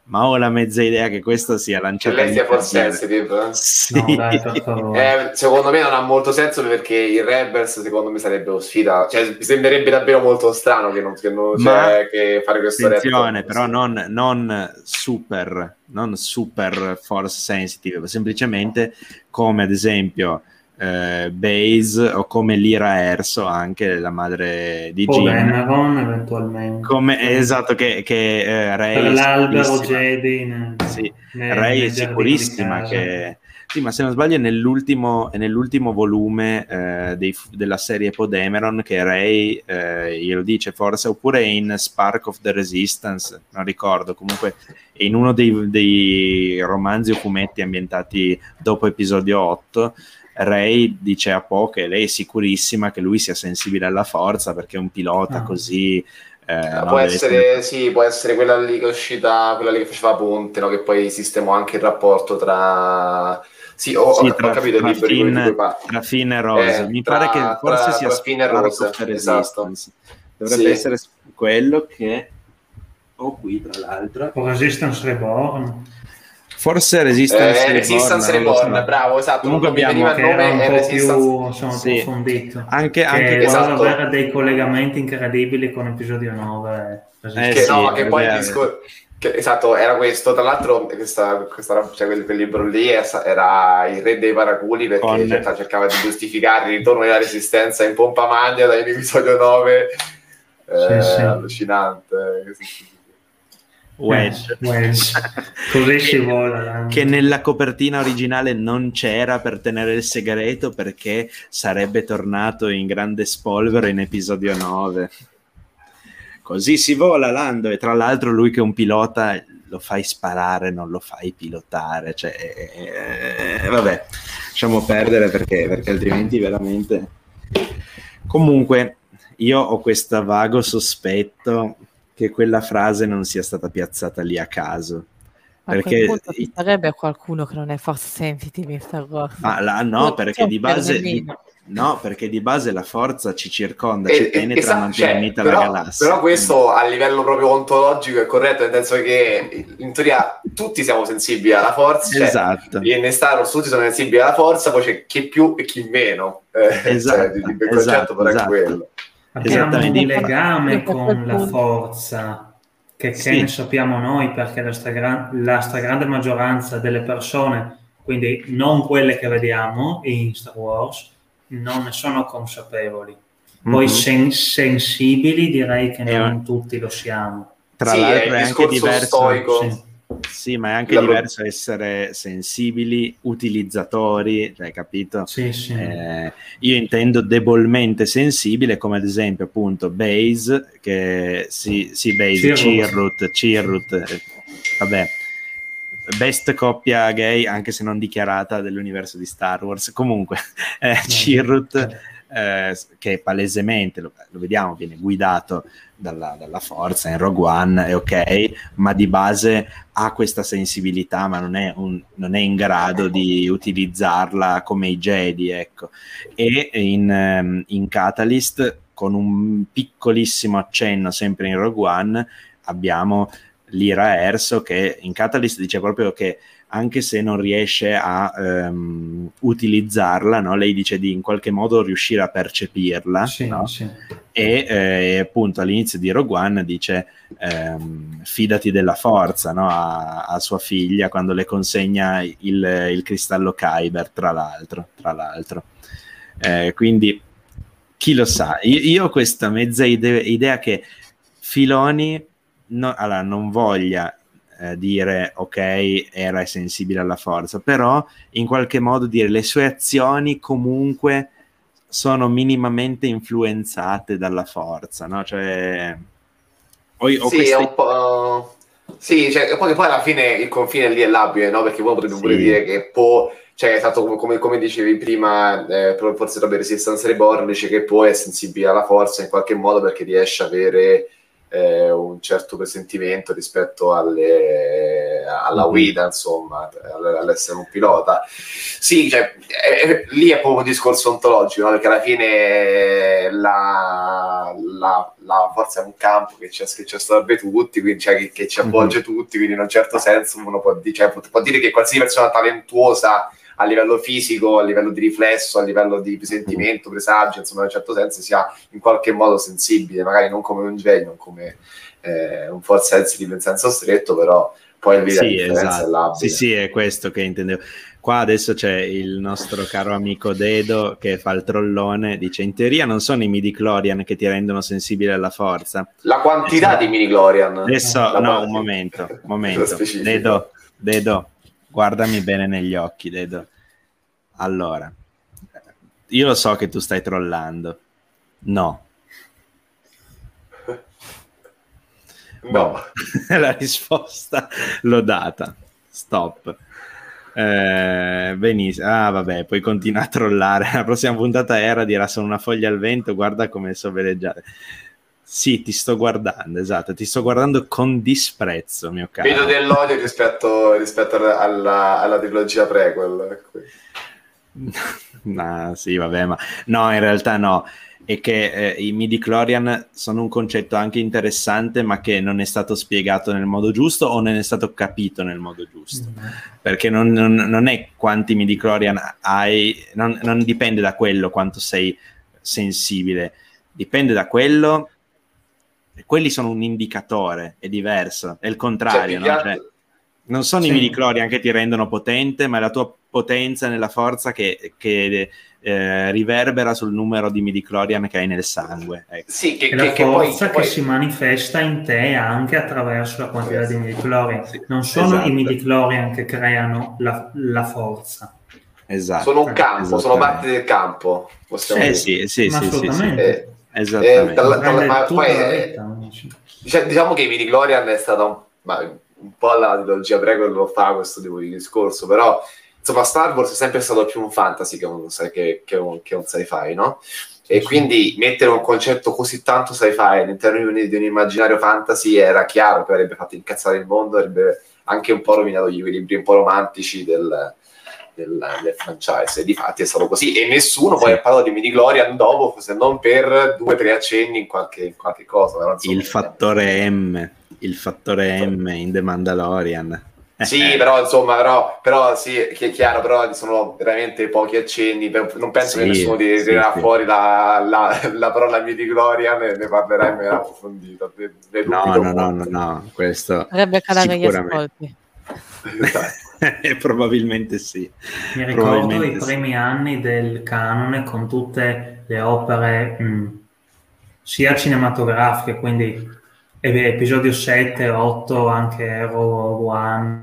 ma ho la mezza idea che questo sia lanciato. Che lei sia force sensitive? Sì. No, dai, per favore. Eh, secondo me non ha molto senso perché il Rebels secondo me sarebbe una sfida, cioè mi sembrerebbe davvero molto strano che non, che non c'è che fare questo attenzione, retcon, però sì. non, non super non super force sensitive, semplicemente come ad esempio eh, Base o come Lyra Erso, anche la madre di O Jyn, Dameron eventualmente, come, eh, esatto, che, che eh, Rey per è l'albero sicurissima. Jedi nel, Sì, nel, Rey è nel giardino di sicurissima casa. che sì, ma se non sbaglio è nell'ultimo, è nell'ultimo volume eh, dei, della serie Podameron che Rey eh, glielo dice forse, oppure in Spark of the Resistance, non ricordo, comunque in uno dei, dei romanzi o fumetti ambientati dopo episodio otto, Rey dice a Poe che lei è sicurissima che lui sia sensibile alla forza perché è un pilota Ah. così. Eh, può no, deve essere, essere- sì, può essere quella lì che è uscita, quella lì che faceva ponte, no? Che poi sistemò anche il rapporto tra sì, ho, Sì, ho- tra, ho capito il tra libro di cui, di Finn, cui parli. tra Finn e Rose. Eh, Mi tra, pare che forse tra, sia tra Finn e Spark Rose, of the esatto. Resistance. Dovrebbe Sì. essere quello che ho qui, tra l'altro. O Resistance Reborn. Forse Resistance Eh, Reborn, Resistance non lo so. Reborn, bravo, esatto. Comunque non mi abbiamo- veniva il Che era nome, un è po' Resistance. più insomma, Sì. approfondito, Anche, che anche doveva esatto. avere dei collegamenti incredibili con episodio nove. Eh, Che, sì, no, che poi il vabbè. discorso che, esatto, era questo. Tra l'altro, questa, questa, cioè, quel, quel libro lì era il re dei paraculi perché Con- cioè, cercava di giustificare il ritorno della resistenza in pompa magna dall'episodio nove. Eh, Sì, sì. Allucinante. Wedge. Eh, Wedge. Così si Che- vola. che nella copertina originale non c'era per tenere il segreto perché sarebbe tornato in grande spolvero in episodio nove. Così si vola, Lando, e tra l'altro lui che è un pilota lo fai sparare, non lo fai pilotare, cioè eh, vabbè, lasciamo perdere perché, perché altrimenti veramente. Comunque io ho questo vago sospetto che quella frase non sia stata piazzata lì a caso. A quel Perché punto ci sarebbe qualcuno che non è force sensitive in Star Wars. ma la, no, Non perché so di per base di, nemmeno. no, perché di base la forza ci circonda, E- ci e- penetra, esatto, non cioè, limita però, la galassia. però questo a livello proprio ontologico è corretto, nel senso che in teoria tutti siamo sensibili alla forza, cioè, Esatto. in Star Wars tutti sono sensibili alla forza, poi c'è chi più e chi meno. Eh, Esatto, cioè, il concetto esatto, però esatto. è quello. Abbiamo Esattamente. un legame Io per con quel la punto- forza che, che Sì. ne sappiamo noi, perché la, stragra- la stragrande maggioranza delle persone, quindi non quelle che vediamo in Star Wars, non ne sono consapevoli. Poi Mhm. sen- sensibili direi che E- non tutti lo siamo. Tra Sì, è l'altro il è anche discorso diverso. stoico. Sì. Sì, ma è anche La- diverso essere sensibili, utilizzatori, cioè, capito? Sì, sì. Eh, io intendo debolmente sensibile, come ad esempio appunto Base, che sì, sì Base, Chirrut. Chirrut, Chirrut, eh, vabbè, best coppia gay, anche se non dichiarata, dell'universo di Star Wars. Comunque, eh, Chirrut, eh, che palesemente, lo, lo vediamo, viene guidato dalla, dalla forza in Rogue One, è ok, ma di base ha questa sensibilità, ma non è, un, non è in grado di utilizzarla come i Jedi, ecco. E in, um, in Catalyst, con un piccolissimo accenno sempre in Rogue One, abbiamo Lyra Erso che in Catalyst dice proprio che anche se non riesce a um, utilizzarla, no? Lei dice di in qualche modo riuscire a percepirla, Sì, no? sì. E eh, appunto all'inizio di Rogue One dice ehm, fidati della forza, no? a, a sua figlia quando le consegna il, il cristallo Kyber, tra l'altro, tra l'altro. Eh, quindi chi lo sa, io, io ho questa mezza ide- idea che Filoni no, allora, non voglia eh, dire ok, era sensibile alla forza, però in qualche modo dire le sue azioni comunque sono minimamente influenzate dalla forza, no? Cioè, ho, ho Sì, queste... è un po'. Sì, cioè, poi, poi alla fine il confine lì è labile, no? Perché uno potrebbe Sì. pure dire che può, cioè, è stato come, come, come dicevi prima, eh, forse proprio Resistance Reborn dice che può è sensibile alla forza in qualche modo perché riesce a avere eh, un certo presentimento rispetto alle, alla Mhm. guida, insomma, all'essere un pilota. Sì, cioè, è, è, lì è proprio un discorso ontologico, no? Perché alla fine la, la, la forza è un campo che ci, che ci assorbe tutti, quindi, cioè, che, che ci avvolge mm-hmm. tutti, quindi in un certo senso uno può, di- cioè, può, può dire che qualsiasi persona talentuosa a livello fisico, a livello di riflesso, a livello di sentimento, presagio, insomma in un certo senso sia in qualche modo sensibile, magari non come un genio, non come eh, un force sensitive in senso stretto, però poi il sì, differenza esatto. è labile. Sì, sì, è questo che intendevo. Qua adesso c'è il nostro caro amico Dedo che fa il trollone, dice in teoria non sono i midi-chlorian che ti rendono sensibile alla forza. La quantità adesso, di midi-chlorian. Adesso, la no, quantità. un momento, un momento. Dedo, Dedo, guardami bene negli occhi, Dedo. Allora, io lo so che tu stai trollando. No. No. La risposta l'ho data. Stop. Eh, benissimo. Ah, vabbè, poi continua a trollare. La prossima puntata era dirà sono una foglia al vento, guarda come so veleggiare. Sì, ti sto guardando, esatto, ti sto guardando con disprezzo, mio caro. Vedo dell'odio rispetto, rispetto alla, alla trilogia prequel. No, sì, vabbè, ma no, in realtà no. È che eh, i midi-chlorian sono un concetto anche interessante, ma che non è stato spiegato nel modo giusto o non è stato capito nel modo giusto. Mm-hmm. Perché non, non, non è quanti midi-chlorian hai, non, non dipende da quello quanto sei sensibile, dipende da quello. Quelli sono un indicatore, è diverso, è il contrario, cioè, no? Cioè, non sono sì. i midi-chlorian che ti rendono potente, ma è la tua potenza nella forza che, che eh, riverbera sul numero di midi-chlorian che hai nel sangue. Ecco. Sì, che, è la che, forza che, poi, che poi... si manifesta in te anche attraverso la quantità sì. di midi-chlorian. Sì, non sono esatto. i midi-chlorian che creano la, la forza. Esatto. Sono un campo, sono parte del campo. Possiamo eh, sì, sì, sì, sì, sì. Eh, esattamente. Eh, dalla, dalla, ma poi, eh, diciamo, diciamo che i midi-chlorian è stata un, ma, un po' la trilogia prequel lo fa questo tipo di discorso, però insomma Star Wars è sempre stato più un fantasy che un, che, che un, che un sci-fi, no? E sì. Quindi mettere un concetto così tanto sci-fi all'interno di un, di un immaginario fantasy era chiaro che avrebbe fatto incazzare il mondo, avrebbe anche un po' rovinato gli equilibri un po' romantici del, del, del franchise, e difatti è stato così, e nessuno sì. poi ha parlato di midi-chlorian dopo, se non per due o tre accenni in qualche, in qualche cosa. Però, insomma, il fattore M, il fattore M in The Mandalorian. Sì, però insomma, però, però sì, che è chiaro, però sono veramente pochi accenni, non penso sì, che nessuno tirerà sì, sì. fuori la, la, la parola midi-chlorian e ne parlerà in maniera approfondita. Ne, ne no, no, no, no, no, questo dovrebbe calare gli ascolti. E probabilmente sì. Mi ricordo i primi sì. anni del canone con tutte le opere mh, sia cinematografiche, quindi episodio sette, otto, anche Rogue One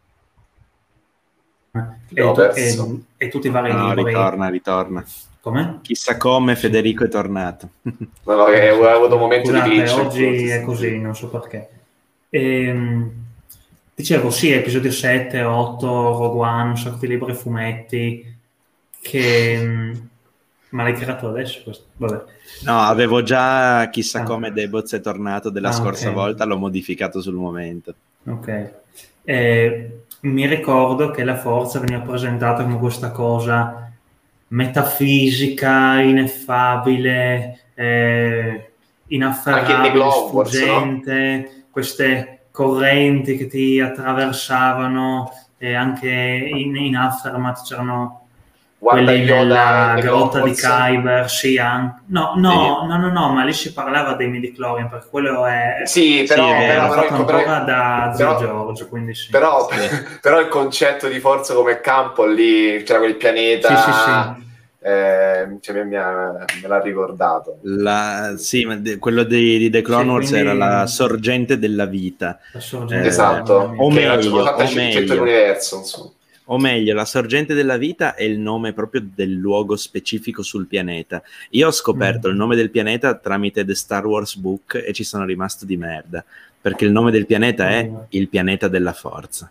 e, e, e tutti i vari no, libri. Ritorna, ritorna. Come? Chissà come Federico è tornato. No, no, che ho avuto un momento Scusate, di glitch. Oggi è così, non so perché. E, dicevo, sì, episodio sette, otto, Rogue One, un sacco di libri e fumetti che... Ma l'hai creato adesso? Questo? Vabbè. No, avevo già Chissà ah. come Deboz è tornato della ah, scorsa okay. volta, l'ho modificato sul momento. Ok. Eh, mi ricordo che la forza veniva presentata come questa cosa metafisica, ineffabile, eh, inafferrabile, sfuggente, no? Queste correnti che ti attraversavano, e anche in, in Aftermath c'erano quelli nella grotta di Kyber, sì, anche. No, no, sì. no, no, no, ma lì si parlava dei midi-chlorian, perché quello è... Sì, però... Sì, è però, fatto però, ancora però, da Zio però, Giorgio, quindi sì. Però, sì. però il concetto di forza come campo, lì c'era quel pianeta... Sì, sì, sì. Eh, cioè, me, me l'ha ricordato. La, sì, ma de, quello di, di The Clone Wars sì, era la sorgente della vita. La sorgente eh, esatto. O che meglio, o meglio. L'universo, insomma. O meglio, la sorgente della vita è il nome proprio del luogo specifico sul pianeta. Io ho scoperto mm. il nome del pianeta tramite The Star Wars Book e ci sono rimasto di merda, perché il nome del pianeta è mm. il pianeta della forza.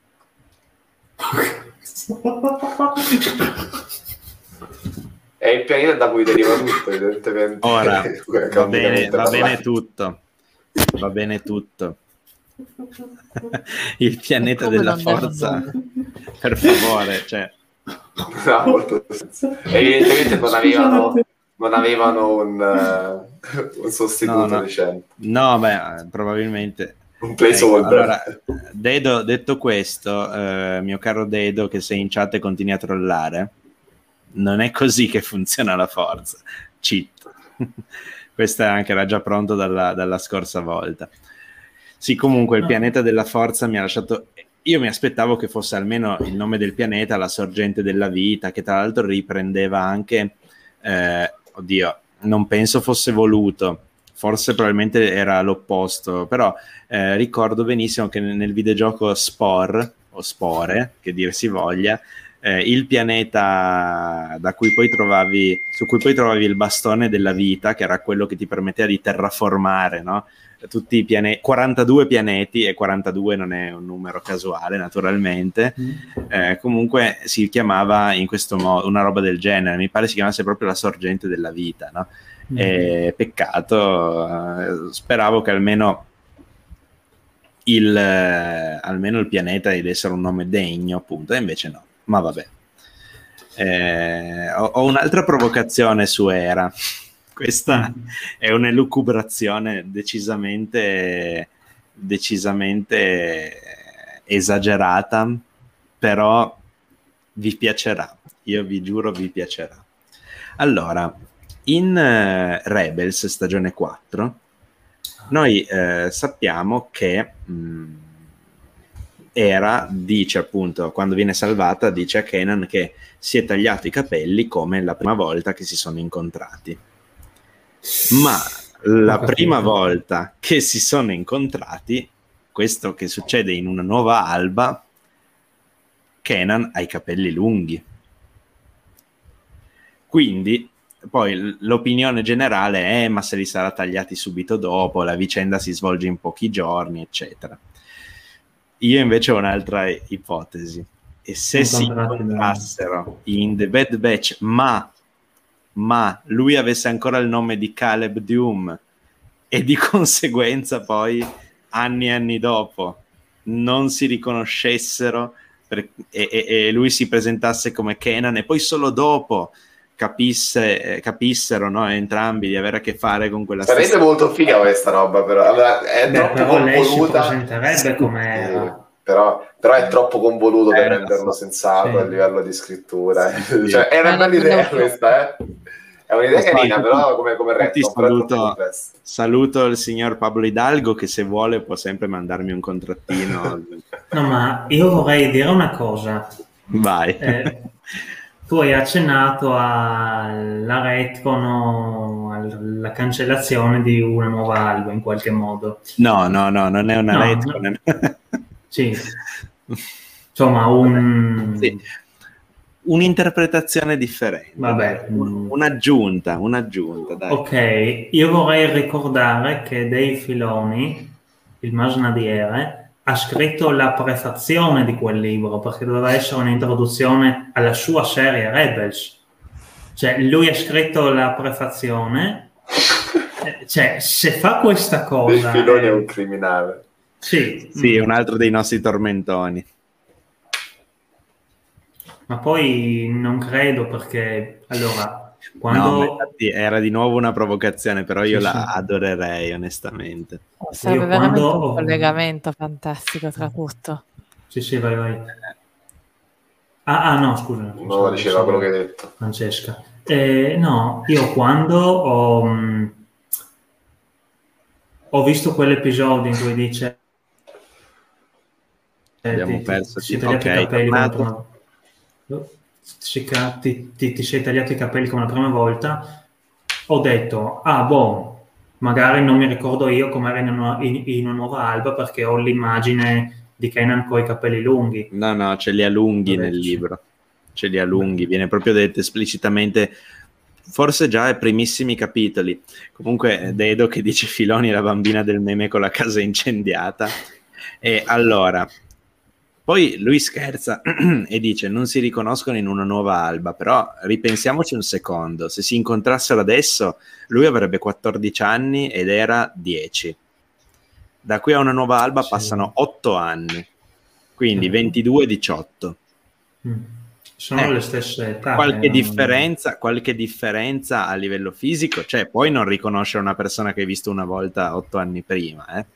È il pianeta da cui deriva tutto, evidentemente. Ora, va bene, va bene tutto. Va bene tutto. Il pianeta della forza, per favore, cioè. No, molto evidentemente non avevano non avevano un, uh, un sostituto no, no. decente. No, beh, probabilmente... Un placeholder. Ecco, allora, Dedo, detto questo, eh, mio caro Dedo, che sei in chat e continui a trollare, non è così che funziona la forza. Cheat. Questa anche era già pronto dalla, dalla scorsa volta. Sì, comunque il pianeta della forza mi ha lasciato... Io mi aspettavo che fosse almeno il nome del pianeta, la sorgente della vita, che tra l'altro riprendeva anche... Eh, oddio, non penso fosse voluto, forse probabilmente era l'opposto, però eh, ricordo benissimo che nel videogioco Spore, o Spore, che dir si voglia, eh, il pianeta da cui poi trovavi, su cui poi trovavi il bastone della vita, che era quello che ti permetteva di terraformare, no? Tutti i pianeti, quarantadue pianeti, e quarantadue non è un numero casuale naturalmente, mm. eh, comunque si chiamava in questo modo, una roba del genere, mi pare si chiamasse proprio la sorgente della vita, no? Mm. E, peccato, eh, speravo che almeno il, eh, almeno il pianeta deve essere un nome degno, appunto, e invece no, ma vabbè. Eh, ho, ho un'altra provocazione su Era. Questa mm. è un'elucubrazione decisamente decisamente esagerata, però vi piacerà, io vi giuro vi piacerà. Allora, in uh, Rebels stagione quattro noi eh, sappiamo che mh, Era dice, appunto, quando viene salvata, dice a Kanan che si è tagliato i capelli come la prima volta che si sono incontrati. Ma la prima volta che si sono incontrati, questo che succede in una nuova alba, Kanan ha i capelli lunghi. Quindi poi l'opinione generale è: ma se li sarà tagliati subito dopo, la vicenda si svolge in pochi giorni, eccetera. Io invece ho un'altra ipotesi. E se si incontrassero in The Bad Batch, ma ma lui avesse ancora il nome di Caleb Dume e di conseguenza poi anni e anni dopo non si riconoscessero per, e, e, e lui si presentasse come Kanan e poi solo dopo capisse, eh, capissero, no, entrambi di avere a che fare con quella sarebbe stessa... molto figa questa roba, però allora, è Beh, troppo però convoluta. lei si presenterebbe come sì, però, però è troppo convoluto eh, per renderlo so. sensato sì. a livello di scrittura. Sì. Cioè, è una eh, bella idea questa, eh? È un'idea so, carina, infatti, però come, come retto, saluto, saluto il signor Pablo Hidalgo, che se vuole può sempre mandarmi un contrattino. No, ma io vorrei dire una cosa. Vai. Eh, tu hai accennato alla retcon, alla cancellazione di una nuova alba in qualche modo. No, no, no, non è una no, retcon. No. Sì. Insomma, un... Sì. Un'interpretazione differente. Vabbè. Un, un'aggiunta, un'aggiunta, dai. Ok, io vorrei ricordare che Dave Filoni, il Masnadiere, ha scritto la prefazione di quel libro, perché doveva essere un'introduzione alla sua serie Rebels. Cioè, lui ha scritto la prefazione, cioè, se fa questa cosa... Dave Filoni è un criminale. Sì. Sì, è un altro dei nostri tormentoni. Ma poi non credo, perché allora quando no, infatti era di nuovo una provocazione, però io sì, la sì. adorerei onestamente. Sarebbe io veramente quando... un collegamento fantastico tra tutto. Sì, sì, vai, vai. Ah, ah no, scusa. No, diceva quello che hai detto. Francesca. Eh, no, io quando ho, mh, ho visto quell'episodio in cui dice eh, abbiamo ti, perso ti, ti, okay, i capelli come Ti, ti, ti sei tagliato i capelli come la prima volta, ho detto, ah boh, magari non mi ricordo io com'era in una, in, in una nuova alba, perché ho l'immagine di Kanan con i capelli lunghi. No, no, ce li ha lunghi Vabbè, nel libro, ce li ha lunghi, viene proprio detto esplicitamente, forse già ai primissimi capitoli. Comunque Dedo che dice Filoni la bambina del meme con la casa incendiata. E allora... Poi lui scherza e dice non si riconoscono in una nuova alba, però ripensiamoci un secondo, se si incontrassero adesso lui avrebbe quattordici anni ed era dieci, da qui a una nuova alba sì. passano otto anni, quindi ventidue diciotto. Mm. sono eh, le stesse età. Qualche eh, differenza, qualche differenza a livello fisico, cioè puoi non riconoscere una persona che hai visto una volta otto anni prima, eh?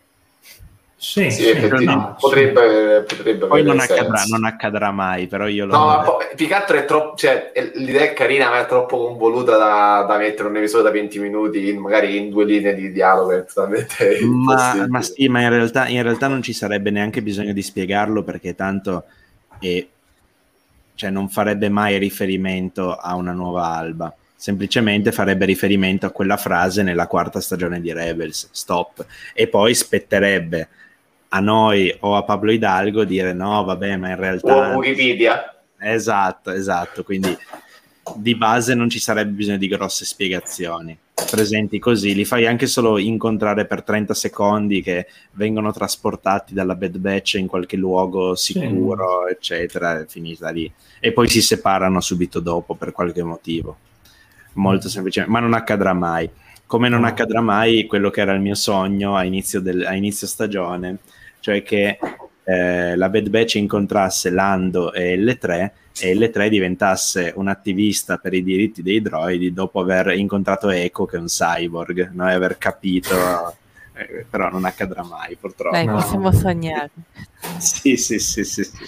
Sì, Sì, sì, effettivamente no, potrebbe, potrebbe Poi non avere accadrà, senso. non accadrà mai, però io lo No, ma poi, più che altro è troppo, cioè, è- l'idea è carina, ma è troppo convoluta da, da mettere un episodio da venti minuti, in- magari in due linee di dialogo, è totalmente Ma, ma impossibile. sì, ma in realtà, in realtà non ci sarebbe neanche bisogno di spiegarlo perché tanto è, cioè non farebbe mai riferimento a una nuova Alba, semplicemente farebbe riferimento a quella frase nella quarta stagione di Rebels, stop, e poi spetterebbe a noi o a Pablo Hidalgo dire no, vabbè, ma in O realtà... Wikipedia. Esatto, esatto, quindi di base non ci sarebbe bisogno di grosse spiegazioni. Presenti così, li fai anche solo incontrare per trenta secondi che vengono trasportati dalla Bad Batch in qualche luogo sicuro, sì, eccetera, è finita lì. E poi si separano subito dopo per qualche motivo. Molto semplicemente, ma non accadrà mai. Come non accadrà mai quello che era il mio sogno a inizio, del, a inizio stagione, cioè che eh, la Bad Batch incontrasse Lando e L tre e L tre diventasse un attivista per i diritti dei droidi dopo aver incontrato Echo, che è un cyborg, no? E aver capito, eh, però non accadrà mai, purtroppo. Dai, No. possiamo sognare. Sì, sì, sì, sì, sì.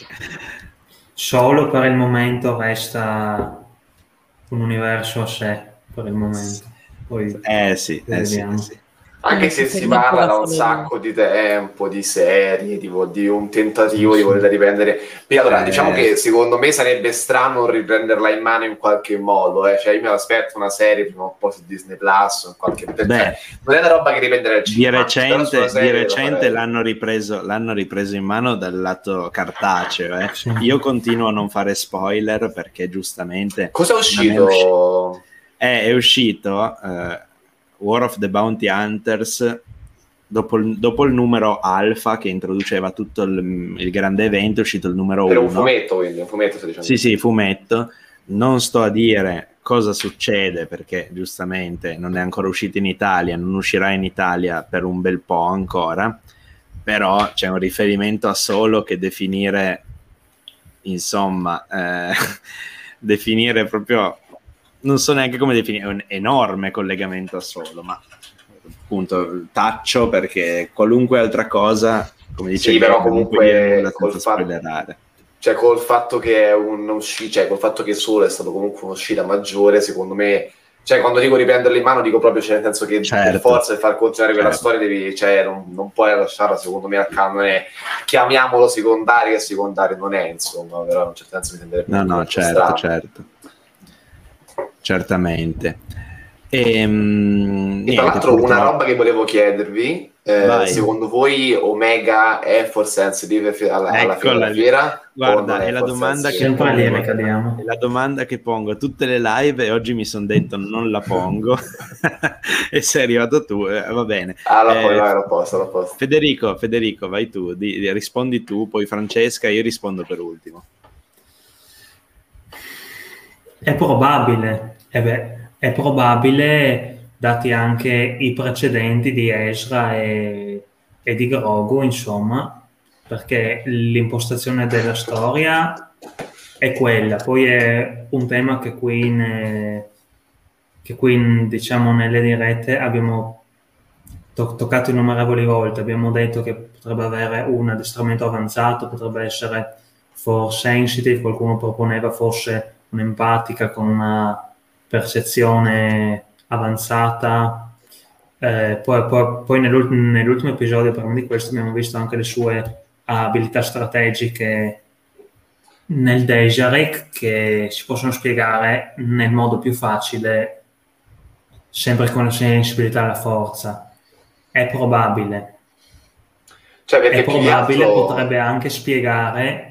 Solo per il momento resta un universo a sé, per il momento. Poi Eh sì, poi eh sì, vediamo. eh sì. Anche Quindi se si si segna parla ancora da un solo sacco di tempo, di serie, tipo, di un tentativo Sì, di sì. volerla riprendere. Quindi, allora, Eh. diciamo che secondo me sarebbe strano riprenderla in mano in qualche modo. Eh. Cioè, io mi aspetto una serie prima o poi su Disney Plus, in qualche... Beh, cioè, non è una roba che riprendere al di cinema, però su una recente, di serie la recente farei. l'hanno ripreso, l'hanno ripreso in mano dal lato cartaceo. Eh. Sì. Io continuo a non fare spoiler perché giustamente... Cosa è uscito? È, usci- è, è uscito uh, War of the Bounty Hunters dopo il, dopo il numero Alpha che introduceva tutto il, il grande evento, è uscito il numero uno. Era un fumetto, quindi, un fumetto sto dicendo. Sì, sì, fumetto. Non sto a dire cosa succede perché giustamente non è ancora uscito in Italia, non uscirà in Italia per un bel po' ancora, però c'è un riferimento a Solo che definire, insomma, eh, definire proprio, non so neanche come definire, è un enorme collegamento a Solo, ma appunto taccio perché qualunque altra cosa, come dice sì, però Gabe, non puoi dire comunque nulla col senza fatto... spoilerare. Cioè, col fatto che è un'uscita, cioè, col fatto che Solo è stato comunque un'uscita maggiore, secondo me, cioè, quando dico riprenderla in mano, dico proprio, cioè, nel senso che certo, per forza di far continuare quella certo. storia, devi, cioè, non, non puoi lasciarla, secondo me, al canone, chiamiamolo secondario, che secondario non è, insomma, però in un certo senso mi sembrerebbe No, no, certo, strano. certo. Certamente. E, um, e tra l'altro una roba che volevo chiedervi, eh, secondo voi Omega è force sensitive alla, alla fine della fiera? Guarda, è la, domanda che sempre lì ne pongo, cadiamo. è la domanda che pongo a tutte le live e oggi mi sono detto non la pongo e sei arrivato tu, eh, va bene. Ah, eh, poi vai, l'ho posto, l'ho posto. Federico, Federico, vai tu, di, di, rispondi tu, poi Francesca, io rispondo per ultimo. È probabile, eh beh, è probabile, dati anche i precedenti di Ezra e, e di Grogu, insomma, perché l'impostazione della storia è quella. Poi è un tema che qui, ne, che qui diciamo, nelle dirette abbiamo to- toccato innumerevoli volte. Abbiamo detto che potrebbe avere un addestramento avanzato, potrebbe essere force sensitive, qualcuno proponeva forse un'empatica con una percezione avanzata. Eh, poi, poi, poi nell'ultimo, nell'ultimo episodio, prima di questo, abbiamo visto anche le sue abilità strategiche nel Dejarik, che si possono spiegare nel modo più facile, sempre con la sensibilità alla forza. È probabile. Cioè, perché è probabile, altro... potrebbe anche spiegare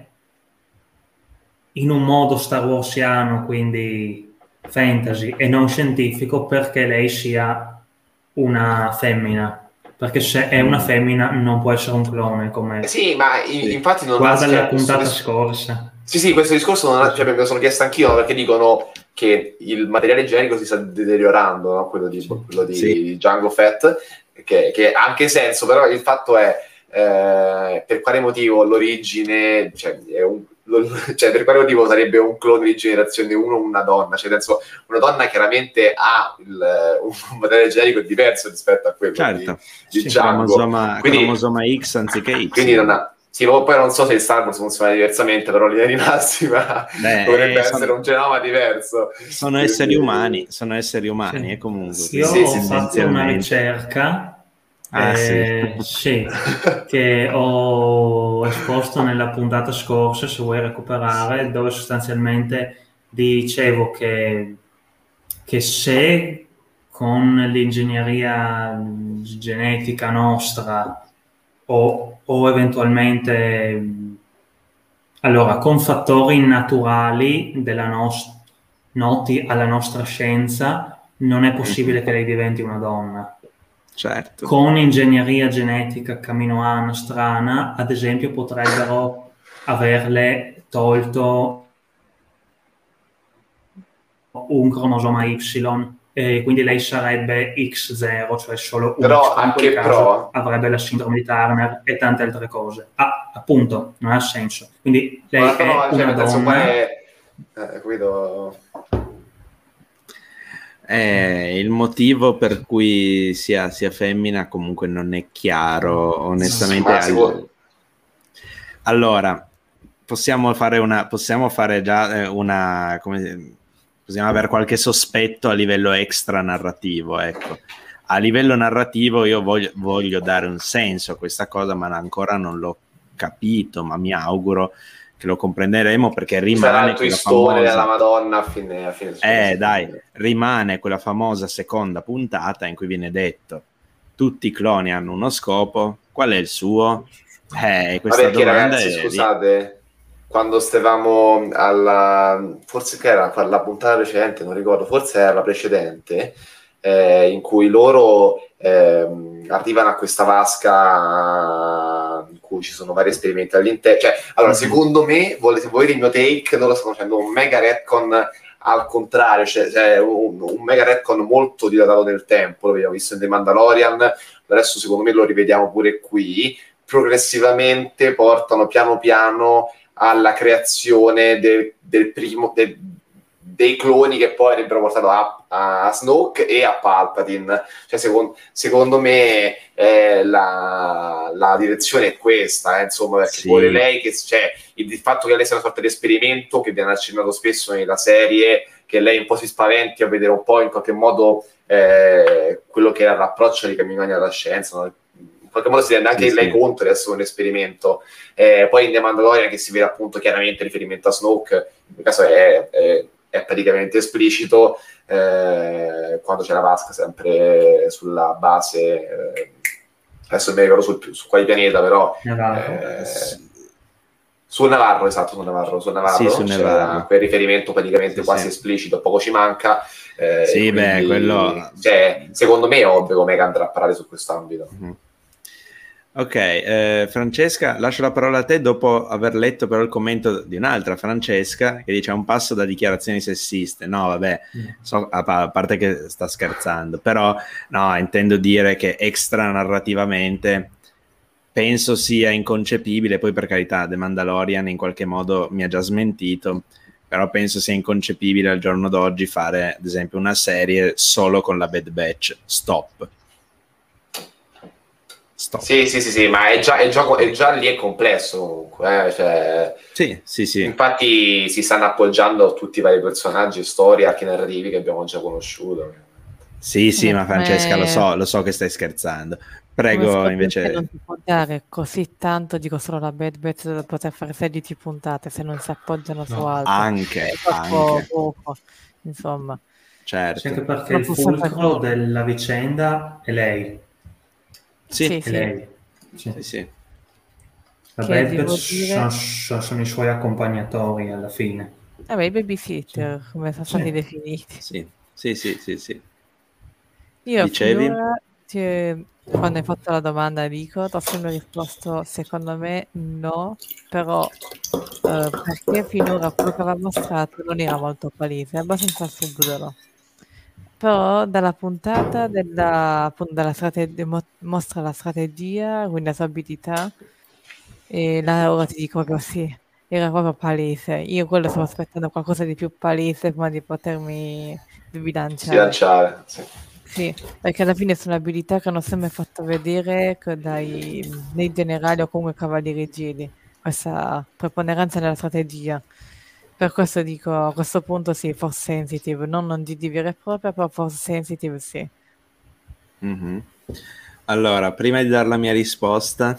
in un modo Star Warsiano, quindi fantasy e non scientifico, perché lei sia una femmina, perché se è una femmina non può essere un clone, come... Eh sì, ma in, infatti non guarda ha... la Cioè, puntata dis- scorsa. Sì, sì, questo discorso non ha, cioè, me lo sono chiesto anch'io, perché dicono che il materiale igienico si sta deteriorando, no? quello di, quello di sì. Jango Fett, che, che ha anche senso, però il fatto è eh, per quale motivo l'origine, cioè, è un, lo, cioè, per quale motivo sarebbe un clone di generazione uno una donna? Cioè, penso, una donna chiaramente ha il, un materiale genetico diverso rispetto a quello certo. di, di sì, cromosoma, quindi, cromosoma X anziché Y. Quindi non ha, sì, poi non so se il Star Wars funziona diversamente, però linea di massima Beh, dovrebbe essere sono, un genoma diverso. Sono quindi... esseri umani, sono esseri umani sì. e comunque. Io sì, ho fatto una ricerca Ah, eh, sì. sì, che ho esposto nella puntata scorsa, se vuoi recuperare, dove sostanzialmente dicevo che, che se con l'ingegneria genetica nostra o, o eventualmente allora con fattori naturali della nos- noti alla nostra scienza non è possibile che lei diventi una donna. Certo. Con ingegneria genetica caminoana strana, ad esempio, potrebbero averle tolto un cromosoma Y e quindi lei sarebbe X zero, cioè solo un Però X, in anche quel caso pro avrebbe la sindrome di Turner e tante altre cose. Ah, appunto, non ha senso. Quindi lei Ma è no, cioè, una donna. È... Eh, guido... Eh, il motivo per cui sia, sia femmina comunque non è chiaro, onestamente. Sì, al... Allora, possiamo fare una, possiamo fare già una, come, possiamo avere qualche sospetto a livello extra narrativo, ecco. A livello narrativo io voglio, voglio dare un senso a questa cosa, ma ancora non l'ho capito, ma mi auguro che lo comprenderemo, perché rimane quella famosa della Madonna a fine, a fine eh dai, rimane quella famosa seconda puntata in cui viene detto tutti i cloni hanno uno scopo, qual è il suo? Eh, questa Ma perché domanda ragazzi, è scusate, quando stavamo alla forse che era la puntata precedente, non ricordo, forse era la precedente, eh, in cui loro eh, arrivano a questa vasca in cui ci sono vari esperimenti all'interno. Cioè, allora, mm-hmm. secondo me, volete voi il mio take, loro stanno facendo un mega retcon al contrario, cioè, cioè un, un mega retcon molto dilatato nel tempo, lo abbiamo visto in The Mandalorian, adesso secondo me lo rivediamo pure qui, progressivamente portano piano piano alla creazione del, del primo... Del, dei cloni che poi avrebbero portato a, a Snoke e a Palpatine. Cioè, secondo, secondo me eh, la, la direzione è questa, eh, insomma, perché sì. vuole lei che cioè, il, il fatto che lei sia una sorta di esperimento che viene accennato spesso nella serie, che lei un po' si spaventi a vedere un po' in qualche modo eh, quello che era l'approccio di Camminoni alla scienza, no? In qualche modo si rende anche sì, lei sì. conto di essere un esperimento. Eh, poi in The Mandalorian che si vede appunto chiaramente riferimento a Snoke, in questo caso è, è è praticamente esplicito, eh, quando c'è la vasca sempre sulla base, eh, adesso non mi ricordo sul, su quale pianeta, però eh, sul Navarro, esatto, sul Navarro, sul Navarro, sì, sul Navarro. Quel riferimento praticamente sì, quasi sì. esplicito, poco ci manca, eh, sì, quindi, beh, quello... cioè, secondo me è ovvio come andrà a parlare su questo ambito. Mm-hmm. Ok, eh, Francesca, lascio la parola a te dopo aver letto però il commento di un'altra Francesca che dice: a un passo da dichiarazioni sessiste. No, vabbè, so, a, a parte che sta scherzando, però no, intendo dire che extra narrativamente penso sia inconcepibile, poi per carità The Mandalorian in qualche modo mi ha già smentito, però penso sia inconcepibile al giorno d'oggi fare ad esempio una serie solo con la Bad Batch. Stop. Stop. Sì, sì, sì, sì, ma è già, è già, è già lì è complesso comunque, eh? Cioè, sì, sì, sì. Infatti si stanno appoggiando tutti i vari personaggi, storie, archi narrativi che abbiamo già conosciuto. Sì, sì, ma Francesca, lo so, lo so che stai scherzando. Prego, invece... Non si può dare così tanto, dico solo la Bad Batch da poter fare sedici puntate se non si appoggiano su no, altro. Anche, anche. Poco, insomma. Certo. Anche perché il fulcro della vicenda è lei. Sì, sì, è sì. lei. Sì, sì. sì. La Bad Batch dire... sono, sono i suoi accompagnatori alla fine. Vabbè, i babysitter, sì. come sono stati sì. definiti. Sì, sì, sì, sì. sì. Io Dicevi? finora, ti, quando hai fatto la domanda dico, ti ho sempre risposto secondo me no, però eh, perché finora quello che aveva mostrato non era molto palese, è abbastanza subdolo. Però dalla puntata della, appunto, della strategia, mostra la strategia, quindi la sua abilità, e là ora ti dico proprio sì, era proprio palese. Io quello stavo aspettando qualcosa di più palese prima di potermi sbilanciare. Sbilanciare, sì. Sì, perché alla fine sono abilità che hanno sempre fatto vedere che dai, nei generali o comunque cavalieri Jedi, questa preponderanza nella strategia. Per questo dico, a questo punto sì, force sensitive, non non di vera e propria, però force sensitive sì. Mm-hmm. Allora, prima di dare la mia risposta,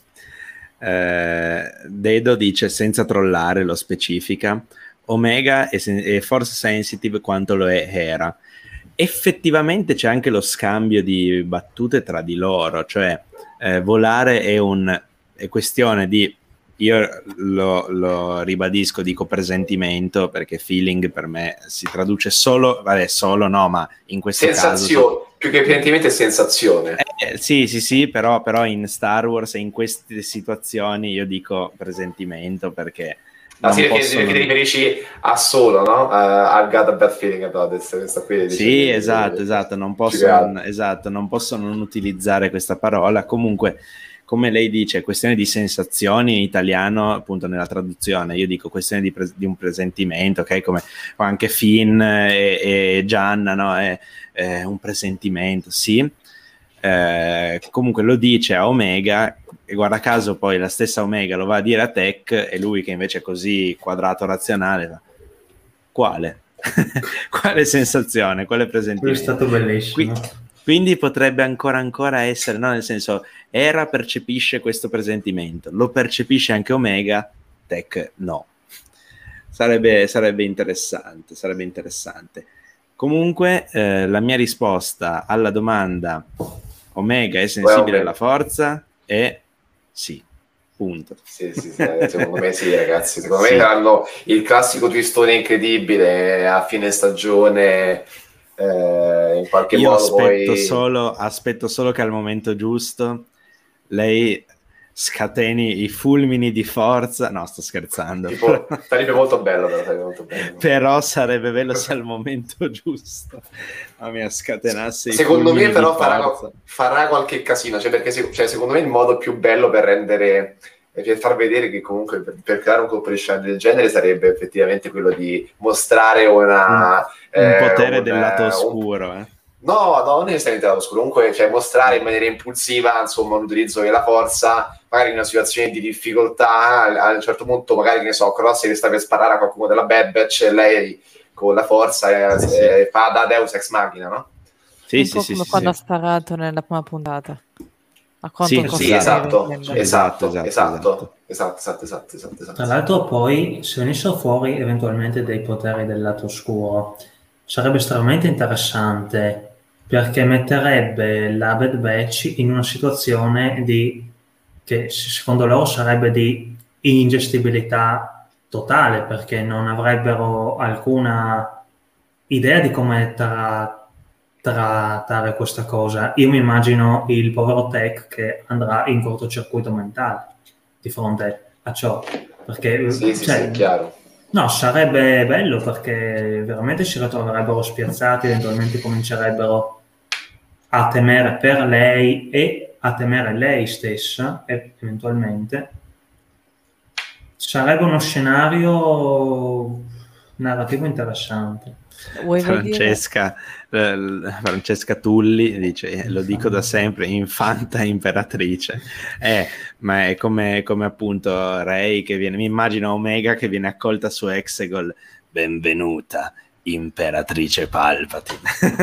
eh, Dedo dice, senza trollare, lo specifica, Omega è, sen- è force sensitive quanto lo è Hera. Effettivamente c'è anche lo scambio di battute tra di loro, cioè eh, volare è un è questione di, io lo, lo ribadisco, dico presentimento, perché feeling per me si traduce solo, vabbè solo no, ma in questo sensazione, caso più che evidentemente sensazione. eh, sì sì sì, però, però in Star Wars e in queste situazioni io dico presentimento, perché Ah, sì, perché, possono... perché ti riferisci a solo, no? Uh, I've got a bad feeling about this, questa qui. Sì, dici, esatto, dici, esatto, non posso non, esatto, non posso non utilizzare questa parola. Comunque, come lei dice, è questione di sensazioni in italiano, appunto nella traduzione, io dico questione di, pre- di un presentimento, ok? Come anche Finn e, e Gianna, no? È, è un presentimento, sì. Eh, comunque lo dice a Omega, e guarda caso poi la stessa Omega lo va a dire a Tech, e lui che invece è così quadrato razionale va, quale? Quale sensazione, quale presentimento? Quello è stato bellissimo. Qui, quindi potrebbe ancora ancora essere, no, nel senso, Hera percepisce questo presentimento, lo percepisce anche Omega, Tech no. Sarebbe, sarebbe interessante, sarebbe interessante. Comunque eh, la mia risposta alla domanda Omega è sensibile alla forza è sì. Punto. Sì, sì, sì, secondo me sì, ragazzi. Secondo sì. me hanno il classico twistone incredibile a fine stagione. Eh, in qualche Io modo aspetto, poi... solo, aspetto solo che al momento giusto lei scateni i fulmini di forza. No, sto scherzando. Tipo, sarebbe molto bello, però, sarebbe molto bello. Però sarebbe bello se al momento giusto a me scatenasse i secondo fulmini me però di farà, forza. farà qualche casino, cioè perché cioè, secondo me il modo più bello per rendere, per far vedere che comunque per, per creare un colpo di scena del genere sarebbe effettivamente quello di mostrare una un, un eh, potere un, del lato un, oscuro eh. No, no, non necessariamente lato oscuro, comunque cioè, mostrare in maniera impulsiva insomma un utilizzo della forza, magari in una situazione di difficoltà, a un certo punto magari, che ne so, Cross che sta per sparare a qualcuno della Bad Batch e lei con la forza sì, eh, sì. fa da Deus Ex Machina, no? Sì, un sì, po' sì, come sì, quando sì. ha sparato nella prima puntata. A sì, sì, esatto, esatto, esatto, esatto, esatto, esatto, esatto, esatto. Tra l'altro poi, se venissero fuori eventualmente dei poteri del lato oscuro, sarebbe estremamente interessante, perché metterebbe la Bad Batch in una situazione di che secondo loro sarebbe di ingestibilità totale, perché non avrebbero alcuna idea di come tra, trattare questa cosa. Io mi immagino il povero Tech che andrà in cortocircuito mentale di fronte a ciò, perché sì, sì, cioè, sì, chiaro. No, sarebbe bello perché veramente si ritroverebbero spiazzati, eventualmente comincerebbero a temere per lei e a temere lei stessa, e eventualmente sarebbe uno scenario narrativo interessante. Francesca, eh, Francesca Tulli dice, lo dico da sempre, infanta imperatrice, eh, ma è come, come appunto Rey che viene, mi immagino Omega che viene accolta su Exegol, benvenuta imperatrice Palpatine.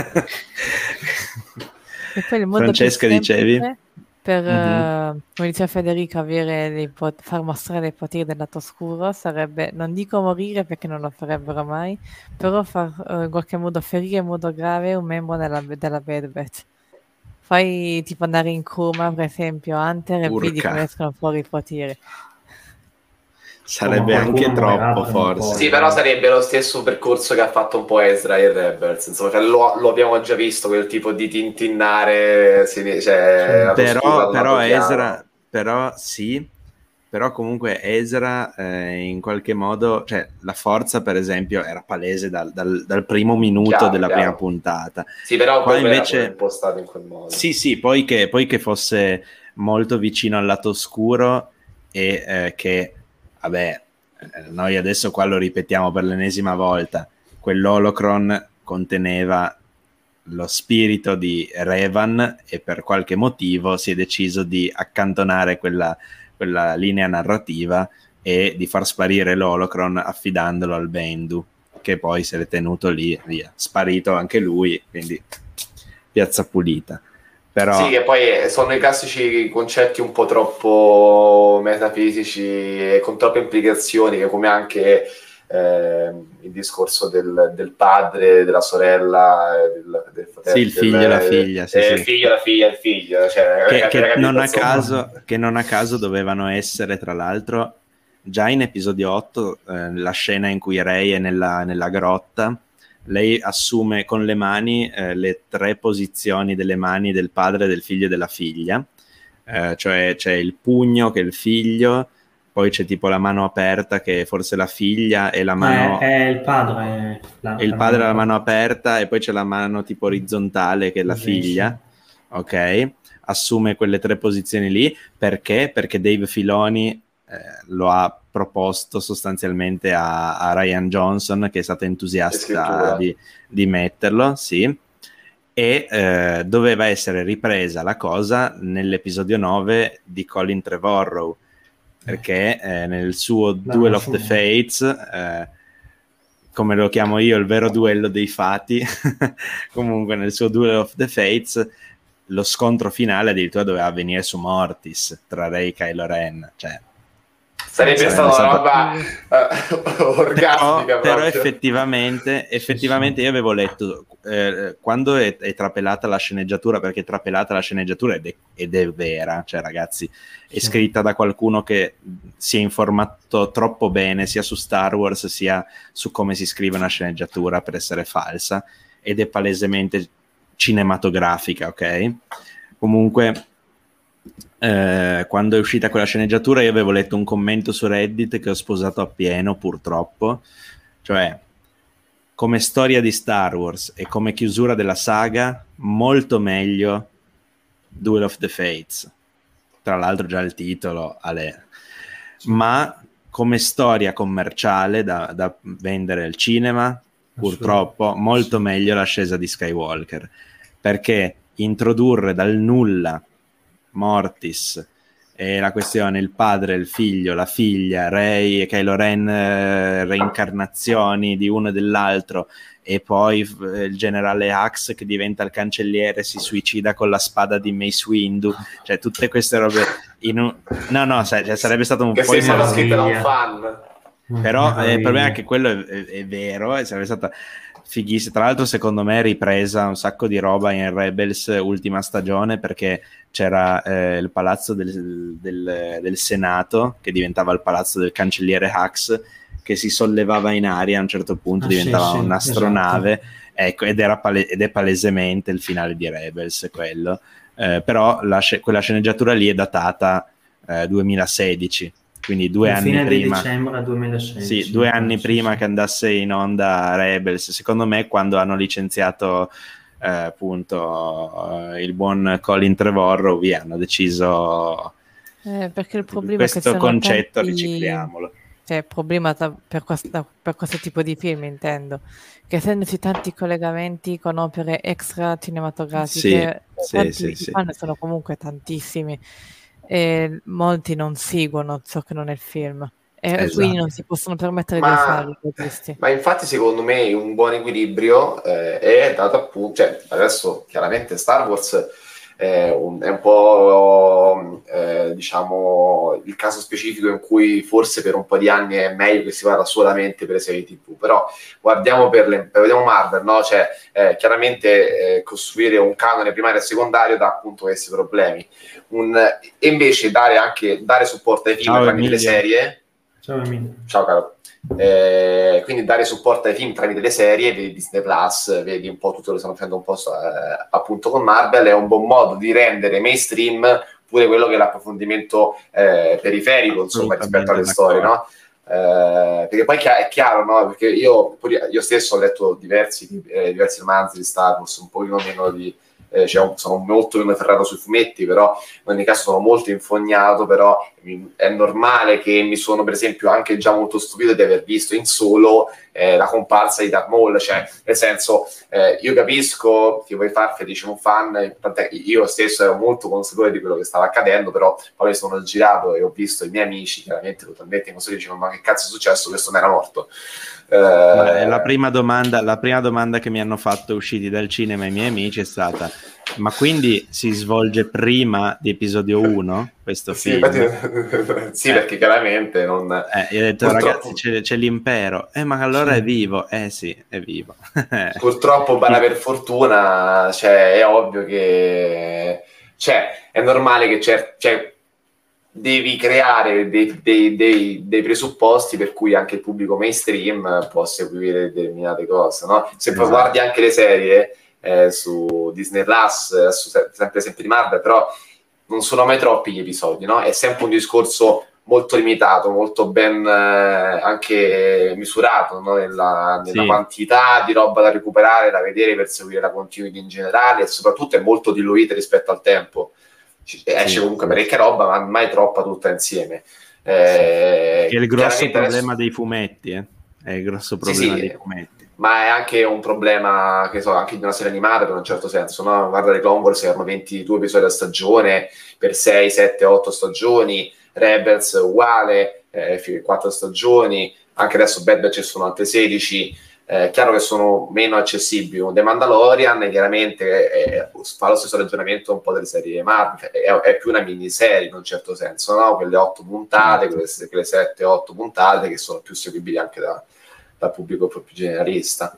E poi il modo Francesca più dicevi? Per, mm-hmm. uh, come diceva Federica, avere dei pot- far mostrare i poteri del lato oscuro sarebbe, non dico morire perché non lo farebbero mai, però far uh, in qualche modo ferire in modo grave un membro della, della Bad Batch. Fai tipo andare in coma, per esempio, Hunter, e vedi come escono fuori i poteri. Sarebbe anche troppo, forse. Sì, però sarebbe lo stesso percorso che ha fatto un po' Ezra in Rebels, insomma, cioè, lo, lo abbiamo già visto, quel tipo di tintinnare, cioè, però, però Ezra, però sì, però comunque Ezra eh, in qualche modo, cioè la forza per esempio era palese dal, dal, dal primo minuto chiaro, della chiaro. prima puntata. Sì, però qua invece era impostato in quel modo. Sì, sì, poi che, poi che fosse molto vicino al lato oscuro e eh, che vabbè, eh, noi adesso qua lo ripetiamo per l'ennesima volta, quell'holocron conteneva lo spirito di Revan e per qualche motivo si è deciso di accantonare quella, quella linea narrativa e di far sparire l'holocron affidandolo al Bendu, che poi se l'è tenuto lì, via, sparito anche lui, quindi piazza pulita. Però... Sì, che poi sono i classici concetti un po' troppo metafisici e con troppe implicazioni, che come anche eh, il discorso del, del padre, della sorella, del, del fratello, sì, il figlio e del, la figlia, sì, eh, sì. il figlio, la figlia, il figlio, cioè, che, che, capito, non a insomma. caso, che non a caso dovevano essere, tra l'altro, già in episodio otto, eh, la scena in cui Rey è nella, nella grotta, lei assume con le mani eh, le tre posizioni delle mani del padre, del figlio e della figlia, eh, cioè c'è il pugno che è il figlio, poi c'è tipo la mano aperta che è forse la figlia e la mano... Ah, è, è il padre. La, e il la padre ha la mano mano aperta e poi c'è la mano tipo orizzontale che è la Sì, figlia, ok? Assume quelle tre posizioni lì, perché? Perché Dave Filoni eh, lo ha proposto sostanzialmente a, a Rian Johnson, che è stato entusiasta di, di metterlo, sì, e eh, doveva essere ripresa la cosa nell'episodio nove di Colin Trevorrow, perché eh, nel suo La Duel of the nascono. Fates, eh, come lo chiamo io, il vero duello dei fati, comunque nel suo Duel of the Fates lo scontro finale addirittura doveva avvenire su Mortis tra Rey e Kylo Ren, cioè sarebbe, sarebbe stata stato... una roba uh, orgasmica, però, però effettivamente, effettivamente io avevo letto eh, quando è, è trapelata la sceneggiatura, perché è trapelata la sceneggiatura ed è, ed è vera, cioè ragazzi è Sì. scritta da qualcuno che si è informato troppo bene sia su Star Wars sia su come si scrive una sceneggiatura per essere falsa, ed è palesemente cinematografica, ok? Comunque eh, quando è uscita quella sceneggiatura io avevo letto un commento su Reddit che ho sposato appieno, purtroppo, cioè come storia di Star Wars e come chiusura della saga molto meglio Duel of the Fates, tra l'altro già il titolo ale. Ma come storia commerciale da, da vendere al cinema purtroppo molto sì. meglio l'ascesa di Skywalker, perché introdurre dal nulla Mortis e la questione il padre, il figlio, la figlia, Rey e Kylo Ren, eh, reincarnazioni di uno e dell'altro, e poi eh, il generale Hux che diventa il cancelliere, si suicida con la spada di Mace Windu, cioè tutte queste robe in un... no no cioè, sarebbe stato un che po' sei stata scritta da un fan, però eh, il problema è che quello è, è, è vero e sarebbe stata fighissima. Tra l'altro secondo me è ripresa un sacco di roba in Rebels ultima stagione, perché c'era eh, il palazzo del, del, del Senato che diventava il palazzo del cancelliere Hux, che si sollevava in aria a un certo punto, ah, diventava sì, un'astronave, esatto. Ecco, ed, era pale- ed è palesemente il finale di Rebels quello, eh, però la sc- quella sceneggiatura lì è datata eh, duemilasedici, quindi due anni fine prima di dicembre duemilasedici, sì, due anni sì, prima sì. che andasse in onda Rebels, secondo me, quando hanno licenziato eh, appunto eh, il buon Colin Trevorrow, via, hanno deciso eh, perché il problema questo è che concetto tanti... ricicliamolo. Cioè, il problema ta- per, questa, per questo tipo di film, intendo, che essendoci tanti collegamenti con opere extra cinematografiche, sì, tanti sì, sì, fan sono comunque tantissimi e molti non seguono ciò che non è il film e esatto. quindi non si possono permettere ma, di farlo. Ma infatti secondo me un buon equilibrio eh, è dato appunto, cioè adesso chiaramente Star Wars è un, è un po' eh, diciamo il caso specifico in cui forse per un po' di anni è meglio che si vada solamente per le serie tivù, però guardiamo per le vediamo Marvel, no? Cioè eh, chiaramente eh, costruire un canone primario e secondario dà appunto questi problemi, un, e invece dare anche dare supporto ai film Ciao, tramite Emilio. le serie. Ciao Emilio. Ciao caro. Eh, quindi dare supporto ai film tramite le serie, vedi Disney Plus, vedi un po' tutto lo che stanno facendo un po' eh, appunto con Marvel, è un buon modo di rendere mainstream pure quello che è l'approfondimento eh, periferico, insomma, rispetto alle storie, no? Eh, perché poi è chiaro, no? Perché io, io stesso ho letto diversi, eh, diversi romanzi di Star Wars, un pochino meno di eh, cioè, sono molto meno ferrato sui fumetti, però in ogni caso sono molto infognato, però mi, è normale che mi sono per esempio anche già molto stupito di aver visto in Solo eh, la comparsa di Darth Maul, cioè nel senso eh, io capisco che vuoi far felice un fan, tant'è che io stesso ero molto consapevole di quello che stava accadendo, però poi mi sono girato e ho visto i miei amici chiaramente totalmente così, dicevano ma che cazzo è successo, questo non era morto. Eh, la prima domanda la prima domanda che mi hanno fatto usciti dal cinema i miei amici è stata: ma quindi si svolge prima di episodio uno questo sì, film? Infatti, sì, eh. perché chiaramente non... Eh, io ho detto, purtroppo... ragazzi, c'è, c'è l'impero. Eh, ma allora sì. È vivo. Eh sì, è vivo. Purtroppo, bana per fortuna, cioè, è ovvio che... Cioè, è normale che c'è... Cioè, devi creare dei, dei, dei, dei presupposti per cui anche il pubblico mainstream può seguire determinate cose, no? Se esatto. Poi guardi anche le serie... Eh, su Disney Plus, su, sempre sempre di Marvel, però non sono mai troppi gli episodi, no? È sempre un discorso molto limitato, molto ben eh, anche misurato, no? nella, nella sì. quantità di roba da recuperare, da vedere per seguire la continuity in generale, e soprattutto è molto diluita rispetto al tempo. Ci, esce sì, comunque sì. parecchia roba, ma mai troppa tutta insieme. Eh, che è il grosso problema adesso... dei fumetti, eh? È il grosso problema sì, dei fumetti. Ma è anche un problema, che so, anche di una serie animata per un certo senso, no? Guarda le Clone Wars, erano ventidue episodi a stagione per sei, sette, otto stagioni, Rebels uguale, eh, quattro stagioni, anche adesso Bad Batch sono altre sedici, eh, chiaro che sono meno accessibili. The Mandalorian chiaramente è, fa lo stesso ragionamento un po' delle serie Marvel, è, è più una miniserie in un certo senso, no? Quelle otto puntate, quelle, quelle sette, otto puntate che sono più seguibili anche da dal pubblico più generalista.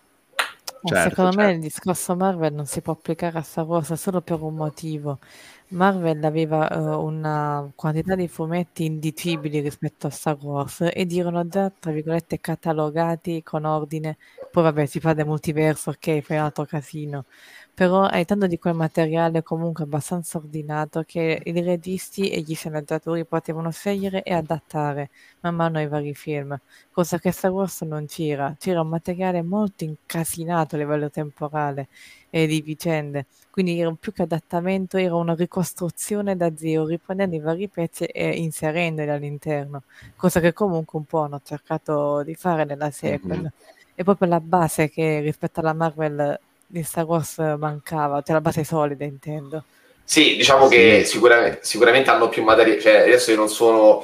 Certo, secondo certo. me il discorso Marvel non si può applicare a Star Wars solo per un motivo. Marvel aveva uh, una quantità di fumetti indicibili rispetto a Star Wars ed erano già, tra virgolette, catalogati con ordine. Poi vabbè, si fa del multiverso, ok, fai un altro casino. Però hai tanto di quel materiale comunque abbastanza ordinato che i registi e gli sceneggiatori potevano scegliere e adattare man mano ai vari film, cosa che Star Wars non c'era. C'era un materiale molto incasinato a livello temporale e di vicende, quindi era più che adattamento, era una ricostruzione da zero, riprendendo i vari pezzi e inserendoli all'interno, cosa che comunque un po' hanno cercato di fare nella sequel. Mm-hmm. È proprio la base che rispetto alla Marvel di Star Wars mancava, cioè la base solida intendo. Sì, diciamo sì. che sicuramente, sicuramente hanno più materia, cioè adesso io non sono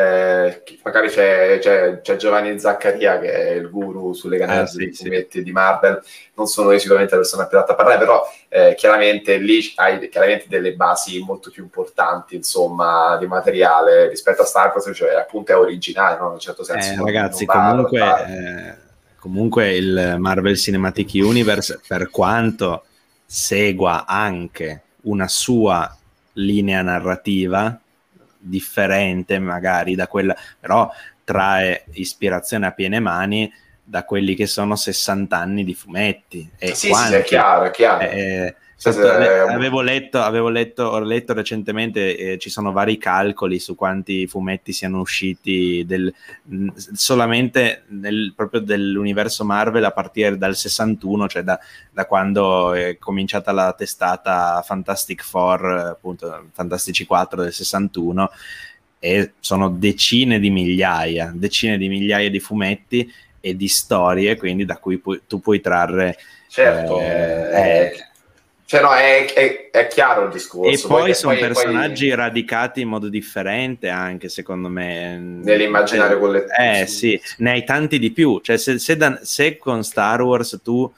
eh, magari c'è, c'è, c'è Giovanni Zaccaria che è il guru sulle canali ah, sì, di fumetti sì. di Marvel, non sono io sicuramente la persona più adatta a parlare, però eh, chiaramente lì hai chiaramente delle basi molto più importanti, insomma, di materiale rispetto a Star Wars, cioè appunto è originale, no? In un certo senso. Eh, non, ragazzi, non comunque eh, comunque il Marvel Cinematic Universe, per quanto segua anche una sua linea narrativa differente magari da quella, però trae ispirazione a piene mani da quelli che sono sessanta anni di fumetti. E sì, quanti, sì, è chiaro, è chiaro. Eh, sotto, avevo letto, avevo letto, ho letto recentemente, eh, ci sono vari calcoli su quanti fumetti siano usciti del, solamente nel, proprio dell'universo Marvel a partire dal sessantuno, cioè da, da quando è cominciata la testata Fantastic Four, appunto Fantastici quattro del sessantuno, e sono decine di migliaia, decine di migliaia di fumetti e di storie, quindi da cui pu- tu puoi trarre certo eh, eh, cioè no, è, è, è chiaro il discorso, e poi, poi sono poi, personaggi poi... radicati in modo differente anche secondo me nell'immaginario eh, collettivo eh sì, ne hai tanti di più, cioè se, se, da, se con Star Wars tu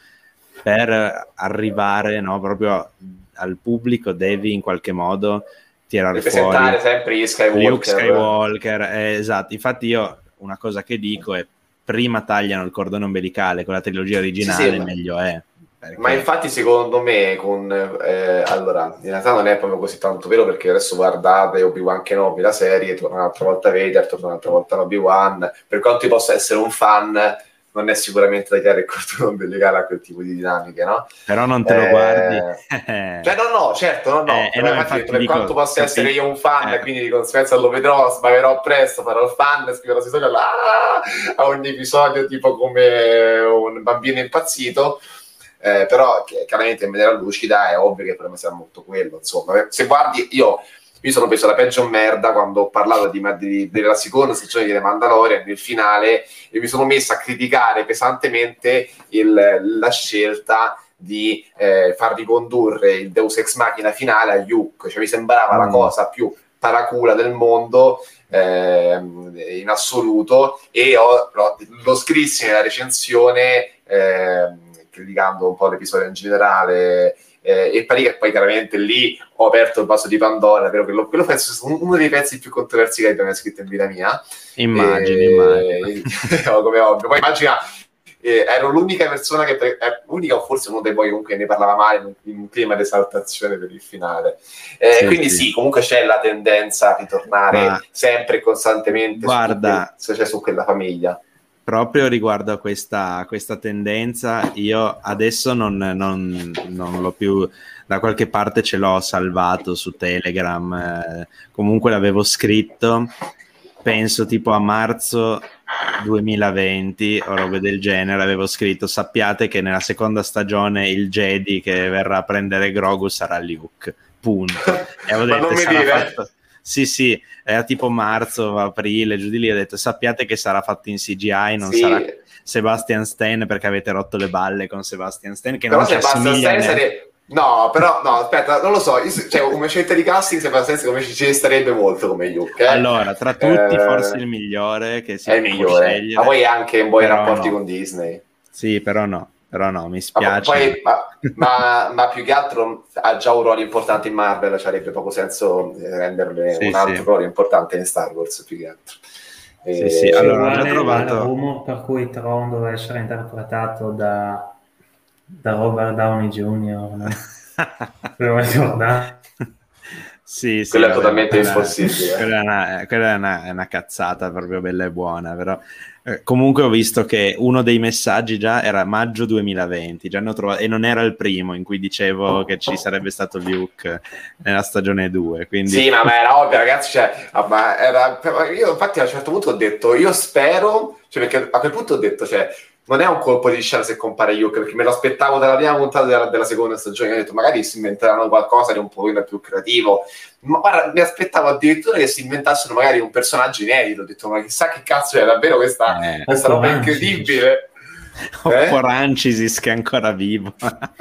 per arrivare no, proprio al pubblico devi in qualche modo tirare fuori sempre gli Skywalker, Luke Skywalker eh, esatto, infatti io una cosa che dico è prima tagliano il cordone ombelicale con la trilogia originale, sì, sì, meglio è. Perché... Ma infatti secondo me con eh, allora in realtà non è proprio così tanto vero, perché adesso guardate Obi-Wan Kenobi, la serie, torna un'altra volta Vader, torna un'altra volta Obi-Wan, per quanto io possa essere un fan non è sicuramente tagliare il cordone ombelicale a quel tipo di dinamiche, no? Però non te lo eh... guardi. Cioè no, no, certo, no, no. Eh, no infatti detto, per dico, quanto possa capi... essere io un fan, eh. quindi di conseguenza lo vedrò, sbaverò presto, farò il fan, scriverò sui social ah! a ogni episodio tipo come un bambino impazzito. eh, però chiaramente in maniera lucida è ovvio che il problema sia molto quello, insomma. Se guardi, io mi sono preso la peggio merda quando ho parlato di, di, della seconda stagione di The Mandalorian, nel finale, e mi sono messo a criticare pesantemente il, la scelta di eh, far ricondurre il Deus Ex Machina finale a Yuke, cioè mi sembrava mm. la cosa più paracula del mondo eh, in assoluto, e ho, lo, lo scrissi nella recensione eh, criticando un po' l'episodio in generale, eh, e poi, poi chiaramente lì ho aperto il vaso di Pandora, però quello, quello penso sia uno dei pezzi più controversi che abbia mai scritto in vita mia. Immagini, e, immagini. Come ovvio. Poi immagina, eh, ero l'unica persona che, eh, l'unica o forse uno dei poi comunque ne parlava male in un, in un clima di esaltazione per il finale. Eh, sì, quindi sì. sì, comunque c'è la tendenza a ritornare Ma, sempre e costantemente guarda, su, cioè, su quella famiglia. Proprio riguardo a questa, questa tendenza, io adesso non, non, non l'ho più, da qualche parte ce l'ho salvato su Telegram, eh, comunque l'avevo scritto, penso tipo a marzo duemilaventi o robe del genere, avevo scritto: sappiate che nella seconda stagione il Jedi che verrà a prendere Grogu sarà Luke, punto. E avevo detto, sarà fatto... Sì, sì, era tipo marzo, aprile, giù di lì, ho detto: sappiate che sarà fatto in C G I, non sì. sarà Sebastian Stan, perché avete rotto le balle con Sebastian Stan, che però non Sebastian Stan sare... No, però, no, aspetta, non lo so, io, cioè, come scelta di casting Sebastian Stan come ci, ci starebbe molto come Luke, eh? Allora, tra tutti eh... forse il migliore che si è il migliore, scegliere, ma poi anche un po' i rapporti no. con Disney. Sì, però no. Però no, mi spiace. Ma, poi, ma, ma, ma più che altro ha già un ruolo importante in Marvel, sarebbe poco senso renderle sì, un altro sì. ruolo importante in Star Wars, più che altro. Sì, e... sì, allora ho trovato... il rumor per cui Tron doveva essere interpretato da, da Robert Downey junior No? Devo ricordare. Sì, sì, quello vabbè, è totalmente quella, impossibile. Quella, è una, quella è, una, è una cazzata proprio bella e buona, però eh, comunque ho visto che uno dei messaggi già era maggio duemilaventi, già ne ho trovato, e non era il primo in cui dicevo che ci sarebbe stato Luke nella stagione due, quindi... Sì, ma, ma era ovvio, ragazzi, cioè, ma era, io infatti a un certo punto ho detto, io spero, cioè perché a quel punto ho detto, cioè, non è un colpo di scena se compare Luke, perché me lo aspettavo dalla prima puntata della, della seconda stagione, ho detto magari si inventeranno qualcosa di un pochino più creativo, ma guarda, mi aspettavo addirittura che si inventassero magari un personaggio inedito, ho detto ma chissà che cazzo è davvero questa, eh, questa roba incredibile. Eh? Porancis che è ancora vivo.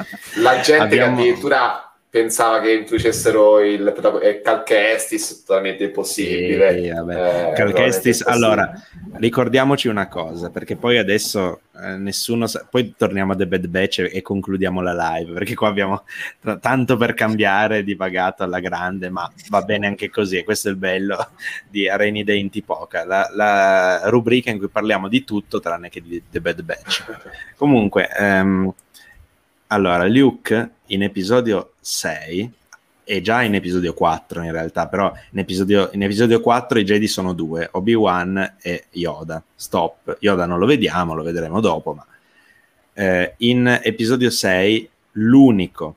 La gente Abbiamo... che addirittura pensava che introducessero il eh, Cal Kestis, totalmente impossibile. Sì, vabbè. Eh, Cal Kestis, allora ricordiamoci una cosa, perché poi adesso eh, nessuno sa... poi torniamo a The Bad Batch e, e concludiamo la live, perché qua abbiamo t- tanto per cambiare, divagato alla grande, ma va bene anche così, e questo è il bello di Rainy Day in Tipoca, la, la rubrica in cui parliamo di tutto tranne che di The Bad Batch. Comunque ehm, allora, Luke in episodio sei e già in episodio quattro in realtà, però in episodio, in episodio quattro i Jedi sono due, Obi-Wan e Yoda. Stop, Yoda non lo vediamo, lo vedremo dopo, ma eh, in episodio sei l'unico,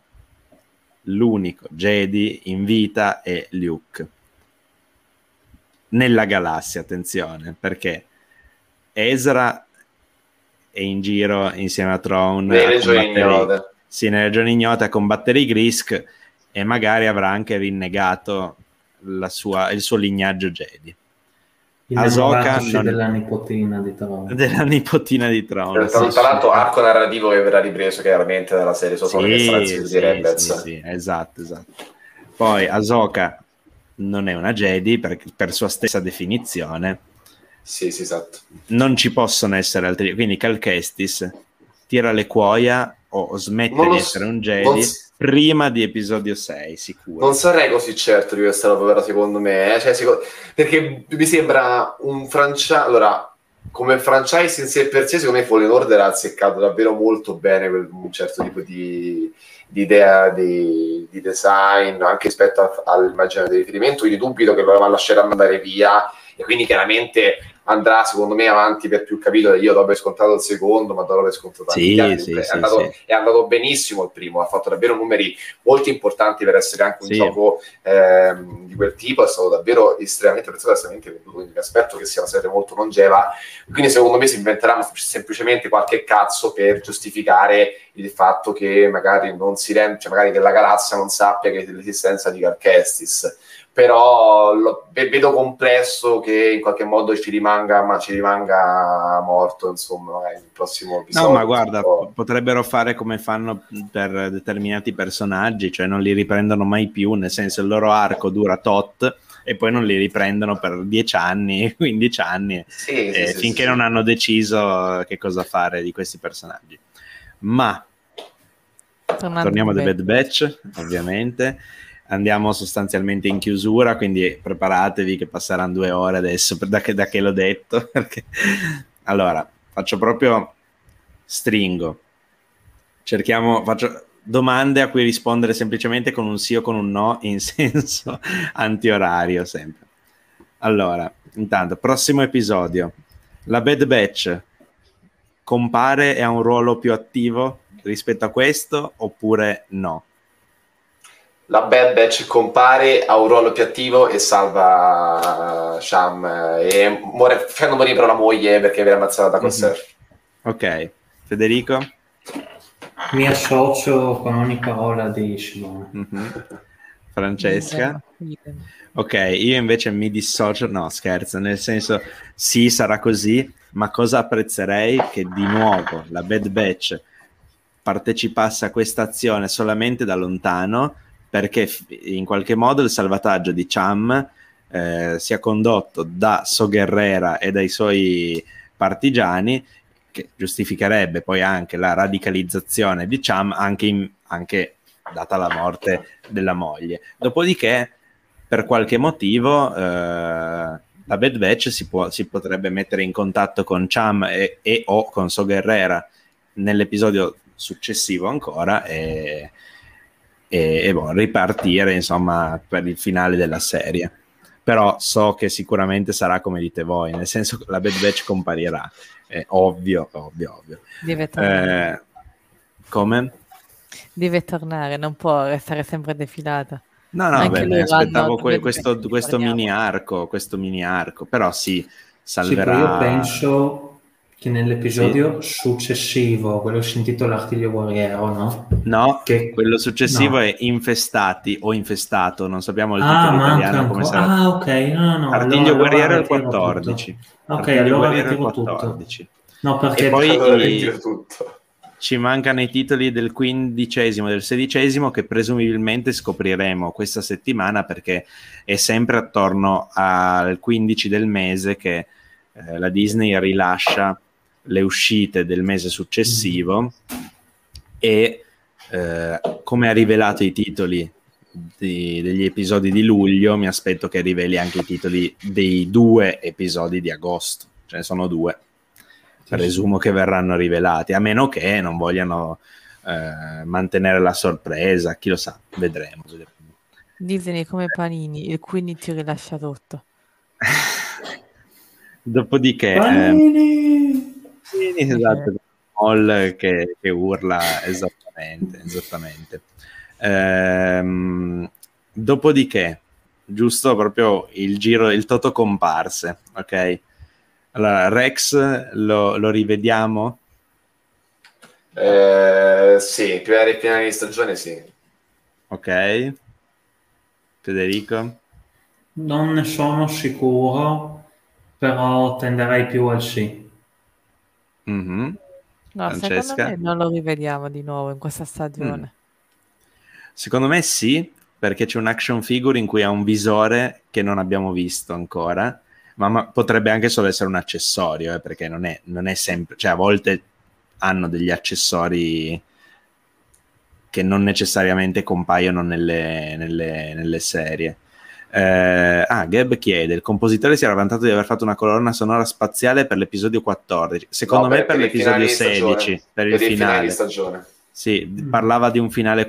l'unico Jedi in vita è Luke. Nella galassia, attenzione, perché Ezra è in giro insieme a Thrawn nelle regioni ignote. Sì, nelle regioni ignote a combattere i Grisk, e magari avrà anche rinnegato la sua, il suo lignaggio Jedi. Ahsoka non... della nipotina di Thrawn. Della nipotina di Thrawn. Tra, tra l'altro arco narrativo che verrà ripreso chiaramente dalla serie Solo che sarà sì, di sì, Rebels. Sì, sì, esatto, esatto. Poi Ahsoka non è una Jedi per, per sua stessa definizione. Sì, sì, esatto. Non ci possono essere altri, quindi Cal Kestis tira le cuoia o smette di essere un Jedi s- prima di episodio sei, sicuro. Non sarei così certo di questa roba, però, secondo me, eh? Cioè, secondo... perché mi sembra un franchise, allora, come franchise in sé per sé, secondo me Fallen Order ha azzeccato davvero molto bene quel, un certo tipo di, di idea di, di design, anche rispetto all'immagine di riferimento, quindi dubito che lo lasceranno andare via, e quindi chiaramente andrà secondo me avanti per più capitoli. Io dopo aver scontato il secondo, ma dopo aver scontato tanti sì, altri, sì, è, sì, andato, sì. è andato benissimo il primo, ha fatto davvero numeri molto importanti per essere anche un Sì. gioco ehm, di quel tipo, è stato davvero estremamente apprezzato, estremamente venduto, quindi mi aspetto che sia una serie molto longeva, quindi secondo me si inventeranno semplicemente qualche cazzo per giustificare il fatto che magari non si rende, cioè magari che la galassia non sappia che l'esistenza di Cal Kestis, però lo, vedo complesso che in qualche modo ci rimanga, ma ci rimanga morto, insomma, il prossimo episodio. No, ma guarda, po- potrebbero fare come fanno per determinati personaggi, cioè non li riprendono mai più, nel senso il loro arco dura tot e poi non li riprendono per dieci anni, quindici anni, sì, eh, sì, finché sì, non sì. hanno deciso che cosa fare di questi personaggi. Ma Tornando torniamo a a The Bad Batch, ovviamente. Andiamo sostanzialmente in chiusura, quindi preparatevi che passeranno due ore adesso da che, da che l'ho detto. Perché... Allora, faccio proprio stringo. Cerchiamo, faccio domande a cui rispondere semplicemente con un sì o con un no in senso antiorario sempre. Allora, intanto, prossimo episodio. La Bad Batch compare e ha un ruolo più attivo rispetto a questo oppure no? La Bad Batch compare, ha un ruolo più attivo e salva Sham e muore, facendo morire però la moglie perché viene ammazzata da Corsair. Mm-hmm. Ok, Federico? Mi associo con ogni parola di Simone. Mm-hmm. Francesca? Idem. Ok, io invece mi dissocio, no scherzo, nel senso sì sarà così, ma cosa apprezzerei che di nuovo la Bad Batch partecipasse a questa azione solamente da lontano, perché in qualche modo il salvataggio di Cham eh, sia condotto da So Guerrera e dai suoi partigiani, che giustificherebbe poi anche la radicalizzazione di Cham, anche, in, anche data la morte della moglie. Dopodiché, per qualche motivo, eh, la Bad Batch si, può, si potrebbe mettere in contatto con Cham e, e o con So Guerrera nell'episodio successivo ancora e, e, e boh, ripartire insomma per il finale della serie. Però so che sicuramente sarà come dite voi, nel senso che la Bad Batch comparirà, è ovvio, ovvio, ovvio. Deve tornare. Eh, come? Deve tornare, non può restare sempre defilata. No, no, Anche beh, me loro aspettavo hanno- que- questo, ne questo parliamo. mini arco, questo mini arco, però sì, Sì, però salverà. io penso che nell'episodio successivo, quello si intitola Artiglio Guerriero, no? No, Che- quello successivo no. è Infestati o Infestato, non sappiamo il Ah, titolo manca italiano come ancora. sarà. Ah, ok, no, no, no. Artiglio allora, Guerriero allora è il ritiro quattordici. tutto. Ok, Artiglio allora Guerriero è il ritiro tutto. quattordici. No, perché E poi Allora i- ritiro tutto. ci mancano i titoli del quindicesimo e del sedicesimo che presumibilmente scopriremo questa settimana, perché è sempre attorno al quindici del mese che eh, la Disney rilascia le uscite del mese successivo mm. e eh, come ha rivelato i titoli di, degli episodi di luglio, mi aspetto che riveli anche i titoli dei due episodi di agosto, ce ne sono due. Presumo che verranno rivelati, a meno che non vogliano eh, mantenere la sorpresa, chi lo sa, vedremo, vedremo. Disney come Panini, il quindici rilascia tutto. Dopodiché Panini! Eh, esatto, Moll che, che urla esattamente, esattamente. Ehm, dopodiché, giusto proprio il giro, il toto comparse, ok? Allora, Rex lo, lo rivediamo? Eh, sì, prima del finale di stagione sì. Ok. Federico? Non ne sono sicuro, però tenderei più al sì. Mm-hmm. No, Francesca? secondo me non lo rivediamo di nuovo in questa stagione. Mm. Secondo me sì, perché c'è un action figure in cui ha un visore che non abbiamo visto ancora. Ma, ma potrebbe anche solo essere un accessorio, eh, perché non è, non è sempre, cioè a volte hanno degli accessori che non necessariamente compaiono nelle, nelle, nelle serie. Eh, ah, Gab chiede: il compositore si era vantato di aver fatto una colonna sonora spaziale per l'episodio quattordici, secondo No, me per, per l'episodio il sedici, per, per il il finale. finale di stagione. Sì, Mm. parlava di un finale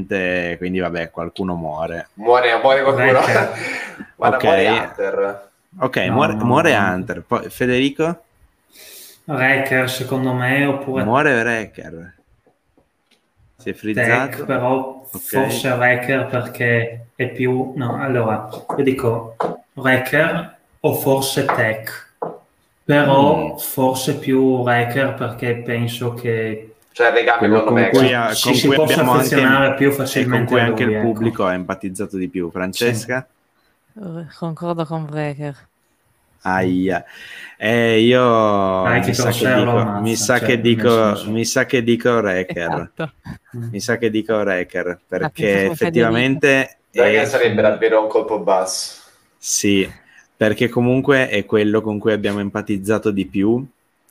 commovente, quindi vabbè, qualcuno muore. Muore, muore qualcuno. Okay. Guarda, Ok. muore Hunter. Ok, No, muore, no, muore no. Hunter. Poi Federico? Wrecker secondo me, oppure Muore Wrecker. Si è Tech, frizzato. però Ok. forse Wrecker perché è più... No, allora, io dico Wrecker o forse Tech, però Mm. forse più Wrecker perché penso che Cioè il legame Quello con con cui, Omega. ha- ci con si cui possa abbiamo anche affezionare più e con facilmente cui a anche lui, il ecco. pubblico ha empatizzato di più. Francesca? Eh, Concordo con Breaker. Aia. Eh, io Dai, mi che sa che Crosshair lo dico, mi ammazza, sa cioè, che nel dico, senso... mi sa che dico Wrecker. Esatto. Mm. Mi sa che dico Wrecker La perché penso come effettivamente Dai, che è, sarebbe davvero un colpo basso. sì, perché comunque è quello con cui abbiamo empatizzato di più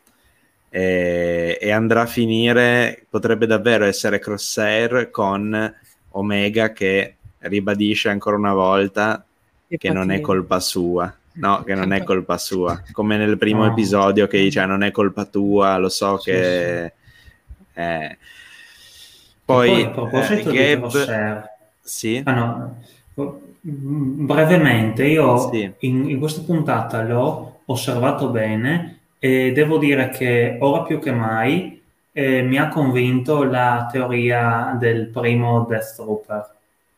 e, e andrà a finire, potrebbe davvero essere Crosshair con Omega che ribadisce ancora una volta Che che non è poteva. colpa sua. No, che non è colpa sua, come nel primo No. episodio che dice non è colpa tua, lo so Sì, che... Eh. Che Poi, poi a eh, proposito di Gab, Crosshair, sì, ah no, mm, brevemente, io sì, in, in questa puntata l'ho osservato bene e devo dire che ora più che mai eh, mi ha convinto la teoria del primo Deathtrooper,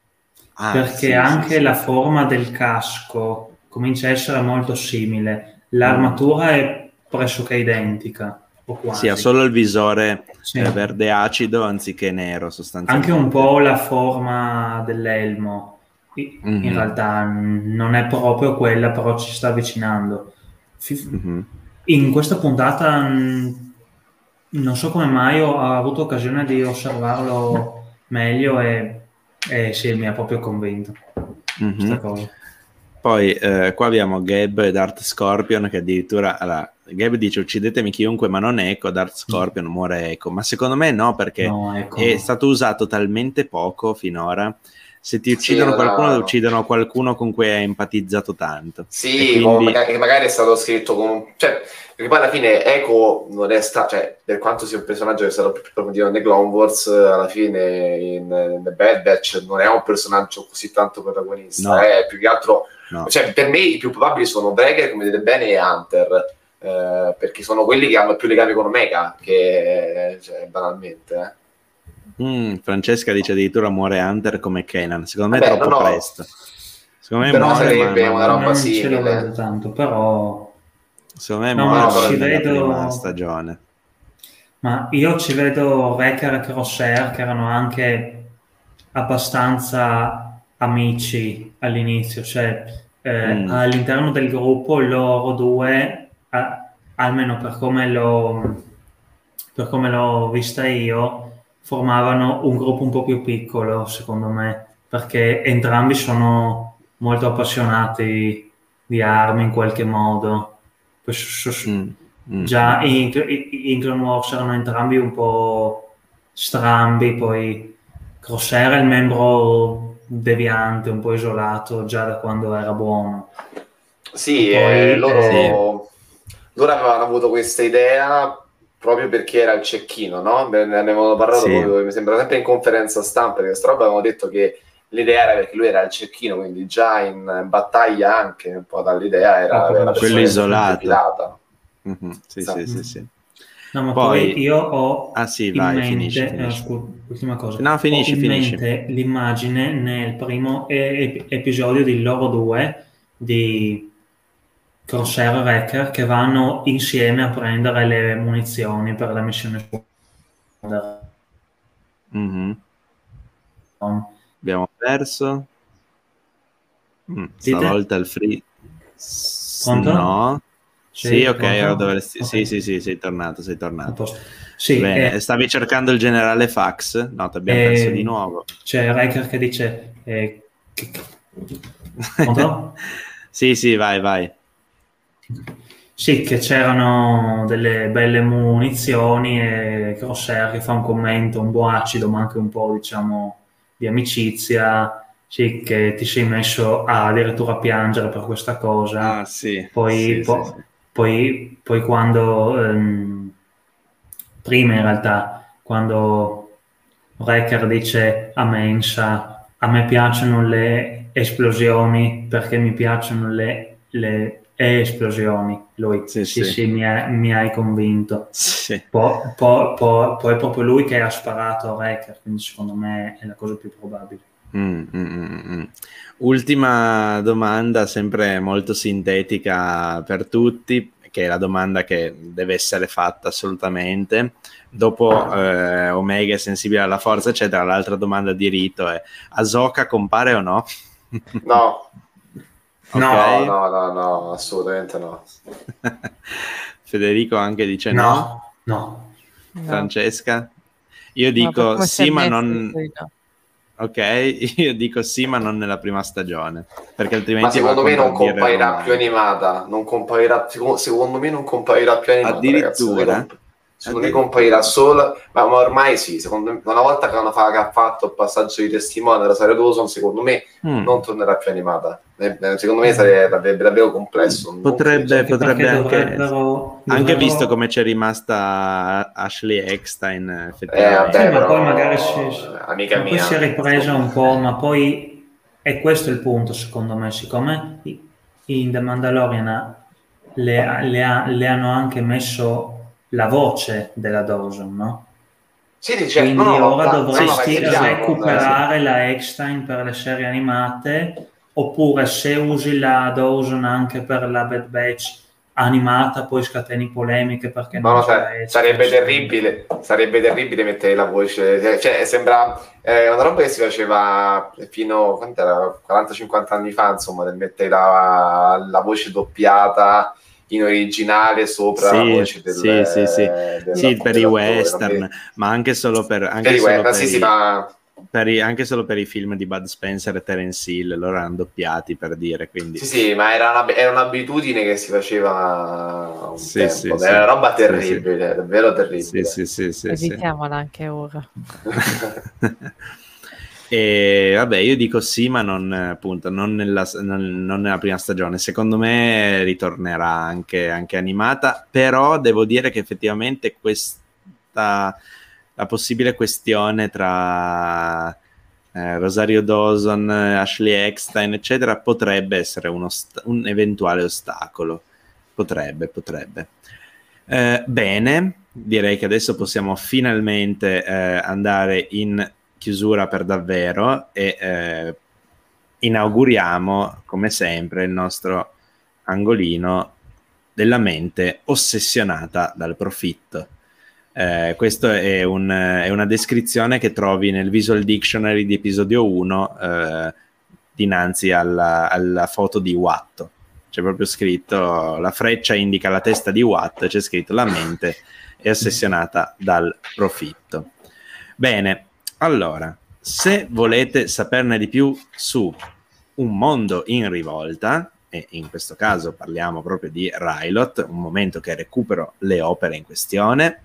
ah, perché sì, sì, anche sì. la forma del casco comincia a essere molto simile, Mm. l'armatura è pressoché identica, o Sì, ha quasi. solo il visore Sì. eh, verde acido anziché nero Anche sostanzialmente. un po' la forma dell'elmo, I- in Mhm, realtà mh, non è proprio quella, però ci sta avvicinando. Fi- mhm. In questa puntata mh, non so come mai ho, ho avuto occasione di osservarlo meglio e, e sì, mi ha proprio convinto questa Mhm. cosa. Poi eh, qua abbiamo Gab e Darth Scorpion che addirittura allora, Gab dice uccidetemi chiunque ma non Echo, Darth Scorpion muore Echo, ma secondo me no perché No, ecco. è stato usato talmente poco finora. Se ti Sì, uccidono non qualcuno, ha- uccidono qualcuno con cui hai empatizzato tanto. Sì, E come quindi magari, magari è stato scritto con un... Cioè, perché poi alla fine Echo non è stato... Cioè, per quanto sia un personaggio che è stato più approfondito nei Clone Wars, alla fine in, in The Bad Batch non è un personaggio così tanto protagonista. No. È più che altro... no. Cioè, per me i più probabili sono Breaker, come dite bene, e Hunter. Eh, perché sono quelli che hanno più legami con Omega, che cioè, banalmente... Eh. Mm, Francesca dice addirittura muore Hunter come Kanan. Secondo me Vabbè, è troppo no, no. presto. Secondo me Però muore, ma, sarebbe ma- una ma- roba non ce lo simile. vedo tanto, però... secondo me No, muore ma No, ma ci non nella vedo... prima stagione. Ma io ci vedo Wrecker e Crosshair che erano anche abbastanza amici all'inizio, cioè eh, Mm. all'interno del gruppo loro due, a- almeno per come l'ho per come l'ho vista io, formavano un gruppo un po' più piccolo, secondo me, perché entrambi sono molto appassionati di armi in qualche modo. Poi so- so- Mm. Mm. Già in, in Clone Wars erano entrambi un po' strambi, poi Crosshair è il membro deviante, un po' isolato già da quando era buono. Sì, E poi, eh, loro, Sì. loro avevano avuto questa idea proprio perché era il cecchino, no? Ne ne avevano parlato Sì. proprio, mi sembra sempre in conferenza stampa di questa roba, avevano detto che l'idea era perché lui era il cecchino, quindi già in battaglia anche un po' dall'idea era, Oh, era una quello persona isolato. defilata. Mhm. Sì, Esatto. sì, sì, sì. No, ma Poi- poi, io ho Ah, sì, in vai, mente, finisci, eh, finisci. scusa, ultima cosa, No, finisci, ho in finisci. mente l'immagine nel primo e- episodio di loro due, di Crosshair e Wrecker, che vanno insieme a prendere le munizioni per la missione Wonder. Mhm. Abbiamo perso. Mm, Dite? stavolta il free. S- Pronto? No. Sì, Sì, ok, pronto? ora dovresti... Ok. Sì, sì, sì, sei tornato, sei A tornato. posto. Sì, Bene, eh, stavi cercando il generale Fax? No, ti abbiamo eh, perso di nuovo. c'è Wrecker che dice eh, che- Pronto? Sì, sì, vai, vai. Sì, che c'erano delle belle munizioni e Crosshair che fa un commento un po' acido ma anche un po' diciamo di amicizia, sì, che ti sei messo a, addirittura a piangere per questa cosa. Ah, sì. Poi, sì, po- sì, sì. poi, poi quando ehm, prima in realtà quando Wrecker dice a Mensa a me piacciono le esplosioni perché mi piacciono le, le e esplosioni. Lui, Sì, sì, sì. sì, mi, hai, mi hai convinto. Sì. Poi, poi, poi, poi è proprio lui che ha sparato a Wrecker, quindi secondo me è la cosa più probabile. Mm, mm, mm, mm. Ultima domanda, sempre molto sintetica per tutti, che è la domanda che deve essere fatta assolutamente. Dopo eh, Omega è sensibile alla forza, eccetera. L'altra domanda di rito è: Ahsoka compare o no? No. Okay. No, no, no, no, assolutamente no. Federico anche dice no. No. No. Francesca? Io No, dico proprio sì, ma messo, non... no. Ok, io dico sì, ma non nella prima stagione, perché altrimenti Ma secondo va a me non contraddire il comparirà romanzo. più animata, non comparirà, secondo me non comparirà più animata, Addirittura? ragazzi. Secondo me comparirà solo, ma, ma ormai sì, secondo me, una volta che, hanno fa, che ha fatto il passaggio di testimone della Rosario Dawson, secondo me mm. non tornerà più animata. Secondo me sarebbe davvero complesso. Potrebbe, anche potrebbe anche, dovrebbero, anche dovrebbero... visto come c'è rimasta Ashley Eckstein, effettivamente. Eh, vabbè, sì, ma però, poi magari si, amica ma poi mia, si è ripresa insomma. un po', ma poi è questo il punto secondo me, siccome in The Mandalorian le, le, ha, le hanno anche messo la voce della Dawson, no? Sì, dice, Quindi no, no, ora no, dovresti no, no, recuperare la Eckstein per le serie animate, oppure se usi la Dawson anche per la Bad Batch animata poi scateni polemiche perché no, non no, c'è sa- la Eckstein. sarebbe terribile, sarebbe terribile mettere la voce, cioè sembra eh, una roba che si faceva fino a quaranta cinquanta anni fa, insomma, del mettere la, la voce doppiata in originale sopra sì, la voce del, sì, sì, sì. del, sì per i western, mi... ma anche solo per, anche per, solo per, per sì, i, sì, ma... per i, anche solo per i film di Bud Spencer e Terence Hill, loro erano doppiati, per dire, quindi sì, sì, ma era, una, era un'abitudine che si faceva un sì, tempo, sì, era una roba sì, terribile, sì. Davvero terribile. Sì, sì, sì, sì, evitiamola anche ora. E vabbè, io dico sì, ma non appunto non nella, non, non nella prima stagione. Secondo me ritornerà anche, anche animata, però devo dire che effettivamente questa la possibile questione tra eh, Rosario Dawson, Ashley Eckstein, eccetera, potrebbe essere uno st- un eventuale ostacolo. Potrebbe, potrebbe. Eh, bene, direi che adesso possiamo finalmente eh, andare in chiusura per davvero e eh, inauguriamo come sempre il nostro angolino della mente ossessionata dal profitto. Eh, questa è, un, è una descrizione che trovi nel Visual Dictionary di episodio uno eh, dinanzi alla, alla foto di Watto. C'è proprio scritto, la freccia indica la testa di Watt, c'è scritto la mente è ossessionata dal profitto. Bene, allora, se volete saperne di più su Un mondo in rivolta, e in questo caso parliamo proprio di Rylot, un momento che recupero le opere in questione.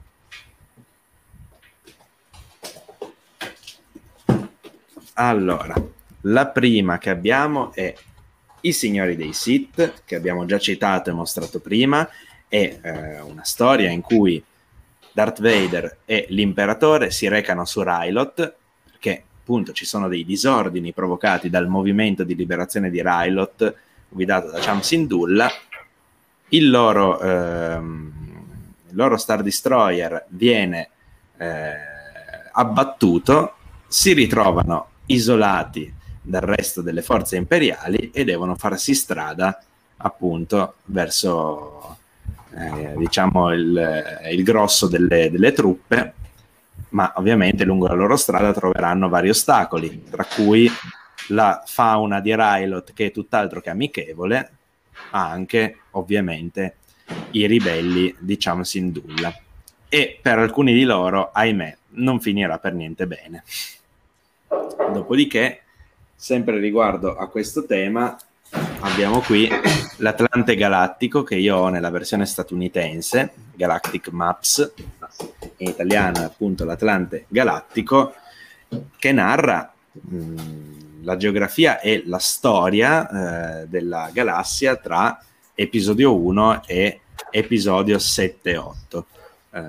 Allora, la prima che abbiamo è I Signori dei Sith, che abbiamo già citato e mostrato prima, è eh, una storia in cui Darth Vader e l'imperatore si recano su Rylot, perché appunto ci sono dei disordini provocati dal movimento di liberazione di Rylot, guidato da Cham Syndulla. Il loro, ehm, il loro Star Destroyer viene eh, abbattuto, si ritrovano isolati dal resto delle forze imperiali e devono farsi strada appunto verso eh, diciamo il, il grosso delle, delle truppe, ma ovviamente lungo la loro strada troveranno vari ostacoli, tra cui la fauna di Rylot, che è tutt'altro che amichevole, ma anche ovviamente i ribelli di Cham Syndulla, e per alcuni di loro, ahimè, non finirà per niente bene. Dopodiché, sempre riguardo a questo tema, abbiamo qui l'Atlante Galattico, che io ho nella versione statunitense, Galactic Maps, in italiano appunto l'Atlante Galattico, che narra mh, la geografia e la storia eh, della galassia tra episodio uno e episodio sette otto. Eh,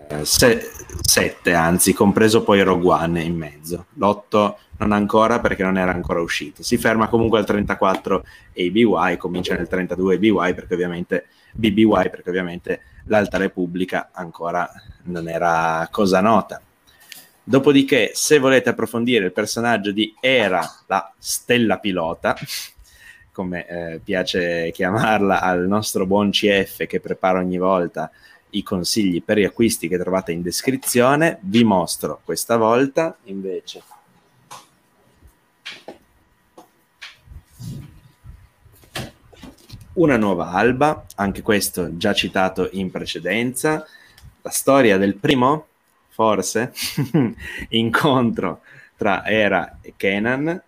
se, sette anzi, compreso poi Rogue One in mezzo. L'otto non ancora, perché non era ancora uscito. Si ferma comunque al trentaquattro A B Y, comincia nel trentadue A B Y, perché ovviamente B B Y, perché ovviamente l'Alta Repubblica ancora non era cosa nota. Dopodiché, se volete approfondire il personaggio di Hera, la stella pilota, come eh, piace chiamarla al nostro buon C F, che prepara ogni volta i consigli per gli acquisti che trovate in descrizione, vi mostro questa volta invece una nuova alba, anche questo già citato in precedenza, la storia del primo, forse, incontro tra Hera e Kanan,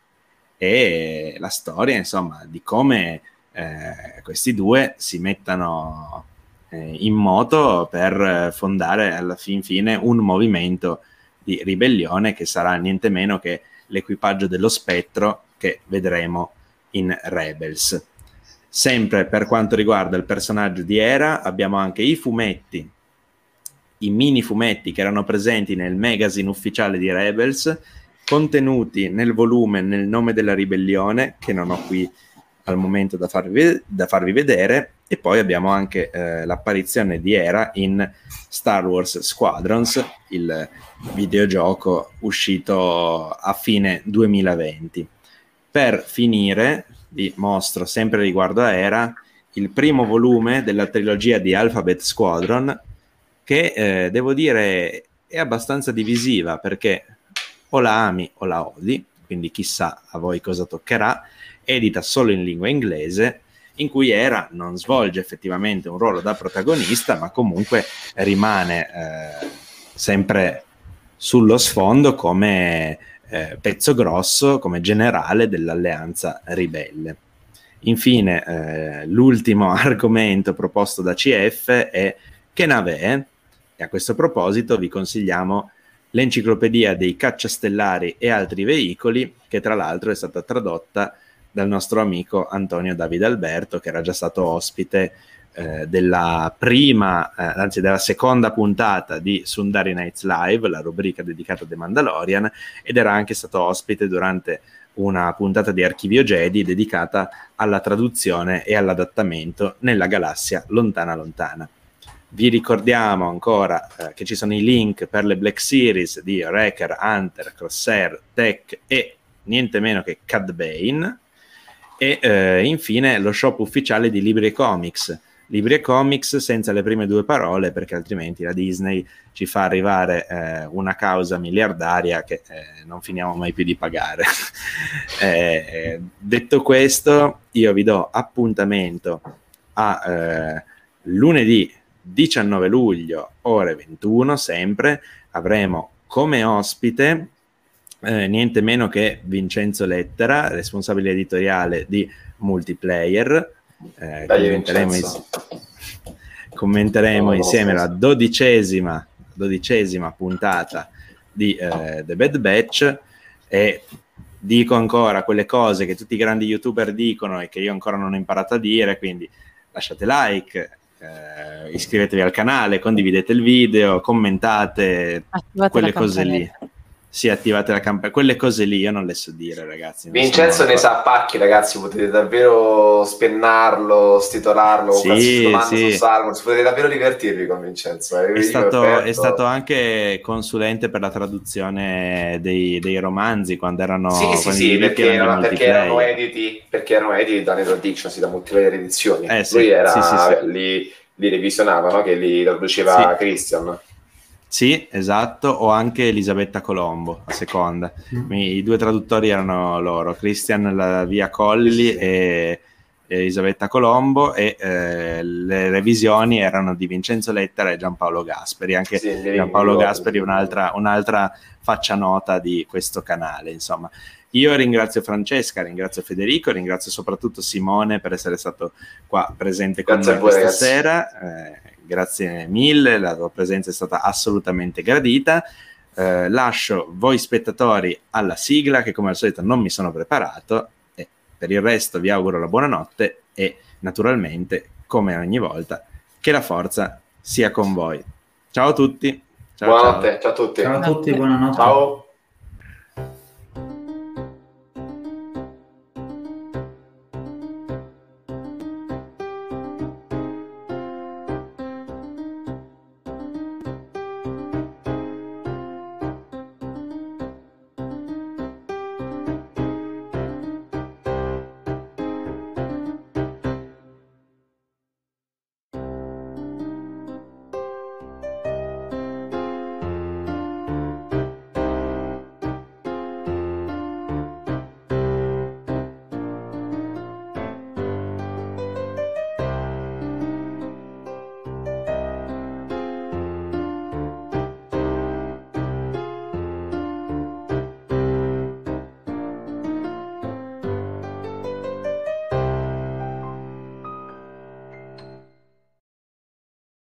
e la storia, insomma, di come eh, questi due si mettano eh, in moto per fondare alla fin fine un movimento di ribellione che sarà niente meno che l'equipaggio dello Spettro, che vedremo in Rebels. Sempre per quanto riguarda il personaggio di Hera, abbiamo anche i fumetti, i mini fumetti che erano presenti nel magazine ufficiale di Rebels, contenuti nel volume Nel nome della ribellione, che non ho qui al momento da farvi, da farvi vedere, e poi abbiamo anche eh, l'apparizione di Hera in Star Wars Squadrons, il videogioco uscito a fine duemilaventi. Per finire, vi mostro sempre riguardo a Hera il primo volume della trilogia di Alphabet Squadron, che eh, devo dire è abbastanza divisiva, perché o la ami o la odi, quindi chissà a voi cosa toccherà. Edita solo in lingua inglese, in cui Hera non svolge effettivamente un ruolo da protagonista, ma comunque rimane eh, sempre sullo sfondo come eh, pezzo grosso, come generale dell'alleanza ribelle. Infine, eh, l'ultimo argomento proposto da C F è che nave è, e a questo proposito vi consigliamo l'enciclopedia dei cacciastellari e altri veicoli, che tra l'altro è stata tradotta dal nostro amico Antonio Davide Alberto, che era già stato ospite eh, della prima, eh, anzi della seconda puntata di Sundari Nights Live, la rubrica dedicata a The Mandalorian, ed era anche stato ospite durante una puntata di Archivio Jedi dedicata alla traduzione e all'adattamento nella galassia lontana lontana. Vi ricordiamo ancora eh, che ci sono i link per le Black Series di Wrecker, Hunter, Crosshair, Tech e niente meno che Cad Bane, e eh, infine lo shop ufficiale di Libri e Comics. Libri e Comics senza le prime due parole, perché altrimenti la Disney ci fa arrivare eh, una causa miliardaria che eh, non finiamo mai più di pagare. eh, detto questo, io vi do appuntamento a eh, lunedì diciannove luglio, ore ventuno, sempre. Avremo come ospite eh, niente meno che Vincenzo Lettera, responsabile editoriale di Multiplayer. Eh, Dai, commenteremo, ins- commenteremo oh, insieme la dodicesima, dodicesima puntata di eh, The Bad Batch, e dico ancora quelle cose che tutti i grandi youtuber dicono e che io ancora non ho imparato a dire, quindi lasciate like, eh, iscrivetevi al canale, condividete il video, commentate, attivate quelle cose lì. Sì, attivate la campanella, quelle cose lì io non le so dire, ragazzi. Vincenzo ne sa pacchi, ragazzi, potete davvero spennarlo, stitolarlo, sì, sì. su Salmon, potete davvero divertirvi con Vincenzo. Eh. È, stato, è stato anche consulente per la traduzione dei, dei romanzi quando erano sì, sì, quando sì, perché, erano, perché erano editi perché erano editi da Network Diction, sì, da Multiplayer Edizioni. Eh, sì, Lui era sì, sì, sì. Li, li revisionava, no? Che li traduceva sì. Christian. Sì, esatto, o anche Elisabetta Colombo, a seconda. Mm. I due traduttori erano loro, Christian la via Colli sì. e Elisabetta Colombo, e eh, le revisioni erano di Vincenzo Lettera e Giampaolo Gasperi. Anche sì, Giampaolo Gasperi è un'altra, un'altra faccia nota di questo canale, insomma. Io ringrazio Francesca, ringrazio Federico, ringrazio soprattutto Simone per essere stato qua presente con Grazie noi questa ragazzi. sera. Eh, Grazie mille, la tua presenza è stata assolutamente gradita. Eh, lascio voi spettatori alla sigla, che come al solito non mi sono preparato, e per il resto vi auguro la buonanotte e naturalmente, come ogni volta, che la forza sia con voi. Ciao a tutti! Ciao, buonanotte, ciao. ciao a tutti. Ciao a tutti, buonanotte. Ciao.